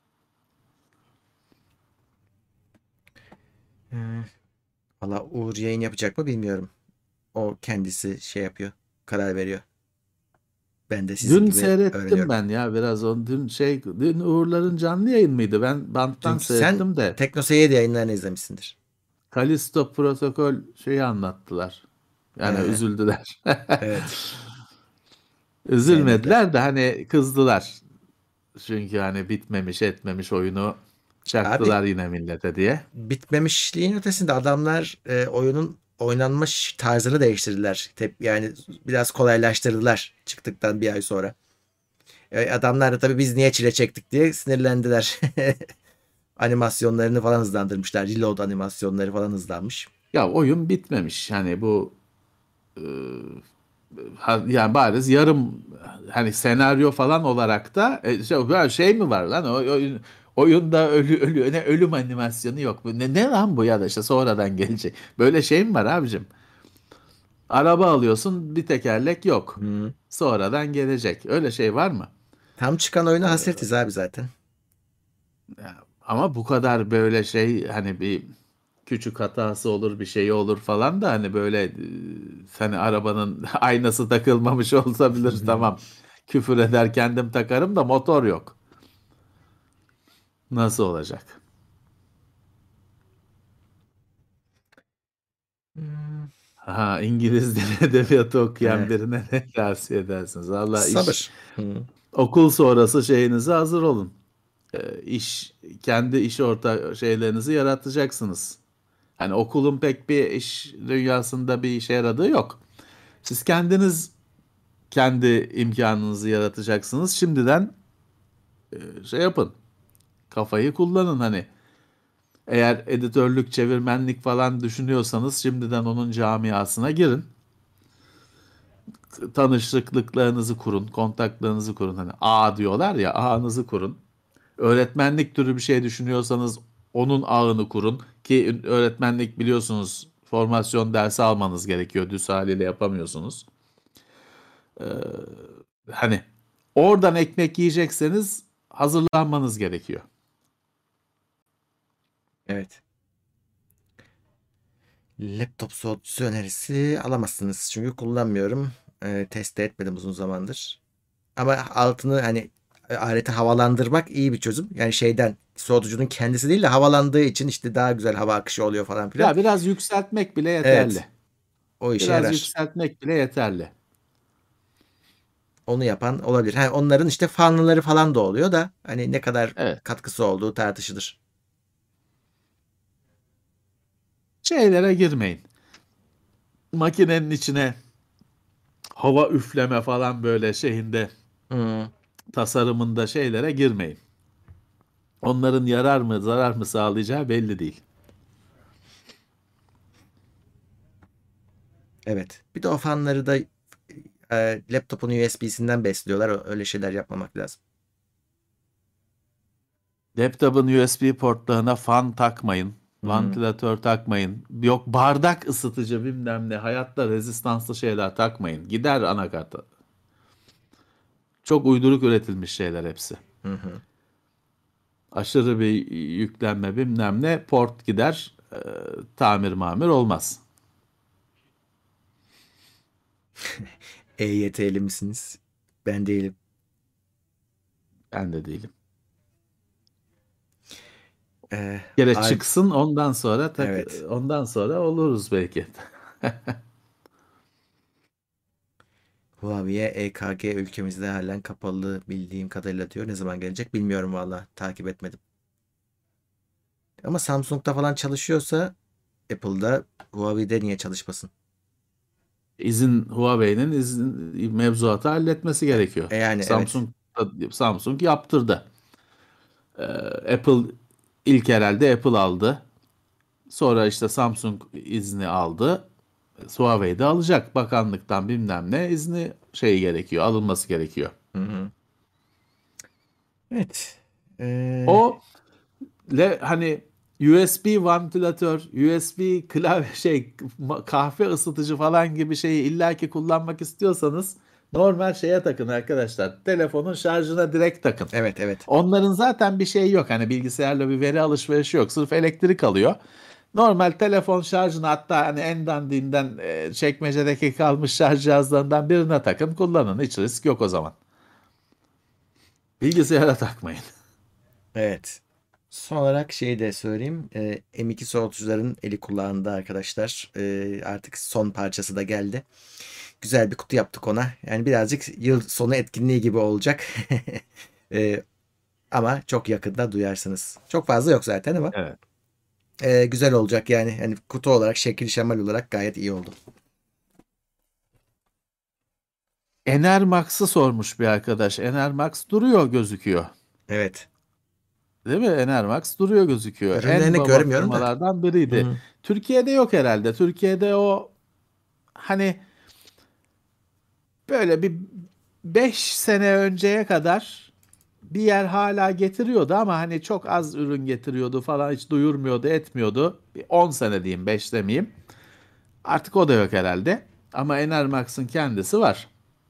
S2: Valla Uğur yayın yapacak mı bilmiyorum. O kendisi şey yapıyor. Karar veriyor. Ben de sizin
S3: Dün
S2: gibi
S3: seyrettim
S2: öğreniyorum.
S3: ben ya biraz onu. Dün Uğurların canlı yayın mıydı? Ben banttan
S2: Çünkü sen
S3: seyrettim de
S2: Tekno Seyir yayınlarını izlemişsindir.
S3: Kalisto protokol şeyi anlattılar. Yani
S2: He,
S3: üzüldüler.
S2: evet. Sevmediler.
S3: Üzülmediler de hani kızdılar. Çünkü hani bitmemiş etmemiş oyunu
S2: Abi
S3: çaktılar yine millete diye.
S2: bitmemişliğin ötesinde adamlar oyunun oynanmış tarzını değiştirdiler. Yani biraz kolaylaştırdılar çıktıktan bir ay sonra. Adamlar da tabii biz niye çile çektik diye sinirlendiler. Animasyonlarını falan hızlandırmışlar. Reload animasyonları falan hızlanmış.
S3: Ya oyun bitmemiş. Hani bu e, yani bariz yarım hani senaryo falan olarak da böyle şey mi var lan oyunda ne ölüm animasyonu yok. Ne lan bu ya da işte sonradan gelecek. Böyle şey mi var abicim? Araba alıyorsun bir tekerlek yok.
S2: Hı.
S3: Sonradan gelecek. Öyle şey var mı?
S2: Tam çıkan oyuna hasretiz abi zaten.
S3: Ama bu kadar böyle şey hani bir küçük hatası olur bir şey olur falan da hani böyle hani arabanın aynası takılmamış olabilir tamam. Küfür eder kendim takarım da motor yok. Nasıl olacak?
S2: Hmm.
S3: Ha, İngiliz dili edebiyatı okuyan
S2: He.
S3: birine ne tavsiye edersiniz? Valla
S2: Sabır. Hı.
S3: okul sonrası şeyinize hazır olun. Kendi iş şeylerinizi yaratacaksınız. Hani okulun pek bir iş dünyasında bir işe yaradığı yok. Siz kendiniz kendi imkanınızı yaratacaksınız. Şimdiden şey yapın. Kafayı kullanın hani. Eğer editörlük, çevirmenlik falan düşünüyorsanız şimdiden onun camiasına girin. Tanışıklıklarınızı kurun, kontaklarınızı kurun. Hani ağ diyorlar ya, ağınızı kurun. Öğretmenlik türü bir şey düşünüyorsanız onun ağını kurun. Ki öğretmenlik biliyorsunuz formasyon dersi almanız gerekiyor. Düz haliyle yapamıyorsunuz. Hani oradan ekmek yiyecekseniz hazırlanmanız gerekiyor.
S2: Evet. Laptop soğutucusu önerisi alamazsınız. Çünkü kullanmıyorum. Test de etmedim uzun zamandır. Ama altını hani aleti havalandırmak iyi bir çözüm. Yani şeyden soğutucunun kendisi değil de havalandığı için işte daha güzel hava akışı oluyor falan filan.
S3: Ya biraz yükseltmek bile
S2: Evet.
S3: yeterli.
S2: O işe
S3: Biraz
S2: yarar.
S3: yükseltmek bile yeterli.
S2: Onu yapan olabilir. Ha, onların işte fanlıları falan da oluyor da hani ne kadar
S3: Evet.
S2: katkısı olduğu tartışılır.
S3: Şeylere girmeyin. Makinenin içine hava üfleme falan böyle şeyinde
S2: Hmm,
S3: tasarımında şeylere girmeyin. Onların yarar mı zarar mı sağlayacağı belli değil.
S2: evet. Bir de o fanları da laptopun USB'sinden besliyorlar. Öyle şeyler yapmamak lazım.
S3: Laptopun USB portlarına fan takmayın.
S2: Hmm,
S3: Vantilatör takmayın. Yok bardak ısıtıcı bilmem ne. Hayatta rezistanslı şeyler takmayın. Gider anakarta. Çok uyduruk üretilmiş şeyler hepsi.
S2: hı hı.
S3: Aşırı bir yüklenme bilmem ne. Port gider. Tamir mamir olmaz.
S2: EYT'li misiniz? Ben değilim.
S3: Ben de değilim.
S2: E,
S3: Bir kere
S2: Ar-
S3: çıksın ondan sonra
S2: evet.
S3: ondan sonra oluruz belki.
S2: Huawei'ye EKG ülkemizde halen kapalı bildiğim kadarıyla diyor. Ne zaman gelecek bilmiyorum valla. Takip etmedim. Ama Samsung'da falan çalışıyorsa Apple'da Huawei'de niye çalışmasın?
S3: Huawei'nin izin mevzuatı halletmesi gerekiyor.
S2: Yani evet.
S3: Samsung yaptırdı. Ee, Apple ilk herhalde Apple aldı. Sonra işte Samsung izni aldı. Huawei de alacak. Bakanlıktan bilmem ne izni şeyi gerekiyor, alınması gerekiyor.
S2: Hı hı. Evet. Ee,
S3: O hani USB vantilatör, USB klavye kahve ısıtıcı falan gibi şeyi illaki kullanmak istiyorsanız normal şeye takın arkadaşlar. Telefonun şarjına direkt takın.
S2: evet evet.
S3: Onların zaten bir şeyi yok. Hani bilgisayarla bir veri alışverişi yok. Sırf elektrik alıyor. Normal telefon şarjına hatta hani en dandiğinden çekmecedeki kalmış şarj cihazlarından birine takın kullanın. Hiç risk yok o zaman. Bilgisayara takmayın.
S2: Evet. Son olarak şeyi de söyleyeyim. M2 soğutucuların eli kulağında arkadaşlar. Artık son parçası da geldi. Güzel bir kutu yaptık ona. Yani birazcık yıl sonu etkinliği gibi olacak. Ee, Ama çok yakında duyarsınız. Çok fazla yok zaten ama
S3: Evet.
S2: güzel olacak yani. Hani kutu olarak, şekil şemal olarak gayet iyi oldu.
S3: Enermax'ı sormuş bir arkadaş. Enermax duruyor gözüküyor.
S2: Evet.
S3: Değil mi? Enermax duruyor gözüküyor. En
S2: Ürünlerini
S3: baba
S2: görmüyorum da.
S3: firmalardan biriydi.
S2: Hı.
S3: Türkiye'de yok herhalde. Türkiye'de o hani böyle bir 5 sene önceye kadar bir yer hala getiriyordu ama hani çok az ürün getiriyordu falan hiç duyurmuyordu etmiyordu. Bir 10 sene diyeyim 5 demeyeyim. Artık o da yok herhalde. Ama Enermax'ın kendisi var.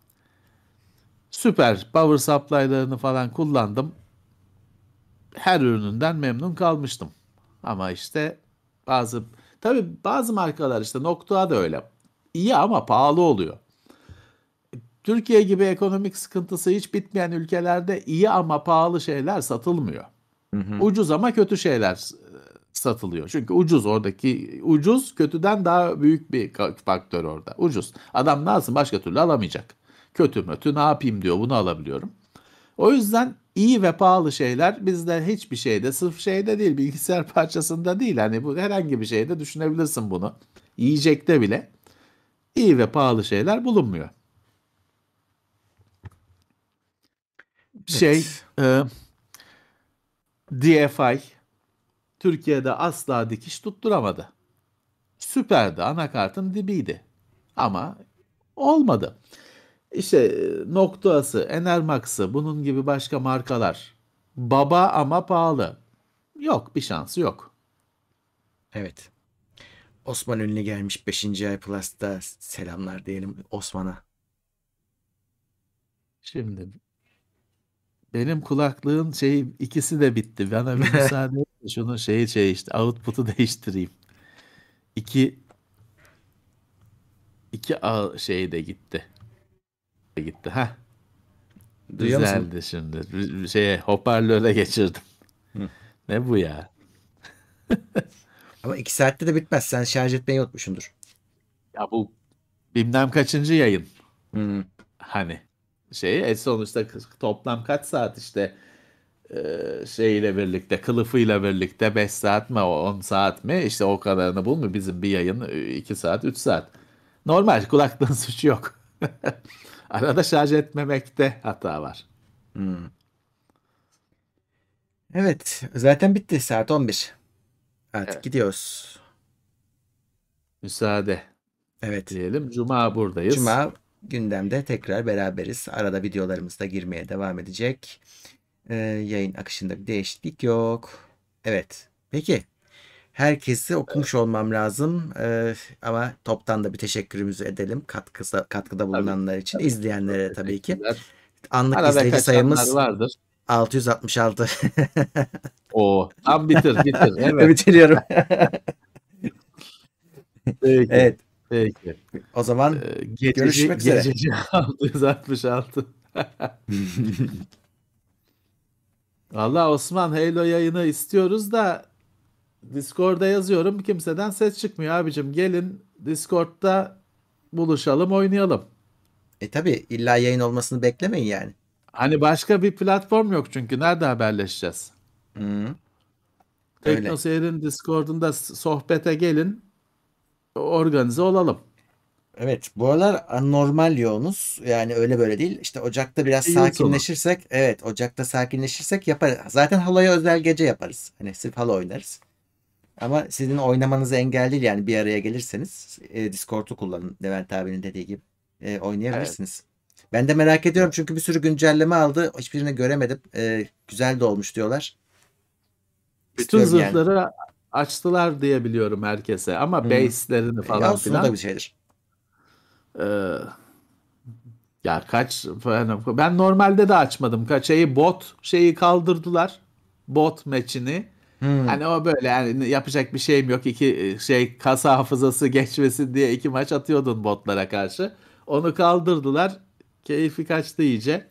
S3: Süper power supply'larını falan kullandım. Her ürününden memnun kalmıştım. Ama işte bazı tabii bazı markalar işte Nokta da öyle. İyi ama pahalı oluyor. Türkiye gibi ekonomik sıkıntısı hiç bitmeyen ülkelerde iyi ama pahalı şeyler satılmıyor.
S2: Hı hı.
S3: Ucuz ama kötü şeyler satılıyor. Çünkü ucuz oradaki ucuz kötüden daha büyük bir faktör orada. Ucuz. Adam ne alsın başka türlü alamayacak. Kötü mötü ne yapayım diyor bunu alabiliyorum. O yüzden iyi ve pahalı şeyler bizde hiçbir şeyde sırf şeyde değil bilgisayar parçasında değil. Hani bu herhangi bir şeyde düşünebilirsin bunu. Yiyecekte bile iyi ve pahalı şeyler bulunmuyor.
S2: Evet.
S3: DFI Türkiye'de asla dikiş tutturamadı. Süperdi, anakartın dibiydi. Ama olmadı. İşte Nokta'sı, Enermax'ı, bunun gibi başka markalar. Baba ama pahalı. Yok, bir şansı yok.
S2: Evet. Osman Ünlü gelmiş 5. ay Plus'ta. Selamlar diyelim Osman'a.
S3: Şimdi benim kulaklığın ikisi de bitti. Bana bir müsaade. Şunun şeyi işte output'u değiştireyim. İki şeyi de gitti. Gitti. Ha,
S2: Duyuyor musun?
S3: düzeldi şimdi. Hoparlöre geçirdim.
S2: Hı.
S3: Ne bu ya?
S2: Ama 2 saatte de bitmez. Sen şarj etmeyi unutmuşsundur.
S3: Ya bu bilmem kaçıncı yayın.
S2: Hı.
S3: Hani sonuçta toplam kaç saat işte şeyiyle birlikte, kılıfıyla birlikte 5 saat mi, 10 saat mi? İşte o kadarını bul mu? Bizim bir yayın 2 saat, 3 saat. Normal, kulaklığın suçu yok. Arada şarj etmemekte hata var.
S2: Hı. Evet. Zaten bitti. Saat 11. Artık
S3: Evet.
S2: gidiyoruz.
S3: Müsaade
S2: Evet.
S3: diyelim. Cuma buradayız.
S2: Cuma gündemde tekrar beraberiz. Arada videolarımız da girmeye devam edecek. Yayın akışında bir değişiklik yok. Evet. Peki. Herkesi okumuş olmam lazım. Ama toptan da bir teşekkürümüzü edelim. Katkıda
S3: Tabii.
S2: bulunanlar için.
S3: Tabii. Çok
S2: İzleyenlere tabii ki.
S3: teşekkürler.
S2: Anlık
S3: Arada
S2: izleyici
S3: kaçanlar
S2: sayımız
S3: vardır.
S2: 666.
S3: O tam bitir. Evet.
S2: Bitiriyorum.
S3: Peki.
S2: Evet.
S3: Peki.
S2: O zaman görüşmek üzere.
S3: Gececi 666. Vallahi Osman, Halo yayını istiyoruz da Discord'a yazıyorum. Kimseden ses çıkmıyor abicim. Gelin Discord'da buluşalım, oynayalım.
S2: Tabii illa yayın olmasını beklemeyin yani.
S3: Hani başka bir platform yok çünkü. Nerede haberleşeceğiz?
S2: Hı, öyle.
S3: TeknoSeyir'in Discord'unda sohbete gelin, organize olalım.
S2: Evet, bu aralar anormal yoğunuz. Yani öyle böyle değil. İşte Ocak'ta biraz
S3: Yıl sonu.
S2: sakinleşirsek, evet, Ocak'ta sakinleşirsek yaparız. Zaten Halo'ya özel gece yaparız. Hani sırf Halo oynarız. Ama sizin oynamanızı engel değil yani bir araya gelirseniz Discord'u kullanın. Levent abinin dediği gibi
S3: Evet.
S2: oynayabilirsiniz. Ben de merak ediyorum çünkü bir sürü güncelleme aldı. Hiçbirini göremedim. Güzel de olmuş diyorlar.
S3: Bütün
S2: İstiyorum yani.
S3: zırhları açtılar diye biliyorum herkese, ama
S2: Hı.
S3: base'lerini
S2: Ya
S3: falan
S2: olsun o da bir
S3: filan.
S2: şeydir.
S3: Ee, Ya ben normalde de açmadım. Bot şeyi kaldırdılar. Bot match'ini.
S2: Hı.
S3: Hani o böyle, yani yapacak bir şeyim yok. Kasa hafızası geçmesin diye 2 maç atıyordun botlara karşı. Onu kaldırdılar. Keyfi kaçtı iyice.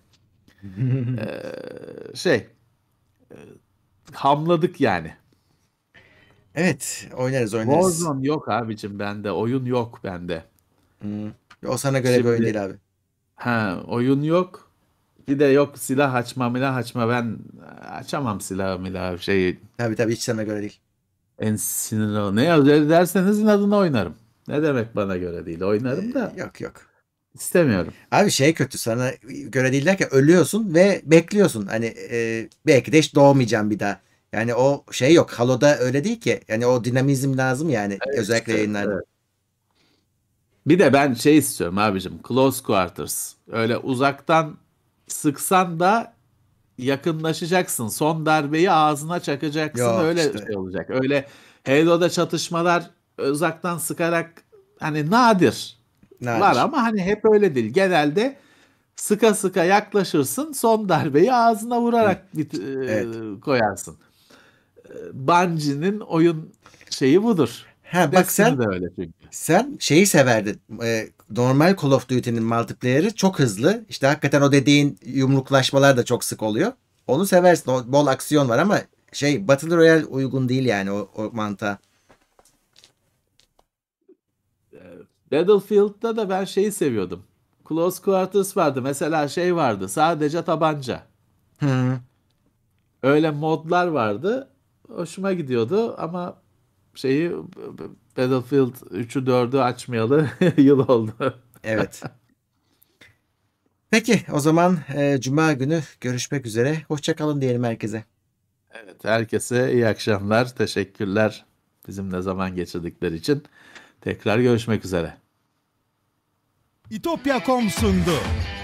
S3: Şey Hamladık yani.
S2: Evet, oynarız.
S3: Warzone yok abicim bende. Oyun yok bende.
S2: Hı. O sana göre bir oyun
S3: Şimdi
S2: değil abi.
S3: oyun yok. Bir de yok silah açma milah açma, ben açamam silah milah
S2: Tabii hiç sana göre değil.
S3: en sinir ne yazar derseniz inadına oynarım. Ne demek bana göre değil, oynarım da
S2: Yok.
S3: istemiyorum.
S2: Abi şey kötü sana göre değil derken ölüyorsun ve bekliyorsun. Hani belki de hiç doğmayacağım bir daha. Yani o şey yok. Halo'da öyle değil ki. Yani o dinamizm lazım yani. Özellikle
S3: İşte,
S2: yayınlarda.
S3: evet. Bir de ben istiyorum abicim, close quarters. Öyle uzaktan sıksan da yakınlaşacaksın. Son darbeyi ağzına çakacaksın.
S2: Yok
S3: Öyle
S2: işte.
S3: şey olacak. Öyle Halo'da çatışmalar uzaktan sıkarak, hani nadir var
S2: Nadir.
S3: ama hani hep öyle değil. Genelde sıka sıka yaklaşırsın. Son darbeyi ağzına
S2: Hı.
S3: vurarak
S2: Evet.
S3: koyarsın. Bungie'nin oyun şeyi budur.
S2: Ha bak
S3: Destiny
S2: sen
S3: de öyle çünkü.
S2: sen şeyi severdin. Normal Call of Duty'nin multiplayer'ı çok hızlı. İşte hakikaten o dediğin yumruklaşmalar da çok sık oluyor. Onu seversin. O bol aksiyon var ama şey Battle Royale uygun değil yani o mantığa.
S3: Battlefield'da da ben seviyordum. Close Quarters vardı. Mesela vardı. Sadece tabanca.
S2: Hı.
S3: Öyle modlar vardı. Hoşuma gidiyordu ama Battlefield 3'ü 4'ü açmayalı yıl oldu.
S2: Evet. Peki o zaman Cuma günü görüşmek üzere. Hoşça kalın diyelim herkese.
S3: Evet, herkese iyi akşamlar. Teşekkürler bizimle zaman geçirdikleri için. Tekrar görüşmek üzere.
S1: İtopya.com sundu.